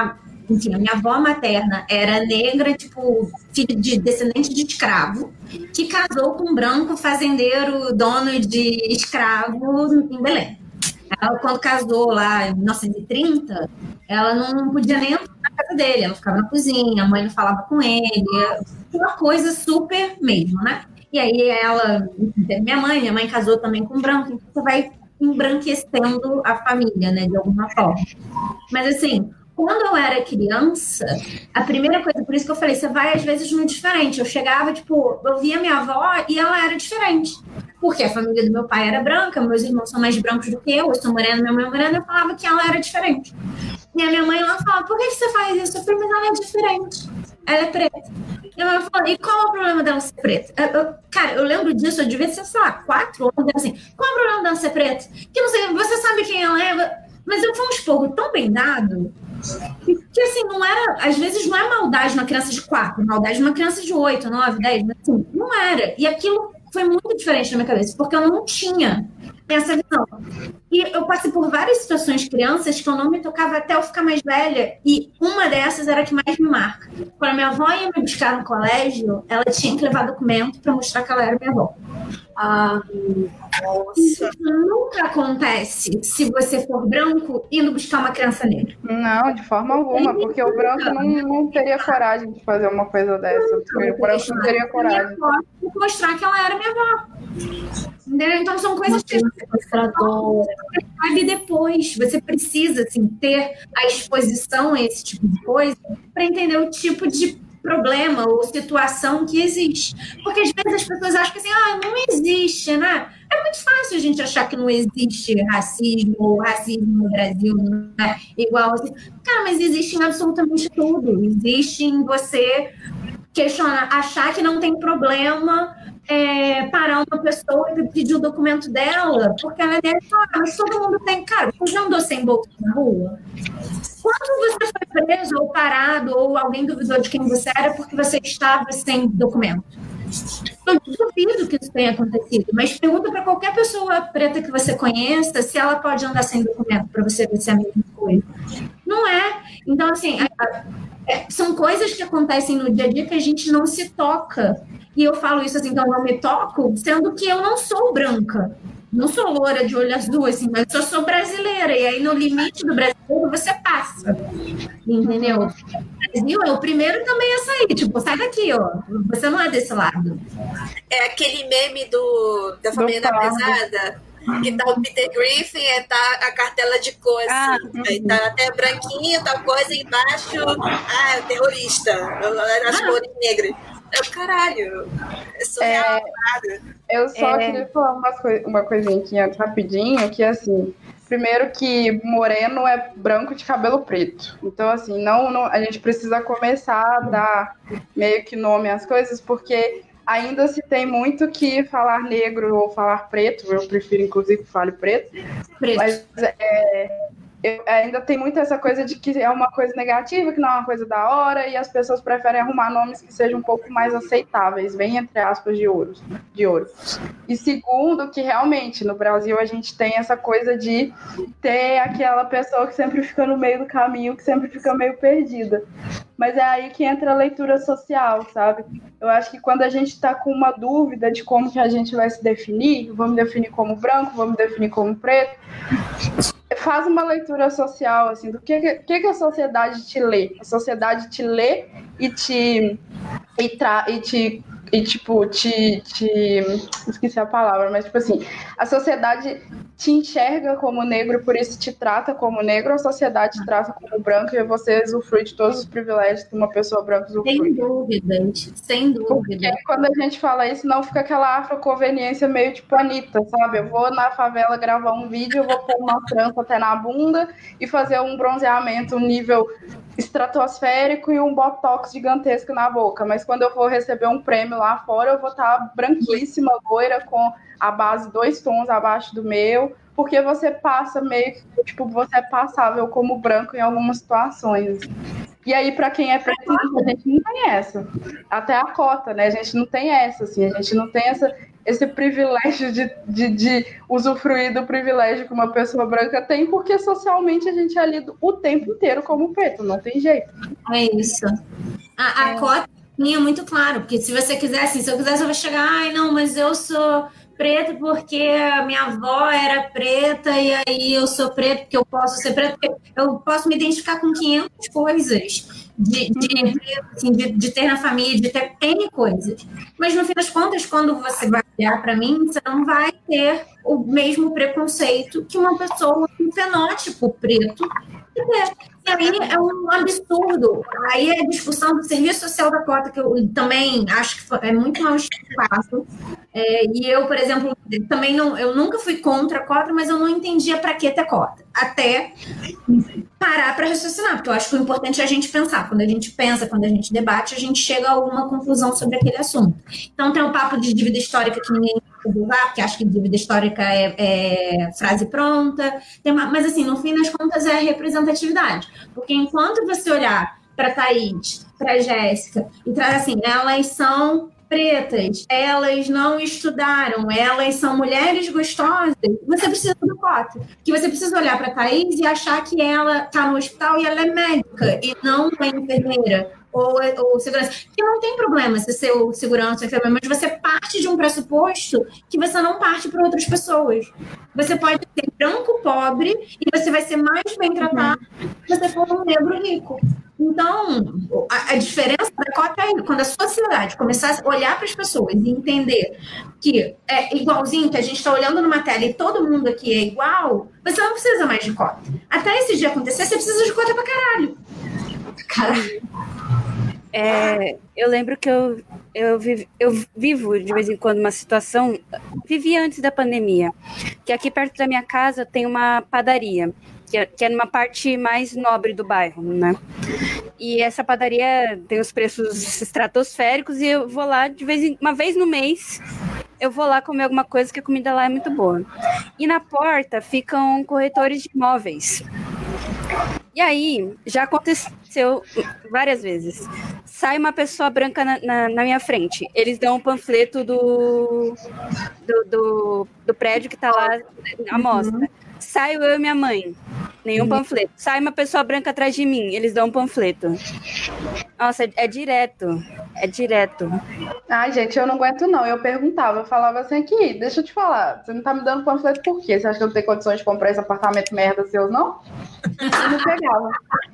enfim, a minha avó materna era negra, tipo, filha de descendente de escravo, que casou com um branco fazendeiro, dono de escravo em Belém. Ela, quando casou lá em 1930, ela não podia nem entrar na casa dele, ela ficava na cozinha, a mãe não falava com ele, uma coisa super mesmo, né? E aí ela, minha mãe casou também com um branco, então você vai embranquecendo a família, né, de alguma forma. Mas assim, quando eu era criança, a primeira coisa, por isso que eu falei, você vai às vezes no diferente. Eu chegava, tipo, eu via minha avó e ela era diferente. Porque a família do meu pai era branca, meus irmãos são mais brancos do que eu sou morena, minha mãe é morena, eu falava que ela era diferente. E a minha mãe lá falava, por que você faz isso? Eu falei, mas ela é diferente. Ela é preta. E a minha mãe falou, e qual é o problema dela ser preta? Cara, eu lembro disso, eu devia ser, sei lá, 4 anos, assim, qual é o problema dela ser preta? Que não sei, você sabe quem ela é? Mas eu fui um esporro tão bem dado que, assim, não era, às vezes não é maldade numa criança de 4, maldade numa criança de 8, 9, 10, mas assim, não era. E aquilo foi muito diferente na minha cabeça, porque eu não tinha essa visão. E eu passei por várias situações crianças que eu não me tocava até eu ficar mais velha, e uma dessas era a que mais me marca. Quando a minha avó ia me buscar no colégio, ela tinha que levar documento para mostrar que ela era minha avó. Isso nunca acontece se você for branco indo buscar uma criança negra.
Não, de forma alguma, porque o branco não teria coragem de fazer uma coisa dessa. O branco não teria coragem.
Mostrar que ela era minha avó. Entendeu? Então são coisas que você sabe depois. Você precisa, assim, ter a exposição a esse tipo de coisa para entender o tipo de problema ou situação que existe. Porque às vezes as pessoas acham que assim, não existe, né? É muito fácil a gente achar que não existe racismo ou racismo no Brasil, não é igual assim. Cara, mas existe em absolutamente tudo. Existe em você questionar, achar que não tem problema parar uma pessoa e pedir o documento dela, porque ela deve falar, mas todo mundo tem. Cara, você já andou sem bolsa na rua? Quando você foi preso ou parado ou alguém duvidou de quem você era porque você estava sem documento? Eu duvido que isso tenha acontecido, mas pergunta para qualquer pessoa preta que você conheça se ela pode andar sem documento para você ver se é a mesma coisa. Não é. Então, assim, são coisas que acontecem no dia a dia que a gente não se toca. E eu falo isso assim, que eu não me toco, sendo que eu não sou branca. Não sou loura de olho azul, assim, mas eu sou brasileira. E aí, no limite do brasileiro, você passa. Entendeu? O Brasil é o primeiro também a sair. Tipo, sai daqui, ó. Você não é desse lado.
É aquele meme da família da pesada, que tá o Peter Griffin, tá a cartela de cor, assim. Aí tá até branquinho, tal coisa, embaixo, é o terrorista. As cores negras. Caralho, é surreal.
Eu só queria falar uma coisinha rapidinho, que assim, primeiro que moreno é branco de cabelo preto. Então, assim, não, a gente precisa começar a dar meio que nome às coisas, porque ainda se tem muito que falar negro ou falar preto, eu prefiro, inclusive, que fale preto. Mas ainda tem muito essa coisa de que é uma coisa negativa, que não é uma coisa da hora, e as pessoas preferem arrumar nomes que sejam um pouco mais aceitáveis, bem entre aspas, de ouro. E segundo, que realmente no Brasil a gente tem essa coisa de ter aquela pessoa que sempre fica no meio do caminho, que sempre fica meio perdida. Mas é aí que entra a leitura social, sabe? Eu acho que quando a gente está com uma dúvida de como que a gente vai se definir, vamos definir como branco, vamos definir como preto, faz uma leitura social, assim, do que a sociedade te lê. A sociedade te lê e esqueci a palavra, mas tipo assim, a sociedade te enxerga como negro, por isso te trata como negro, a sociedade te trata como branco e você usufrui de todos os privilégios que uma pessoa branca usufrui.
Sem dúvida.
Porque quando a gente fala isso, não fica aquela afroconveniência meio tipo Anitta, sabe? Eu vou na favela gravar um vídeo, eu vou pôr uma trança até na bunda e fazer um bronzeamento, um nível estratosférico e um botox gigantesco na boca, mas quando eu for receber um prêmio lá fora, eu vou estar branquíssima, loira, com a base 2 tons abaixo do meu, porque você passa meio que, tipo, você é passável como branco em algumas situações. E aí, para quem é preto, a gente não tem essa. Até a cota, né? A gente não tem essa, assim, a gente não tem esse privilégio de usufruir do privilégio que uma pessoa branca tem, porque socialmente a gente é lido o tempo inteiro como preto, não tem jeito.
É isso. A cota é muito claro, porque se você quiser, assim, se eu quisesse, eu vou chegar, ai, não, mas eu sou preta porque a minha avó era preta e aí eu sou preta porque eu posso ser preta, porque eu posso me identificar com 500 coisas de ter na família, de ter N coisas. Mas, no fim das contas, quando você vai olhar para mim, você não vai ter o mesmo preconceito que uma pessoa com fenótipo preto. E aí é um absurdo. Aí é a discussão do serviço social da cota, que eu também acho que é muito mal explicado. E eu, por exemplo, também eu nunca fui contra a cota, mas eu não entendia para que ter cota. Até parar para raciocinar, porque eu acho que o importante é a gente pensar. Quando a gente pensa, quando a gente debate, a gente chega a alguma conclusão sobre aquele assunto. Então tem o papo de dívida histórica que ninguém pode usar, porque acho que dívida histórica é frase pronta. Mas assim, no fim das contas é a representatividade. Porque enquanto você olhar para a Thaís, para a Jéssica, e traz assim, elas são pretas, elas não estudaram, elas são mulheres gostosas, você precisa do cota. Que você precisa olhar para a Thaís e achar que ela está no hospital e ela é médica e não é enfermeira ou segurança. Que não tem problema se ser o segurança ou enfermeira, mas você parte de um pressuposto que você não parte para outras pessoas. Você pode ser branco, pobre, e você vai ser mais bem tratado se você for um negro rico. Então, a diferença da cota é quando a sociedade começar a olhar para as pessoas e entender que é igualzinho, que a gente está olhando numa tela e todo mundo aqui é igual, você não precisa mais de cota. Até esse dia acontecer, você precisa de cota pra caralho.
Eu lembro que eu vivo de vez em quando uma situação, vivia antes da pandemia, que aqui perto da minha casa tem uma padaria, que é numa parte mais nobre do bairro, né? E essa padaria tem os preços estratosféricos e eu vou lá uma vez no mês, eu vou lá comer alguma coisa que a comida lá é muito boa. E na porta ficam corretores de imóveis. E aí, já aconteceu várias vezes. Sai uma pessoa branca na minha frente. Eles dão um panfleto do prédio que está lá à mostra. Saio eu e minha mãe. Nenhum panfleto. Sai uma pessoa branca atrás de mim. Eles dão um panfleto. Nossa, é direto. É direto.
Ai, gente, eu não aguento não. Eu perguntava, eu falava assim, aqui, deixa eu te falar. Você não tá me dando panfleto por quê? Você acha que eu não tenho condições de comprar esse apartamento merda seu, não? Eu não pegava.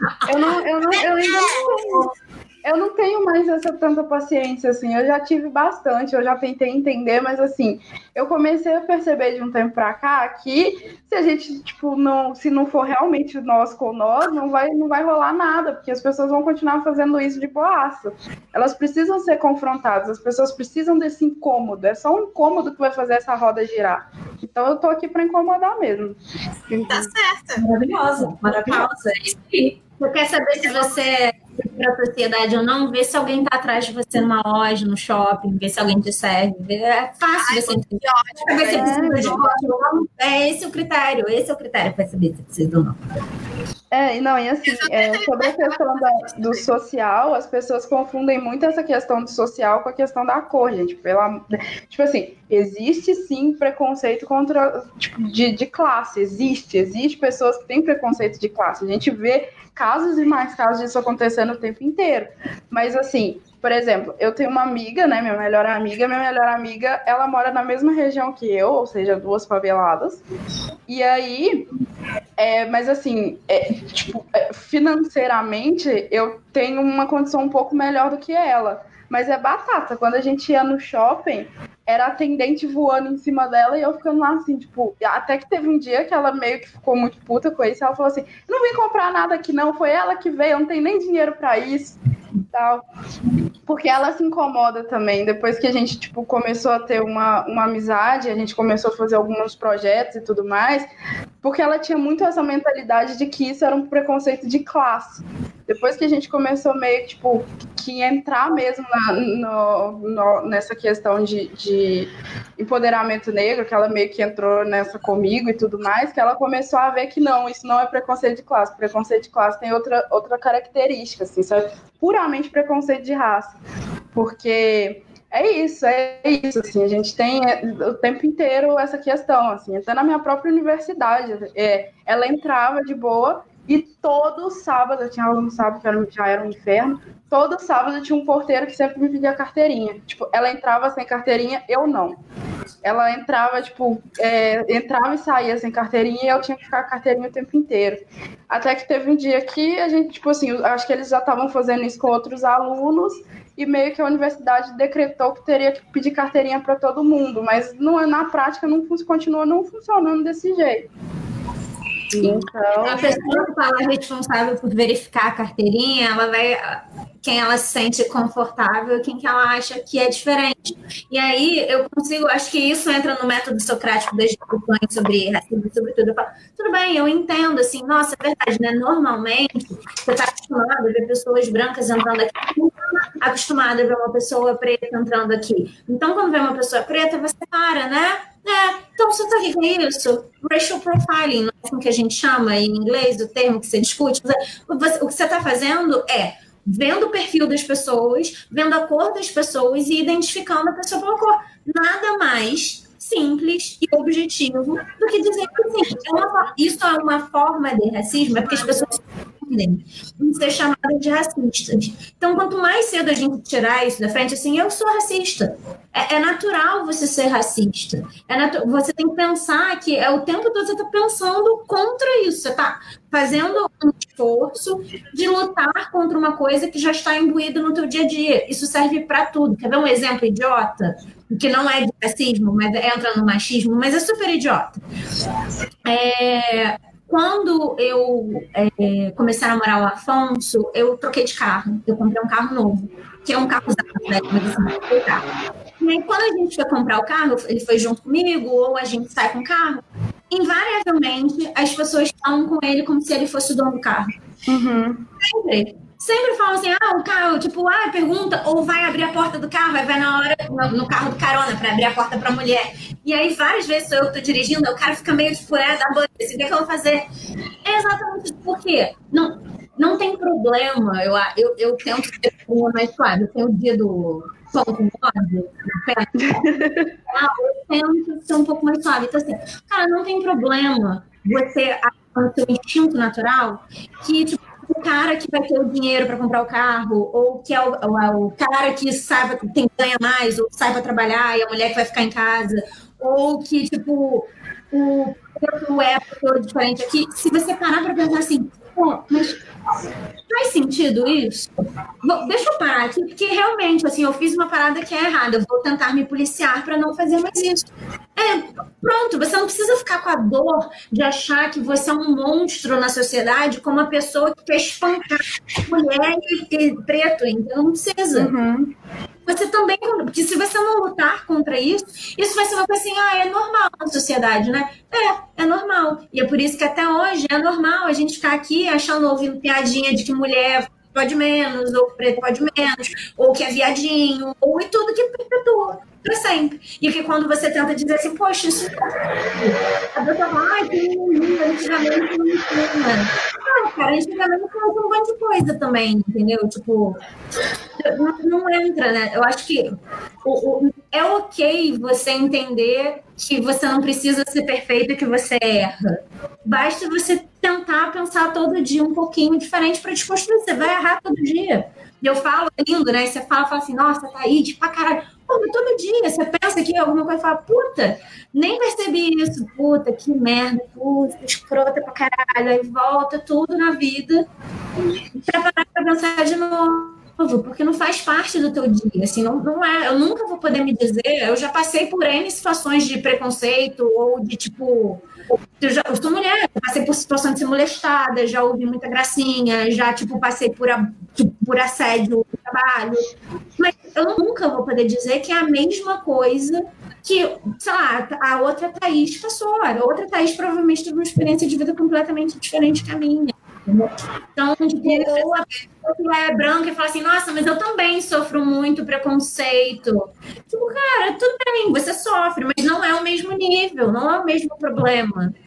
Eu não tenho mais tanta paciência, assim. Eu já tive bastante, eu já tentei entender, mas assim, eu comecei a perceber de um tempo pra cá que se a gente, tipo, se não for realmente nós com nós, não vai rolar nada, porque as pessoas vão continuar fazendo isso de boaça. Elas precisam ser confrontadas, as pessoas precisam desse incômodo. É só um incômodo que vai fazer essa roda girar. Então eu tô aqui pra incomodar mesmo.
Tá certo.
Maravilhosa. É isso aí.
Você quer saber se você para a sociedade ou não? Ver se alguém tá atrás de você numa loja, no shopping, ver se alguém te serve. É fácil você entender. Você precisa de código. Esse é o critério para saber se precisa ou não.
E assim, sobre a questão do social, as pessoas confundem muito essa questão do social com a questão da cor, gente. Tipo assim, existe sim preconceito contra, tipo, de classe, existe pessoas que têm preconceito de classe. A gente vê casos e mais casos disso acontecendo o tempo inteiro. Mas assim, por exemplo, eu tenho uma amiga, né, minha melhor amiga, ela mora na mesma região que eu, ou seja, 2 faveladas. E aí, mas assim, financeiramente, eu tenho uma condição um pouco melhor do que ela. Mas é batata. Quando a gente ia no shopping, era atendente voando em cima dela e eu ficando lá assim, tipo... Até que teve um dia que ela meio que ficou muito puta com isso. Ela falou assim, não vim comprar nada aqui não, foi ela que veio, eu não tenho nem dinheiro pra isso. Tal. Porque ela se incomoda também. Depois que a gente, tipo, começou a ter uma amizade, a gente começou a fazer alguns projetos e tudo mais, porque ela tinha muito essa mentalidade de que isso era um preconceito de classe. Depois que a gente começou meio, tipo, que entrar mesmo nessa questão de empoderamento negro, que ela meio que entrou nessa comigo e tudo mais, que ela começou a ver que não, isso não é preconceito de classe. Preconceito de classe tem outra característica, assim, sabe? Puramente preconceito de raça. Porque É isso, assim, a gente tem o tempo inteiro essa questão, assim, até na minha própria universidade, ela entrava de boa e todo sábado, eu tinha aluno sábado que já era um inferno, todo sábado tinha um porteiro que sempre me pedia carteirinha, tipo, ela entrava sem carteirinha, eu não. Ela entrava, entrava e saía sem carteirinha e eu tinha que ficar com a carteirinha o tempo inteiro. Até que teve um dia que a gente, tipo assim, acho que eles já estavam fazendo isso com outros alunos e meio que a universidade decretou que teria que pedir carteirinha para todo mundo, mas na prática continua não funcionando desse jeito. Então,
a pessoa que está responsável por verificar a carteirinha, ela vai quem ela se sente confortável, quem que ela acha que é diferente. E aí eu consigo, acho que isso entra no método socrático das discussões sobre racismo, sobre tudo. Eu falo, tudo bem, eu entendo, assim, nossa, é verdade, né? Normalmente você está acostumado a ver pessoas brancas entrando aqui, acostumado a ver uma pessoa preta entrando aqui. Então, quando vê uma pessoa preta, você para, né? Então você sabe o que é isso? Racial profiling, não é assim que a gente chama em inglês, o termo que você discute. O que você está fazendo é vendo o perfil das pessoas, vendo a cor das pessoas e identificando a pessoa pela cor. Nada mais simples e objetivo do que dizer que sim, isso é uma forma de racismo, é porque as pessoas em ser chamadas de racistas. Então, quanto mais cedo a gente tirar isso da frente, assim, eu sou racista. É natural você ser racista. Você tem que pensar que o tempo todo você está pensando contra isso. Você está fazendo um esforço de lutar contra uma coisa que já está imbuída no teu dia a dia. Isso serve para tudo. Quer ver um exemplo idiota? Que não é de racismo, mas entra no machismo, mas é super idiota. Quando eu comecei a namorar o Afonso, eu troquei de carro. Eu comprei um carro novo, que é um carro usado, né? E aí, quando a gente foi comprar o carro, ele foi junto comigo, ou a gente sai com o carro, invariavelmente as pessoas falam com ele como se ele fosse o dono do carro.
Uhum.
Sempre falam assim, o carro, tipo, pergunta, ou vai abrir a porta do carro, aí vai na hora no carro do carona pra abrir a porta pra mulher. E aí, várias vezes sou eu que tô dirigindo, o cara fica meio tipo, da banha, assim, o que é que eu vou fazer? É exatamente porque não tem problema, eu tento ser mais suave, eu tenho o dia do pão com óleo, eu tento ser um pouco mais suave. Então, assim, cara, não tem problema você, no seu instinto natural, que, tipo, o cara que vai ter o dinheiro para comprar o carro, ou que é o cara que saiba que ganha mais, ou sai para trabalhar e a mulher que vai ficar em casa, ou que, tipo, o todo diferente aqui. Se você parar para pensar assim, mas faz sentido isso? Deixa eu parar aqui, porque realmente, assim, eu fiz uma parada que é errada, eu vou tentar me policiar para não fazer mais isso. Pronto, você não precisa ficar com a dor de achar que você é um monstro na sociedade como uma pessoa que quer espancar mulher e preto, então não precisa.
Uhum.
Você também, porque se você não lutar contra isso vai ser uma coisa assim, é normal na sociedade, né? É normal. E é por isso que até hoje é normal a gente ficar aqui ouvindo piadinha de que mulher pode menos, ou preto pode menos, ou que é viadinho, ou e tudo que perpetua para sempre. E que quando você tenta dizer assim, poxa, isso a pessoa fala, que antigamente não tinha. Cara, antigamente tinha um monte de coisa também, entendeu? Tipo, não entra, né? Eu acho que é ok você entender que você não precisa ser perfeito e que você erra. Basta você tentar pensar todo dia um pouquinho diferente para desconstruir. Você vai errar todo dia. E eu falo, é lindo, né? Você fala assim, nossa, Thaís, pra caralho. Pô, mas todo dia você pensa aqui alguma coisa e fala, puta, nem percebi isso, puta, que merda, puta, escrota pra caralho. Aí volta tudo na vida pra parar pra pensar de novo. Porque não faz parte do teu dia, assim, não é, eu nunca vou poder me dizer, eu já passei por N situações de preconceito ou de, tipo, eu sou mulher, eu passei por situações de ser molestada, já ouvi muita gracinha, já, tipo, passei por assédio no trabalho, mas eu nunca vou poder dizer que é a mesma coisa que, sei lá, a outra Thaís passou, a outra Thaís provavelmente teve uma experiência de vida completamente diferente que a minha. Então, tipo, ou a pessoa que é branca e fala assim, nossa, mas eu também sofro muito preconceito. Tipo, cara, tudo bem, você sofre, mas não é o mesmo nível, não é o mesmo problema.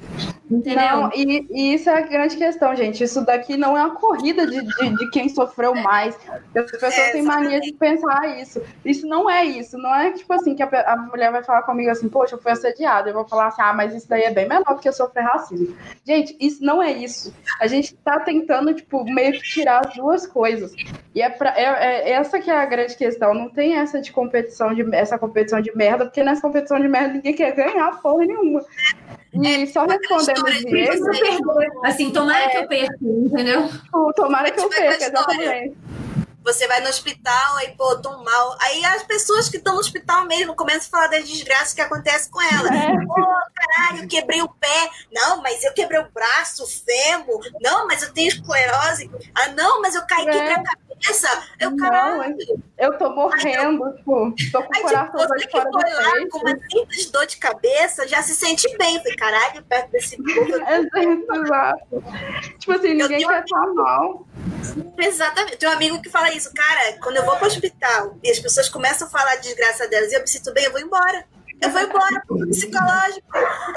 Entendeu?
Não, e isso é a grande questão, gente. Isso daqui não é uma corrida de quem sofreu mais. As pessoas têm mania de pensar isso. Isso não é isso. Não é tipo assim que a mulher vai falar comigo assim, poxa, eu fui assediada. Eu vou falar assim, mas isso daí é bem menor do que eu sofrer racismo. Gente, isso não é isso. A gente tá tentando, tipo, meio que tirar as duas coisas. E essa que é a grande questão. Não tem essa competição de merda, porque nessa competição de merda ninguém quer ganhar porra nenhuma. E só respondendo o Diego...
Assim, tomara que eu perca, entendeu?
Tomara que eu perca, exatamente.
Você vai no hospital, aí, pô, tô mal. Aí as pessoas que estão no hospital mesmo começam a falar das desgraças que acontecem com ela. Pô, caralho, eu quebrei o pé. Não, mas eu quebrei o braço, o fêmur. Não, mas eu tenho esclerose. Ah, não, mas eu caí, quebrei a cabeça. Caralho.
Eu tô morrendo, tipo, tô com o coração
você que foi lá com uma simples dor de cabeça, já se sente bem. Eu falei, caralho, perto desse povo.
Exato. Tipo assim, ninguém quer estar mal.
Exatamente. Tem um amigo que fala isso, cara, quando eu vou pro hospital e as pessoas começam a falar a desgraça delas e eu me sinto bem, eu vou embora. Eu vou embora, porque é psicológico,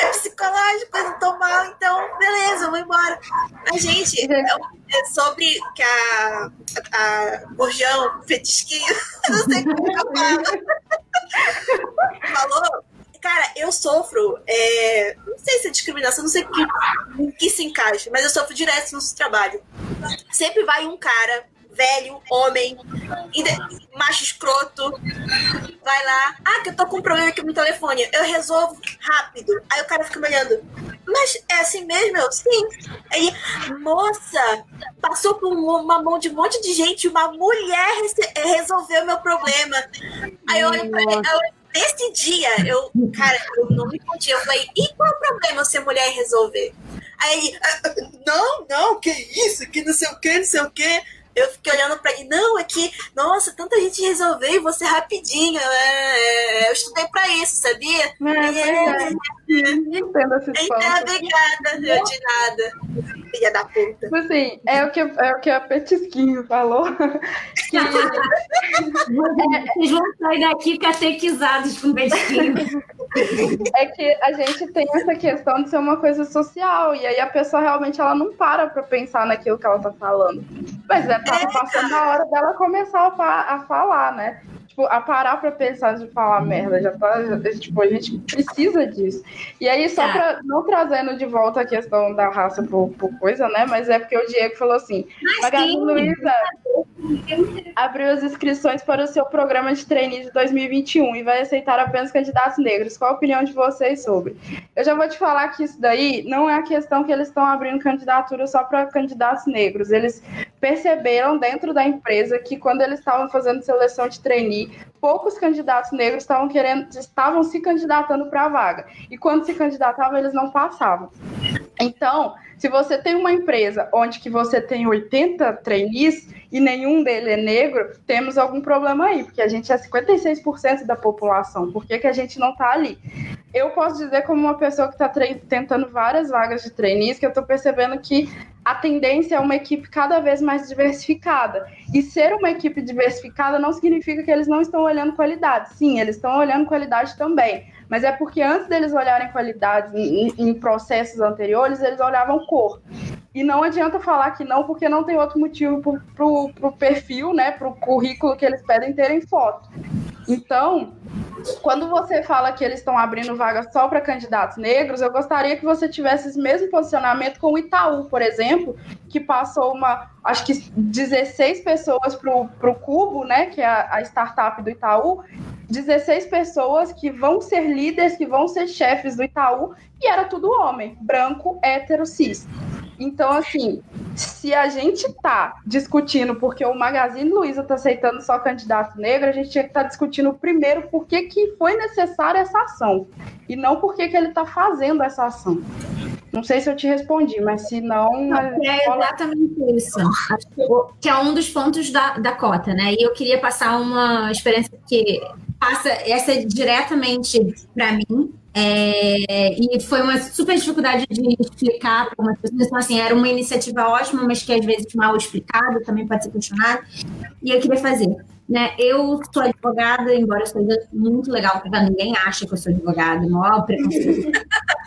eu não tô mal, então beleza, eu vou embora. Mas, gente, é sobre que a Burjão, Petisquinho, não sei como eu falo, falou. Cara, eu sofro, não sei se é discriminação, não sei em que se encaixa, mas eu sofro direto no trabalho. Sempre vai um cara, velho, homem, macho escroto, vai lá, que eu tô com um problema aqui no telefone, eu resolvo rápido. Aí o cara fica me olhando, mas é assim mesmo? Eu, sim. Aí, moça, passou por uma mão de um monte de gente, uma mulher resolveu meu problema. Aí eu olho pra ele, nesse dia, eu não me contia. Eu falei, e qual é o problema se a mulher resolver? Aí ele, não, que isso, que não sei o que. Eu fiquei olhando pra ele, não, é que, nossa, tanta gente resolveu e você rapidinho. Eu estudei pra isso, sabia?
Entendo esse ponto.
Obrigada, eu de nada. Filha da puta.
Tipo assim, é o que a Petisquinho falou.
Vocês vão sair daqui catequizados com Petisquinho.
É que a gente tem essa questão de ser uma coisa social, e aí a pessoa realmente ela não para pra pensar naquilo que ela tá falando. Mas tá passando a hora dela começar a falar, né? Tipo, a parar pra pensar de falar merda. Tipo, a gente precisa disso. E aí, só pra não trazendo de volta a questão da raça por coisa, né? Mas é porque o Diego falou assim: Magazine Luiza abriu as inscrições para o seu programa de trainee de 2021 e vai aceitar apenas candidatos negros. Qual a opinião de vocês sobre? Eu já vou te falar que isso daí não é a questão que eles estão abrindo candidatura só para candidatos negros. Eles perceberam dentro da empresa que quando eles estavam fazendo seleção de trainee, poucos candidatos negros estavam se candidatando para a vaga. E quando se candidatavam, eles não passavam. Então, se você tem uma empresa onde que você tem 80 trainees e nenhum deles é negro, temos algum problema aí, porque a gente é 56% da população. Por que a gente não está ali? Eu posso dizer, como uma pessoa que está tentando várias vagas de trainees, que eu estou percebendo que a tendência é uma equipe cada vez mais diversificada. E ser uma equipe diversificada não significa que eles não estão olhando qualidade. Sim, eles estão olhando qualidade também. Mas é porque antes deles olharem qualidade em processos anteriores, eles olhavam cor. E não adianta falar que não, porque não tem outro motivo pro perfil, né, pro currículo que eles pedem terem foto. Então, quando você fala que eles estão abrindo vaga só para candidatos negros, eu gostaria que você tivesse esse mesmo posicionamento com o Itaú, por exemplo, que passou acho que 16 pessoas pro Cubo, né, que é a startup do Itaú, 16 pessoas que vão ser líderes, que vão ser chefes do Itaú, e era tudo homem, branco, hétero, cis. Então, assim, se a gente tá discutindo porque o Magazine Luiza tá aceitando só candidato negro, a gente tinha que estar discutindo primeiro por que foi necessária essa ação, e não por que ele tá fazendo essa ação. Não sei se eu te respondi, mas se não...
É exatamente isso. Que é um dos pontos da cota, né? E eu queria passar uma experiência que passa essa diretamente para mim. E foi uma super dificuldade de explicar para algumas pessoas. Então, assim, era uma iniciativa ótima, mas que às vezes mal explicada, também pode ser questionada. E eu queria fazer. Né? Eu sou advogada, embora eu seja muito legal, porque ninguém acha que eu sou advogada, maior preconceito.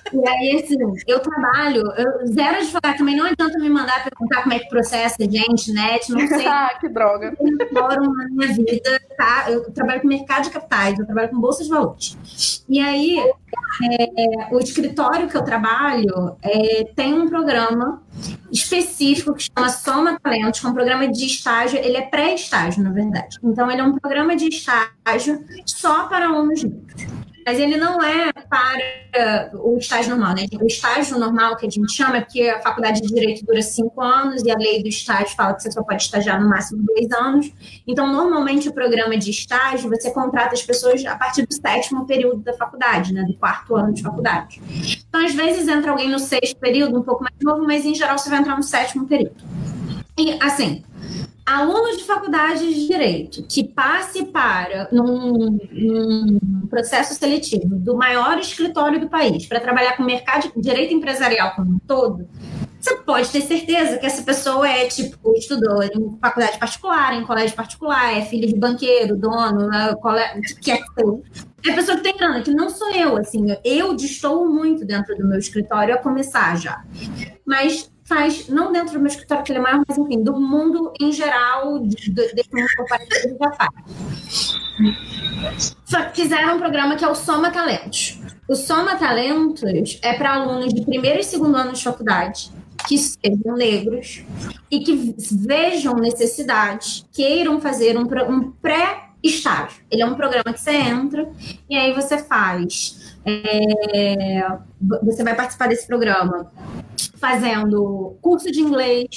E aí, assim, eu trabalho, zero advogado, também não adianta me mandar perguntar como é que processa gente, net, não sei.
Que droga.
Eu moro na minha vida, tá? Eu trabalho com mercado de capitais, eu trabalho com bolsas de valores. E aí, o escritório que eu trabalho tem um programa específico que chama Soma Talentos, que é um programa de estágio, ele é pré-estágio, na verdade. Então, ele é um programa de estágio só para alunos negros. Mas ele não é para o estágio normal, né? O estágio normal que a gente chama é porque a faculdade de Direito dura 5 anos e a lei do estágio fala que você só pode estagiar no máximo 2 anos. Então, normalmente, o programa de estágio, você contrata as pessoas a partir do 7º período da faculdade, né? Do 4º ano de faculdade. Então, às vezes, entra alguém no 6º período, um pouco mais novo, mas, em geral, você vai entrar no 7º período. E, assim, alunos de faculdade de Direito que passe para num processo seletivo do maior escritório do país para trabalhar com o mercado de direito empresarial como um todo, você pode ter certeza que essa pessoa estudou em faculdade particular, em colégio particular, é filho de banqueiro, dono, que é a pessoa que tem grana, que não sou eu, assim, eu destoo muito dentro do meu escritório a começar já. Mas faz, não dentro do meu escritório, que ele é maior, mas enfim, do mundo em geral, desse mundo corporativo já faz. Só que fizeram um programa que é o Soma Talentos. O Soma Talentos é para alunos de 1º e 2º ano de faculdade, que sejam negros e que vejam necessidade, queiram fazer um pré-estágio. Ele é um programa que você entra e aí você faz. Você vai participar desse programa fazendo curso de inglês,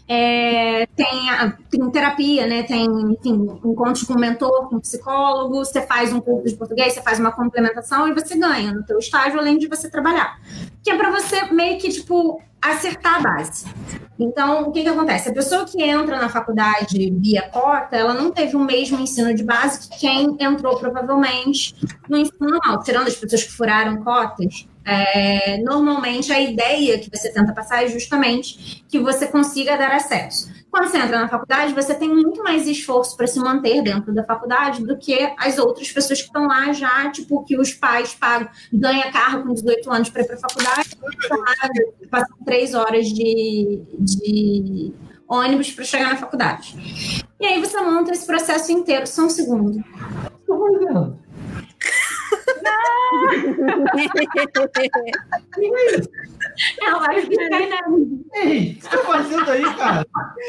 tem terapia, né? Tem, enfim, encontros com um mentor, com um psicólogo, você faz um curso de português, você faz uma complementação e você ganha no teu estágio, além de você trabalhar. Que é para você meio que, acertar a base. Então, o que acontece? A pessoa que entra na faculdade via cota, ela não teve o mesmo ensino de base que quem entrou, provavelmente, no ensino normal. Tirando as pessoas que furaram cotas, normalmente a ideia que você tenta passar é justamente que você consiga dar acesso. Quando você entra na faculdade, você tem muito mais esforço para se manter dentro da faculdade do que as outras pessoas que estão lá já, que os pais pagam, ganha carro com 18 anos para ir para a faculdade, passam 3 horas de ônibus para chegar na faculdade. E aí você monta esse processo inteiro, só um segundo. É a live que cai na...
Ei, o que você tá fazendo aí, cara?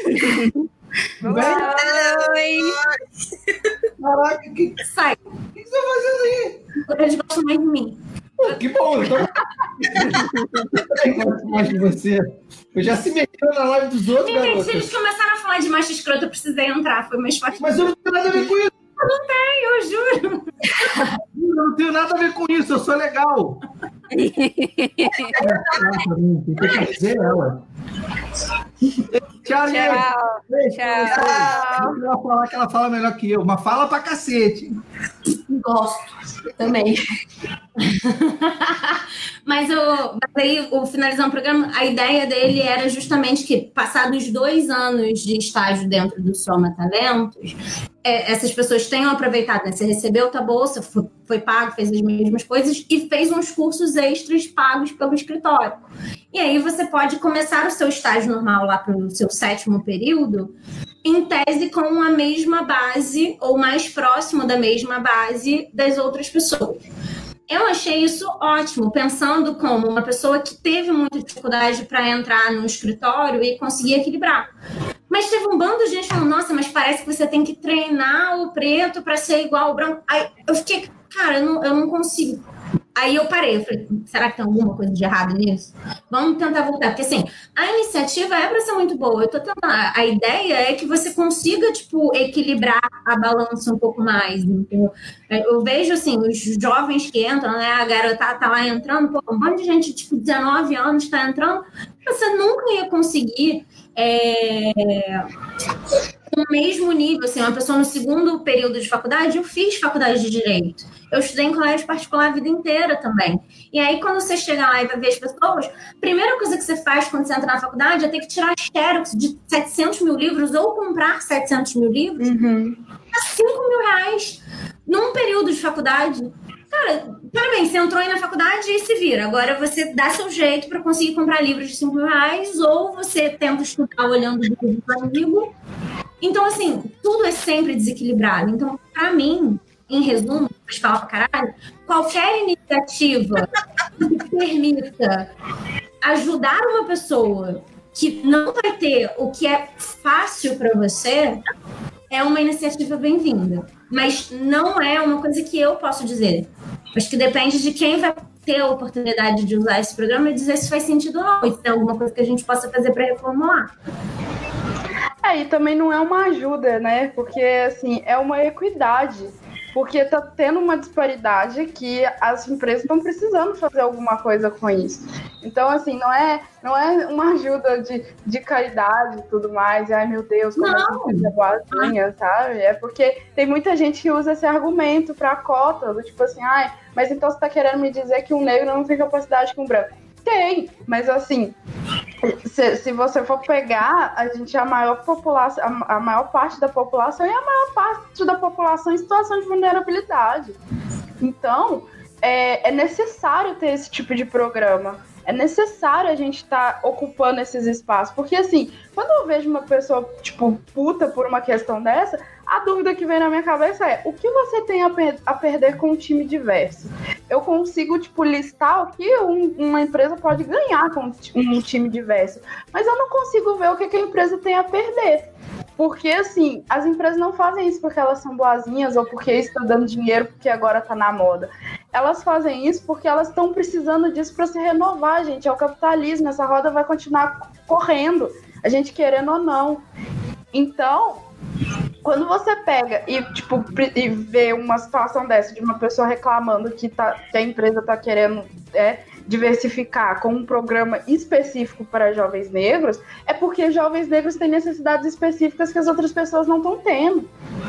Oi!
Caraca,
Sai.
O que você tá fazendo aí?
Eles gostam mais de mim.
Pô, que bom, então. Eu gosto mais de você. Eu já se meteu na live dos outros,
Se eles começaram a falar de macho escroto, eu precisei entrar. Foi mais fácil.
Mas eu não tenho nada a ver com isso.
Não tem, eu juro.
Eu não tenho nada a ver com isso, eu sou legal. Tem que dizer ela. Tchau, gente.
Tchau.
Ela falar que ela fala melhor que eu, mas fala pra cacete.
Gosto também.
Mas aí, finalizando o programa, a ideia dele era justamente que, passados 2 anos de estágio dentro do Soma Talentos, essas pessoas tenham aproveitado, né? Você recebeu a bolsa, foi pago, fez as mesmas coisas e fez uns cursos extras pagos pelo escritório. E aí você pode começar o seu estágio normal lá para o seu 7º período, em tese com a mesma base ou mais próximo da mesma base das outras pessoas. Eu achei isso ótimo, pensando como uma pessoa que teve muita dificuldade para entrar no escritório e conseguir equilibrar. Mas teve um bando de gente falando, nossa, mas parece que você tem que treinar o preto para ser igual ao branco. Aí eu fiquei, cara, eu não consigo. Aí eu parei, eu falei, será que tem alguma coisa de errado nisso? Vamos tentar voltar, porque assim, a iniciativa é para ser muito boa. Eu tô tentando, a ideia é que você consiga, equilibrar a balança um pouco mais, entendeu? Eu vejo, assim, os jovens que entram, né, a garotada tá lá entrando, um monte de gente, 19 anos tá entrando, você nunca ia conseguir no mesmo nível, assim, uma pessoa no 2º período de faculdade, eu fiz faculdade de Direito. Eu estudei em colégio particular a vida inteira também. E aí, quando você chega lá e vai ver as pessoas, a primeira coisa que você faz quando você entra na faculdade é ter que tirar xerox de 700 mil livros ou comprar 700 mil livros a R$5.000 num período de faculdade. Cara, parabéns, você entrou aí na faculdade e se vira. Agora você dá seu jeito para conseguir comprar livros de R$5, ou você tenta estudar olhando o livro do amigo. Então, assim, tudo é sempre desequilibrado. Então, para mim, em resumo, para falar pra caralho, qualquer iniciativa que permita ajudar uma pessoa que não vai ter o que é fácil para você é uma iniciativa bem-vinda. Mas não é uma coisa que eu posso dizer. Acho que depende de quem vai ter a oportunidade de usar esse programa e dizer se faz sentido ou não. E se tem alguma coisa que a gente possa fazer para reformular.
E também não é uma ajuda, né? Porque, assim, é uma equidade. Porque tá tendo uma disparidade que as empresas estão precisando fazer alguma coisa com isso. Então, assim, não é uma ajuda de caridade e tudo mais. Ai, meu Deus, como é boazinha, sabe? É porque tem muita gente que usa esse argumento pra cota, do tipo assim, mas então você tá querendo me dizer que um negro não tem capacidade com um branco? Tem, mas assim, se você for pegar, a gente é a maior população, a maior parte da população e a maior parte da população em situação de vulnerabilidade. Então, é necessário ter esse tipo de programa. É necessário a gente estar ocupando esses espaços. Porque, assim, quando eu vejo uma pessoa, tipo, puta por uma questão dessa, a dúvida que vem na minha cabeça é: o que você tem a perder com um time diverso? Eu consigo, tipo, listar o que uma empresa pode ganhar com um time diverso, mas eu não consigo ver o que a empresa tem a perder. Porque, assim, as empresas não fazem isso porque elas são boazinhas ou porque isso está dando dinheiro porque agora está na moda. Elas fazem isso porque elas estão precisando disso para se renovar, gente. É o capitalismo, essa roda vai continuar correndo, a gente querendo ou não. Então, quando você pega e vê uma situação dessa, de uma pessoa reclamando que a empresa está querendo diversificar com um programa específico para jovens negros, é porque jovens negros têm necessidades específicas que as outras pessoas não estão tendo.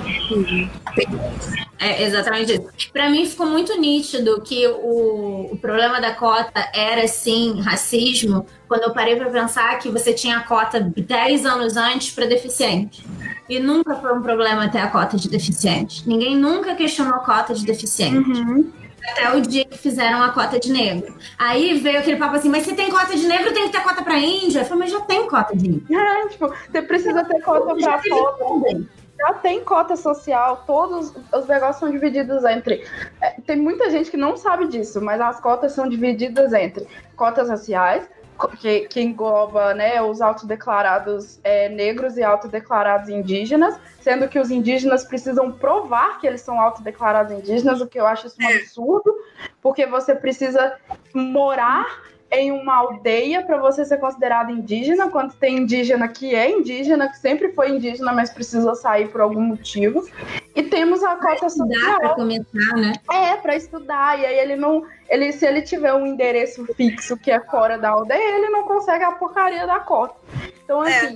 É exatamente isso. Para mim ficou muito nítido que o problema da cota era, sim, racismo, quando eu parei para pensar que você tinha a cota 10 anos antes para deficiente. E nunca foi um problema ter a cota de deficiente. Ninguém nunca questionou a cota de deficiente. Até o dia que fizeram a cota de negro. Aí veio aquele papo assim, mas se tem cota de negro, tem que ter cota pra Índia. Eu falei, mas já tem cota de Índia.
Você precisa ter cota pra todos. Já tem cota social, todos os negócios são divididos entre... tem muita gente que não sabe disso, mas as cotas são divididas entre cotas raciais, que engloba, né, os autodeclarados negros e autodeclarados indígenas, sendo que os indígenas precisam provar que eles são autodeclarados indígenas, o que eu acho isso um absurdo, porque você precisa morar em uma aldeia para você ser considerado indígena, quando tem indígena que é indígena, que sempre foi indígena, mas precisou sair por algum motivo. E temos a cota social.
Para começar, né?
Para estudar. E aí se ele tiver um endereço fixo que é fora da aldeia, ele não consegue a porcaria da cota. Então, assim...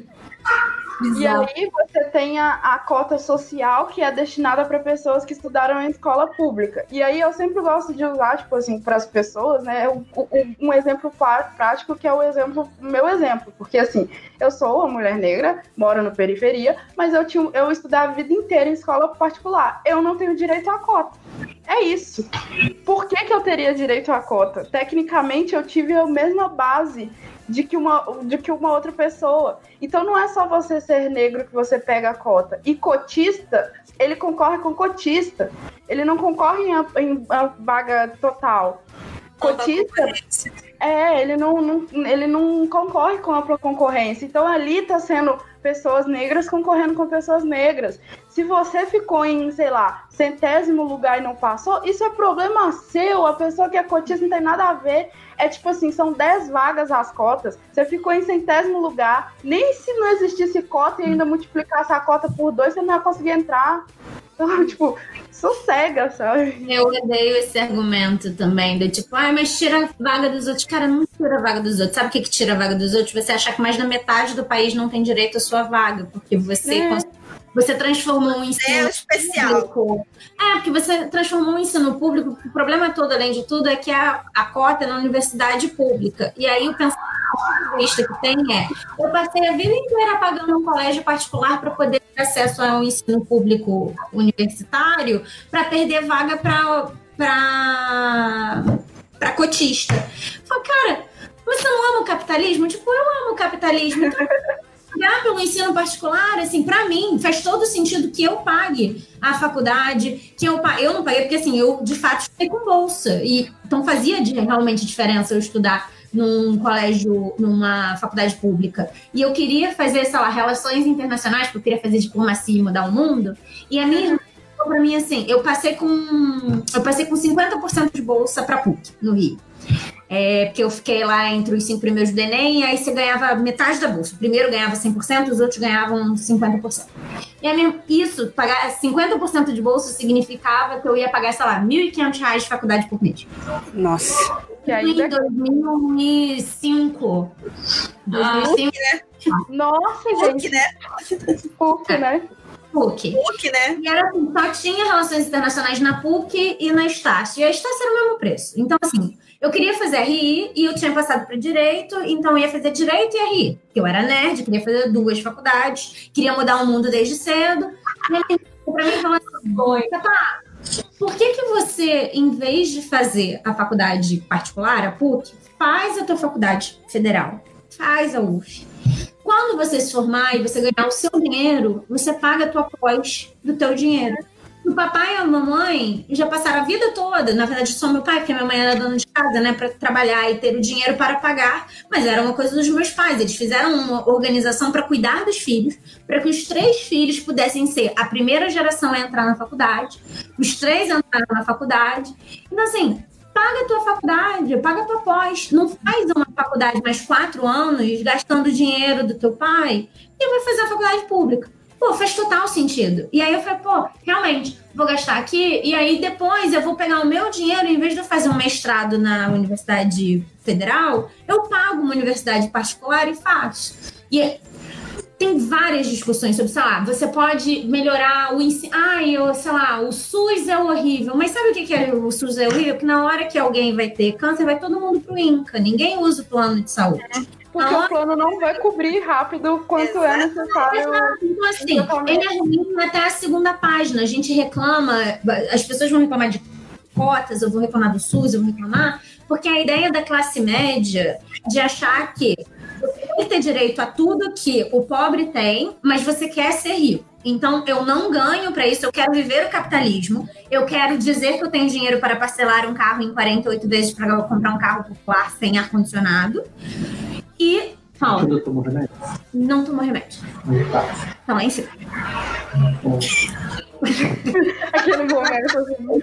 E aí você tem a cota social, que é destinada para pessoas que estudaram em escola pública. E aí eu sempre gosto de usar, tipo assim, para as pessoas, né, um exemplo prático, que é o meu exemplo. Porque, assim, eu sou uma mulher negra, moro na periferia, mas eu estudava a vida inteira em escola particular. Eu não tenho direito à cota. É isso. Por que eu teria direito à cota? Tecnicamente, eu tive a mesma base de que uma outra pessoa. Então não é só você ser negro que você pega a cota. E cotista, ele concorre com cotista. Ele não concorre em vaga total. Cotista, ele não concorre com ampla concorrência. Então ali está sendo pessoas negras concorrendo com pessoas negras. Se você ficou em, sei lá, 100º lugar e não passou, isso é problema seu. A pessoa que é cotista não tem nada a ver. É tipo assim, são 10 vagas as cotas. Você ficou em 100º lugar. Nem se não existisse cota e ainda multiplicasse a cota por 2, você não ia conseguir entrar. Então, tipo, sossega, sabe?
Eu odeio esse argumento também, do tipo, mas tira a vaga dos outros. Cara, não tira a vaga dos outros. Sabe o que tira a vaga dos outros? Você achar que mais da metade do país não tem direito à sua vaga, porque você transformou o ensino
especial.
Público. Porque você transformou o ensino público. O problema todo, além de tudo, é que a cota é na universidade pública. E aí o pensamento que tem eu passei a vida inteira pagando um colégio particular para poder ter acesso ao ensino público universitário, para perder vaga para pra cotista. Falei, cara, você não ama o capitalismo? Tipo, eu amo o capitalismo. Então, pagar pelo ensino particular, assim, pra mim, faz todo sentido que eu pague a faculdade, que eu não paguei, porque assim, eu de fato estudei com bolsa, e então fazia realmente diferença eu estudar num colégio, numa faculdade pública. E eu queria fazer, sei lá, relações internacionais, porque eu queria fazer diplomacia e mudar o mundo, e a minha irmã falou pra mim assim, eu passei com 50% de bolsa pra PUC, no Rio. Porque eu fiquei lá entre os 5 primeiros do Enem, e aí você ganhava metade da bolsa. O primeiro ganhava 100%, os outros ganhavam 50%. E isso, pagar 50% de bolsa significava que eu ia pagar, sei lá, R$1.500 de faculdade por mês.
Nossa.
Que ainda...
Em 2005. 2005,
né?
Nossa, gente. PUC, né?
PUC.
PUC, né?
E era assim, só tinha relações internacionais na PUC e na Estácio. E a Estácio era o mesmo preço. Então, assim, eu queria fazer RI e eu tinha passado para Direito, então eu ia fazer Direito e RI. Porque eu era nerd, queria fazer 2 faculdades, queria mudar o mundo desde cedo. E aí, para mim, falou assim, Tatá, por que você, em vez de fazer a faculdade particular, a PUC, faz a tua faculdade federal? Faz a UF. Quando você se formar e você ganhar o seu dinheiro, você paga a tua pós do teu dinheiro. O papai e a mamãe já passaram a vida toda, na verdade só meu pai, porque minha mãe era dona de casa, né, para trabalhar e ter o dinheiro para pagar, mas era uma coisa dos meus pais. Eles fizeram uma organização para cuidar dos filhos, para que os 3 filhos pudessem ser a primeira geração a entrar na faculdade, os 3 entraram na faculdade. Então, assim, paga a tua faculdade, paga a tua pós. Não faz uma faculdade mais 4 anos gastando dinheiro do teu pai e vai fazer a faculdade pública. Pô, faz total sentido. E aí eu falei, pô, realmente, vou gastar aqui e aí depois eu vou pegar o meu dinheiro, em vez de eu fazer um mestrado na Universidade Federal, eu pago uma universidade particular e faço. E tem várias discussões sobre, sei lá, você pode melhorar o ensino. Sei lá, o SUS é horrível. Mas sabe o que é o SUS é horrível? Que na hora que alguém vai ter câncer, vai todo mundo pro INCA. Ninguém usa o plano de saúde.
Porque o plano não vai cobrir rápido quanto é necessário.
Exato. Então, assim, ele é ruim até a 2ª página. A gente reclama, as pessoas vão reclamar de cotas, eu vou reclamar do SUS, eu vou reclamar, porque a ideia da classe média de achar que você tem que ter direito a tudo que o pobre tem, mas você quer ser rico. Então, eu não ganho para isso, eu quero viver o capitalismo, eu quero dizer que eu tenho dinheiro para parcelar um carro em 48 vezes para comprar um carro popular sem ar-condicionado. E, Paulo,
Não tomou remédio?
Não tomou remédio. Tá lá em cima.
Aquele momento assim.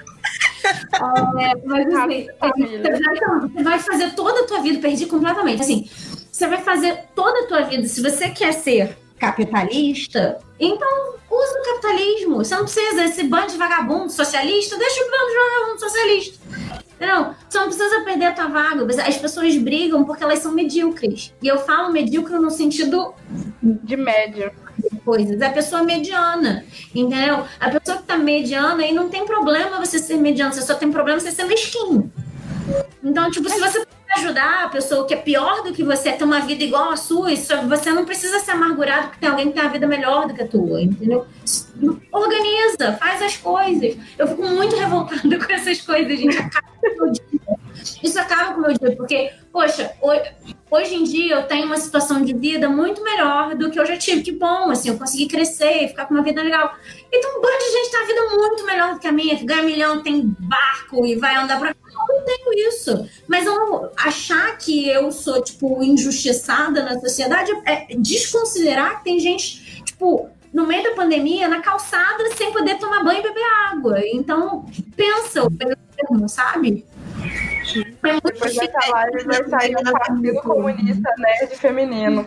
Mas assim, você vai fazer toda a tua vida, perdi completamente. Assim, você vai fazer toda a tua vida, se você quer ser capitalista, então usa o capitalismo. Você não precisa, esse bando de vagabundo socialista, deixa o bando de vagabundo socialista. Não, você não precisa perder a tua vaga. As pessoas brigam porque elas são medíocres. E eu falo medíocre no sentido
de média.
Coisas. A pessoa mediana, entendeu? A pessoa que tá mediana, aí não tem problema você ser mediano, você só tem problema você ser mesquinho. Então, tipo, se você ajudar a pessoa que é pior do que você, ter uma vida igual a sua, você não precisa ser amargurado porque tem alguém que tem uma vida melhor do que a tua, entendeu? Organiza, faz as coisas. Eu fico muito revoltada com essas coisas, gente. Acaba com o meu dia. Isso acaba com o meu dia, porque, poxa, hoje em dia eu tenho uma situação de vida muito melhor do que eu já tive. Que bom, assim, eu consegui crescer, ficar com uma vida legal. Então, um bando de gente tem uma vida muito melhor do que a minha, que ganha milhão, tem barco e vai andar pra... Eu não tenho isso. Mas eu não achar que eu sou, tipo, injustiçada na sociedade é desconsiderar que tem gente, tipo, no meio da pandemia, na calçada, sem poder tomar banho e beber água. Então, pensa o termo, sabe? É muito
Depois dessa live vai sair um partido comunista nerd feminino.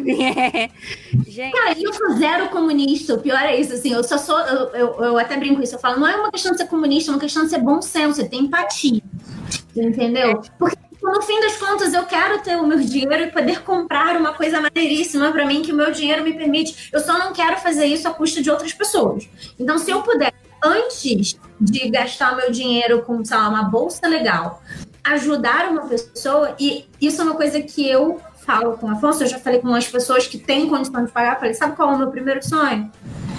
Gente.
Cara, eu sou zero comunista. O pior é isso, assim, eu só sou. Eu até brinco isso. Eu falo, não é uma questão de ser comunista, é uma questão de ser bom senso, ter empatia. Entendeu? Porque no fim das contas eu quero ter o meu dinheiro e poder comprar uma coisa maneiríssima pra mim que o meu dinheiro me permite. Eu só não quero fazer isso à custa de outras pessoas. Então, se eu puder, antes de gastar o meu dinheiro com, sei lá, uma bolsa legal, ajudar uma pessoa, e isso é uma coisa que eu falo com o Afonso, eu já falei com umas pessoas que têm condição de pagar, eu falei, sabe qual é o meu primeiro sonho?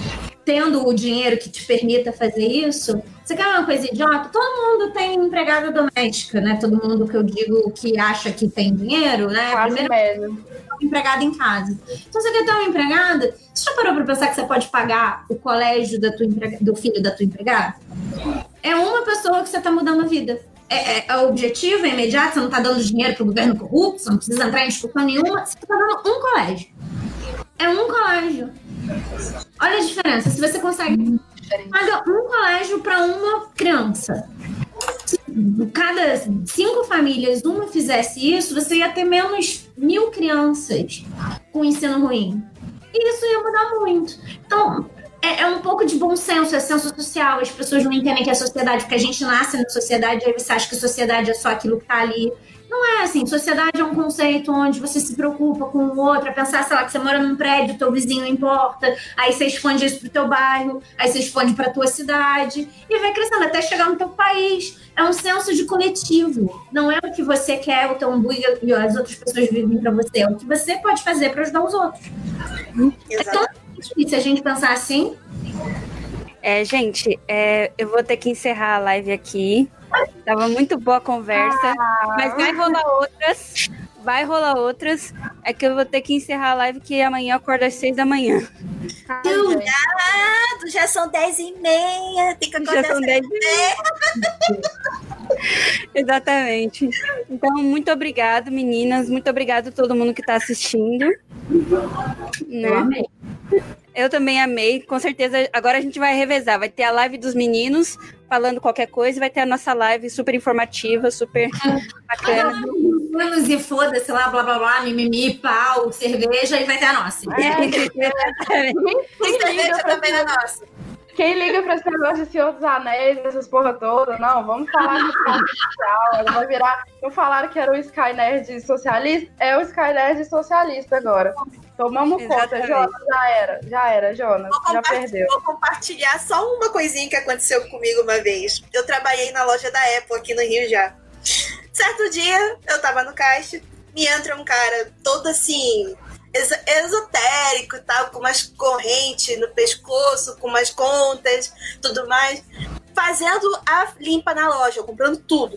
tendo o dinheiro que te permita fazer isso, você quer uma coisa idiota? Todo mundo tem empregada doméstica, né? Todo mundo que eu digo que acha que tem dinheiro, né?
Quase mesmo.
Empregada em casa. Então, você quer ter uma empregada? Você já parou para pensar que você pode pagar o colégio do filho da tua empregada? É uma pessoa que você está mudando a vida. É objetivo, é imediato, você não está dando dinheiro para o governo corrupto, você não precisa entrar em discussão nenhuma, você está dando um colégio. É um colégio. Olha a diferença. Se você consegue pagar um colégio para uma criança, se cada 5 famílias uma fizesse isso, você ia ter menos 1.000 crianças com ensino ruim. E isso ia mudar muito. Então, é um pouco de bom senso, é senso social. As pessoas não entendem que é sociedade, porque a gente nasce na sociedade, aí você acha que sociedade é só aquilo que tá ali. Não é assim, sociedade é um conceito onde você se preocupa com o outro, é pensar, sei lá, que você mora num prédio, teu vizinho não importa, aí você expande isso pro teu bairro, aí você expande pra tua cidade, e vai crescendo até chegar no teu país. É um senso de coletivo, não é o que você quer, o teu umbigo e as outras pessoas vivem pra você, é o que você pode fazer pra ajudar os outros. É tão difícil a gente pensar assim.
Gente, eu vou ter que encerrar a live aqui. Tava muito boa a conversa, mas vai rolar outras. É que eu vou ter que encerrar a live, que amanhã eu acordo às 6 da manhã.
Cuidado, já são 10h30, tem que acordar
Já são 10h30. Exatamente. Então, muito obrigado, meninas. Muito obrigado a todo mundo que está assistindo. Né?
Eu amei.
Eu também amei, com certeza. Agora a gente vai revezar. Vai ter a live dos meninos falando qualquer coisa, vai ter a nossa live super informativa, super bacana.
Menos e foda-se lá, blá blá blá, mimimi, pau, cerveja, e vai ter a nossa.
Cerveja também é nossa.
Quem liga para esse negócio de Senhor dos Anéis, essas porra toda? Não, vamos falar de social. Vai virar. Não falaram que era o Sky Nerd socialista? É o Sky Nerd socialista agora. Tomamos conta, Jonas. Já era, Jonas. Já perdeu.
Vou compartilhar só uma coisinha que aconteceu comigo uma vez. Eu trabalhei na loja da Apple aqui no Rio já. Certo dia, eu tava no caixa, me entra um cara todo assim, esotérico e tal, com umas correntes no pescoço, com umas contas, tudo mais, fazendo a limpa na loja, comprando tudo.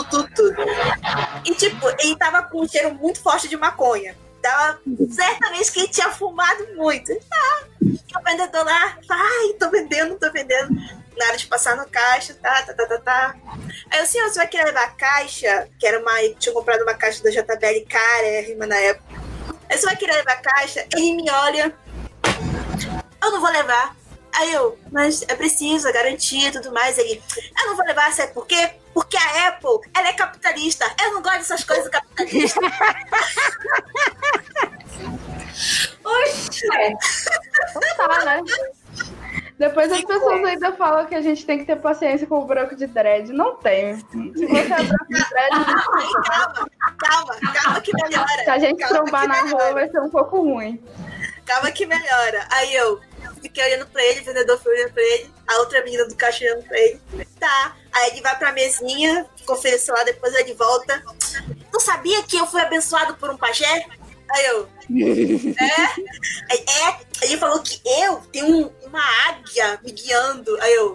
E tipo, ele tava com um cheiro muito forte de maconha. Tava certamente que ele tinha fumado muito. E o vendedor lá, tô vendendo. Na hora de passar no caixa, tá. Aí o senhor, você vai querer levar a caixa? Que era tinha comprado uma caixa da JBL carérrima na época. Aí você vai querer levar a caixa? Ele me olha. Eu não vou levar. Aí eu, mas é preciso, é garantia e tudo mais. Ele, eu não vou levar, sabe por quê? Porque a Apple, ela é capitalista. Eu não gosto dessas coisas capitalistas.
Oxe!
Não tá, né? Depois as pessoas ainda falam que a gente tem que ter paciência com o branco de dread. Não tem. Se você é branco de dread...
Calma que melhora.
Se a gente trombar na rua, vai ser um pouco ruim.
Calma que melhora. Aí eu fiquei olhando pra ele, o vendedor foi olhando pra ele, a outra menina do caixa olhando pra ele. Tá. Aí ele vai pra mesinha, confere o celular, depois ele volta. Não sabia que eu fui abençoado por um pajé? Aí eu... Ele falou que eu tenho uma águia me guiando. Aí eu...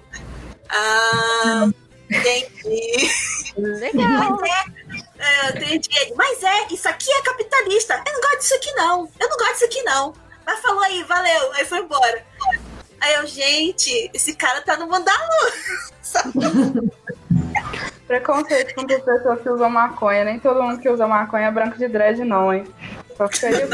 entendi.
Legal.
Eu entendi. Mas isso aqui é capitalista. Eu não gosto disso aqui, não. Mas falou aí, valeu. Aí foi embora. Aí eu, gente, esse cara tá no mandalo.
Preconceito contra pessoas que usam maconha. Nem todo mundo que usa maconha é branco de dread, não, hein? Só fica aí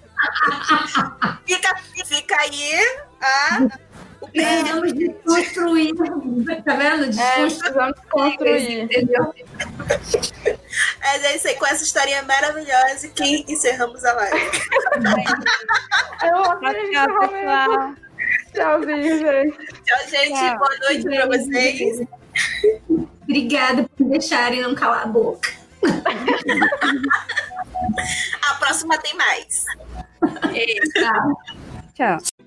fica aí
Precisamos desconstruir. Tá vendo?
Precisamos desconstruir.
Entendeu?
Mas é isso aí, com essa historinha maravilhosa que encerramos a live.
Eu amei,
pessoal.
Tchauzinho, gente.
Tchau, gente.
Tchau.
Boa noite pra vocês.
Obrigada por me deixarem não calar a boca.
A próxima tem mais.
Tchau.
Tchau.